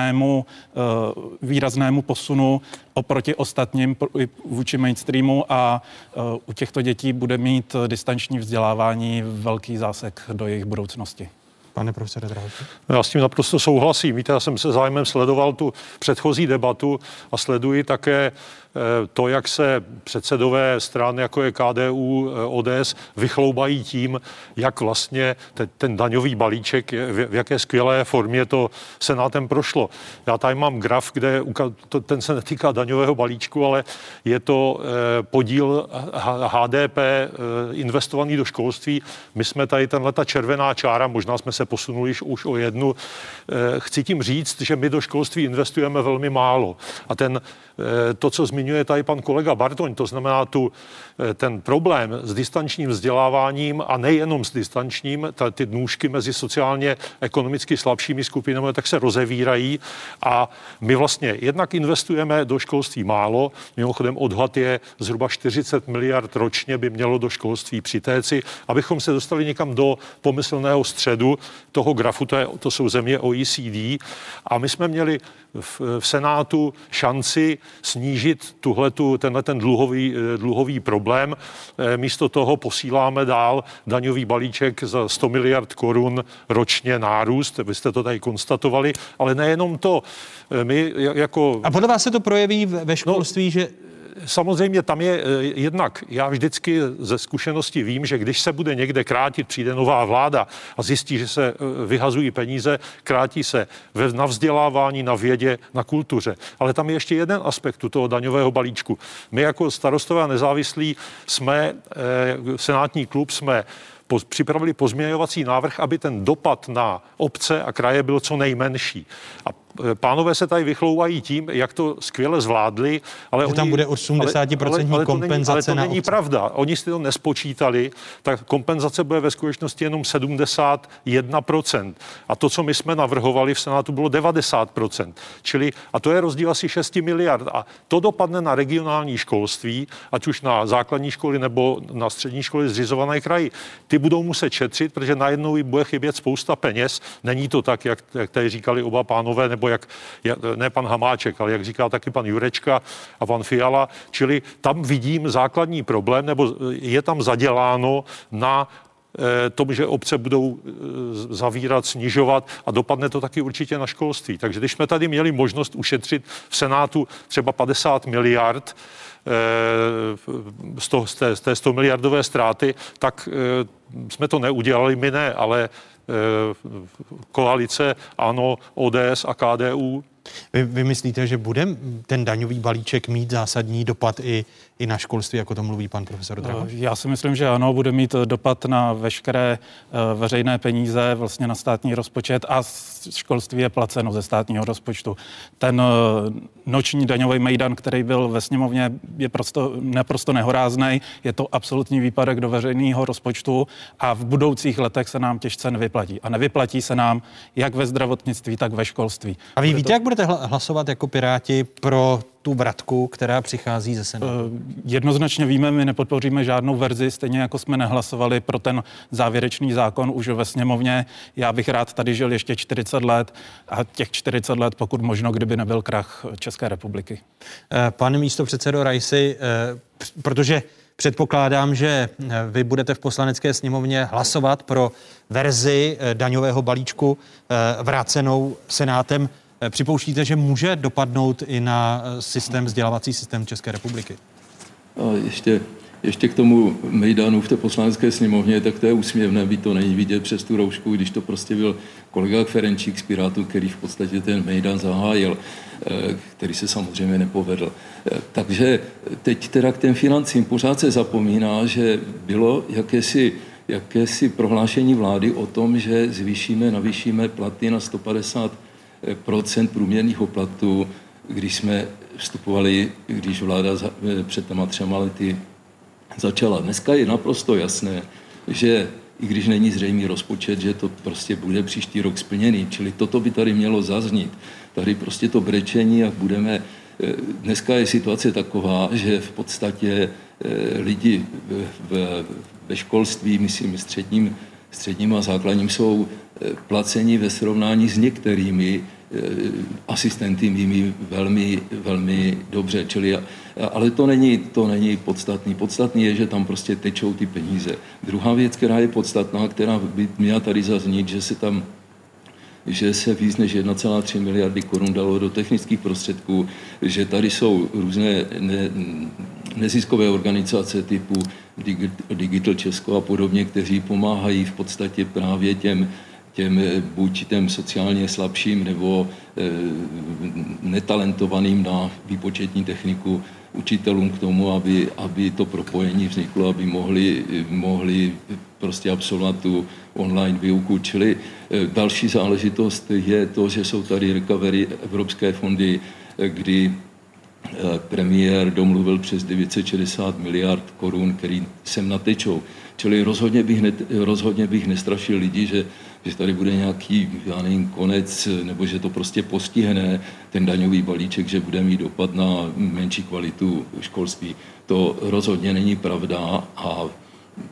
výraznému posunu oproti ostatním vůči mainstreamu a u těchto dětí bude mít distanční vzdělávání velký zásek do jejich budoucnosti. Pane profesore Drahoši. Já s tím naprosto souhlasím. Víte, já jsem se zájmem sledoval tu předchozí debatu a sleduji také to, jak se předsedové stran, jako je KDU, ODS, vychloubají tím, jak vlastně ten daňový balíček, v jaké skvělé formě to Senátem prošlo. Já tady mám graf, kde ten se netýká daňového balíčku, ale je to podíl HDP investovaný do školství. My jsme tady ta červená čára, možná jsme se posunuli už o jednu. Chci tím říct, že my do školství investujeme velmi málo. A to, co zmiňuje tady pan kolega Bartoň, to znamená ten problém s distančním vzděláváním a nejenom s distančním, ty nůžky mezi sociálně ekonomicky slabšími skupinami tak se rozevírají a my vlastně jednak investujeme do školství málo, mimochodem odhad je zhruba 40 miliard ročně by mělo do školství přitéci, abychom se dostali někam do pomyslného středu, toho grafu, to jsou země OECD, a my jsme měli v Senátu šanci snížit tenhle dluhový problém. Místo toho posíláme dál daňový balíček za 100 miliard korun ročně nárůst. Vy jste to tady konstatovali, ale nejenom to. A podle vás se to projeví ve školství, že... Samozřejmě tam je jednak, já vždycky ze zkušenosti vím, že když se bude někde krátit, přijde nová vláda a zjistí, že se vyhazují peníze, krátí se na vzdělávání, na vědě, na kultuře. Ale tam je ještě jeden aspekt toho daňového balíčku. My jako Starostové a nezávislí senátní klub jsme připravili pozměňovací návrh, aby ten dopad na obce a kraje byl co nejmenší. A pánové se tady vychlouvají tím, jak to skvěle zvládli, ale tam bude 80% kompenzace ale to není pravda. Oni si to nespočítali, tak kompenzace bude ve skutečnosti jenom 71%. A to, co my jsme navrhovali v Senátu, bylo 90%. A to je rozdíl asi 6 miliard. A to dopadne na regionální školství, ať už na základní školy nebo na střední školy zřizované kraji. Ty budou muset šetřit, protože najednou jim bude chybět spousta peněz. Není to tak, jak tady říkali oba pánové, nebo ne pan Hamáček, ale jak říkal taky pan Jurečka a pan Fiala, čili tam vidím základní problém, nebo je tam zaděláno na tom, že obce budou zavírat, snižovat a dopadne to taky určitě na školství. Takže když jsme tady měli možnost ušetřit v Senátu třeba 50 miliard z té 100 miliardové ztráty, tak jsme to neudělali, my ne, ale koalice ANO, ODS a KDU. Vy myslíte, že bude ten daňový balíček mít zásadní dopad i na školství, jako to mluví pan profesor Drahoš? Já si myslím, že ano, bude mít dopad na veškeré veřejné peníze, vlastně na státní rozpočet, a školství je placeno ze státního rozpočtu. Ten noční daňový mejdan, který byl ve sněmovně, je naprosto nehoráznej. Je to absolutní výpadek do veřejného rozpočtu a v budoucích letech se nám těžce nevyplatí. A nevyplatí se nám jak ve zdravotnictví, tak ve školství. A vy víte, jak budete hlasovat jako Piráti pro tu vratku, která přichází ze Senátu? Jednoznačně víme, my nepodpoříme žádnou verzi, stejně jako jsme nehlasovali pro ten závěrečný zákon už ve sněmovně. Já bych rád tady žil ještě 40 let a těch 40 let, pokud možno, kdyby nebyl krach České republiky. Pane místopředsedo Raisi, protože předpokládám, že vy budete v Poslanecké sněmovně hlasovat pro verzi daňového balíčku vrácenou Senátem. Připouštíte, že může dopadnout i na vzdělávací systém České republiky? A ještě k tomu mejdanu v té Poslanecké sněmovně, tak to je úsměvné, by to není vidět přes tu roušku, když to prostě byl kolega Ferenčík z Pirátů, který v podstatě ten mejdan zahájil, který se samozřejmě nepovedl. Takže teď teda k těm financím pořád se zapomíná, že bylo jakési prohlášení vlády o tom, že navýšíme platy na 150% průměrných platů, když jsme vstupovali, když vláda před těma 3 lety začala. Dneska je naprosto jasné, že i když není zřejmý rozpočet, že to prostě bude příští rok splněný, čili toto by tady mělo zaznít. Tady prostě to brečení, jak budeme... Dneska je situace taková, že v podstatě lidi ve školství, myslím středním a základním, jsou placeni ve srovnání s některými asistenty mými velmi, velmi dobře. Ale to není podstatný. Podstatný je, že tam prostě tečou ty peníze. Druhá věc, která je podstatná, která by měla tady zaznít, že se víc než 1,3 miliardy korun dalo do technických prostředků, že tady jsou různé neziskové organizace typu Digital Česko a podobně, kteří pomáhají v podstatě právě buď těm sociálně slabším nebo netalentovaným na výpočetní techniku učitelům k tomu, aby to propojení vzniklo, aby mohli prostě absolvovat tu online výuku. Čili další záležitost je to, že jsou tady recovery evropské fondy, kdy premiér domluvil přes 960 miliard korun, který sem natečou. Čili rozhodně bych nestrašil lidi, že tady bude nějaký, já nevím, konec, nebo že to prostě postihne ten daňový balíček, že bude mít dopad na menší kvalitu školství. To rozhodně není pravda a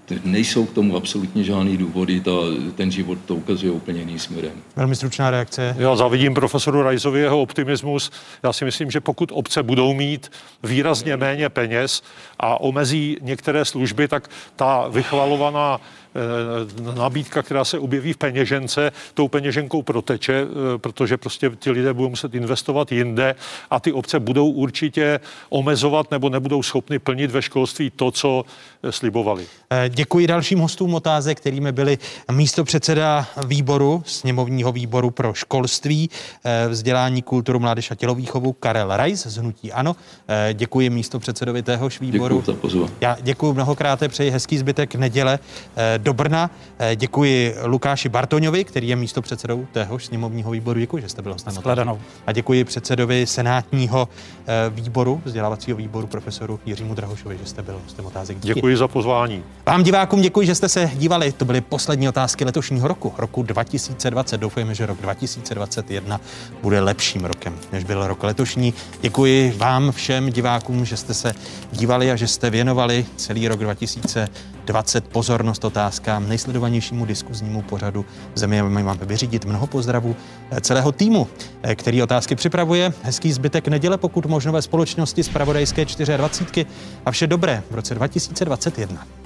nejsou k tomu absolutně žádný důvody, ten život to ukazuje úplně jiným směrem. Velmi stručná reakce. Já závidím profesoru Raisovi jeho optimismus. Já si myslím, že pokud obce budou mít výrazně méně peněz a omezí některé služby, tak ta vychvalovaná nabídka, která se objeví v peněžence, tou peněženkou proteče, protože prostě ti lidé budou muset investovat jinde a ty obce budou určitě omezovat nebo nebudou schopny plnit ve školství to, co slibovali. Děkuji dalším hostům otázek, kterými byli místopředseda výboru, sněmovního výboru pro školství, vzdělání, kulturu, mládež a tělovýchovu Karel Rais z hnutí ANO. Děkuji místopředsedovi téhož výboru. Děkuji za pozvání. Já děkuji mnohokrát, přeji hezký zbytek neděle do Brna. Děkuji Lukáši Bartoňovi, který je místopředsedou téhož sněmovního výboru. Děkuji, že jste byl hostem. A děkuji předsedovi senátního výboru, vzdělávacího výboru, profesoru Jiřímu Drahošovi, že jste byl hostem otázek. Děkuji za pozvání. Vám divákům děkuji, že jste se dívali. To byly poslední otázky letošního roku 2020. Doufujeme, že rok 2021 bude lepším rokem, než byl rok letošní. Děkuji vám všem divákům, že jste se dívali a že jste věnovali celý rok 2020 pozornost otázkám, nejsledovanějšímu diskuznímu pořadu v zemi. My máme vyřídit. Mnoho pozdravů celého týmu, který otázky připravuje. Hezký zbytek neděle, pokud možno ve společnosti zpravodajské 24 a vše dobré v roce 2021.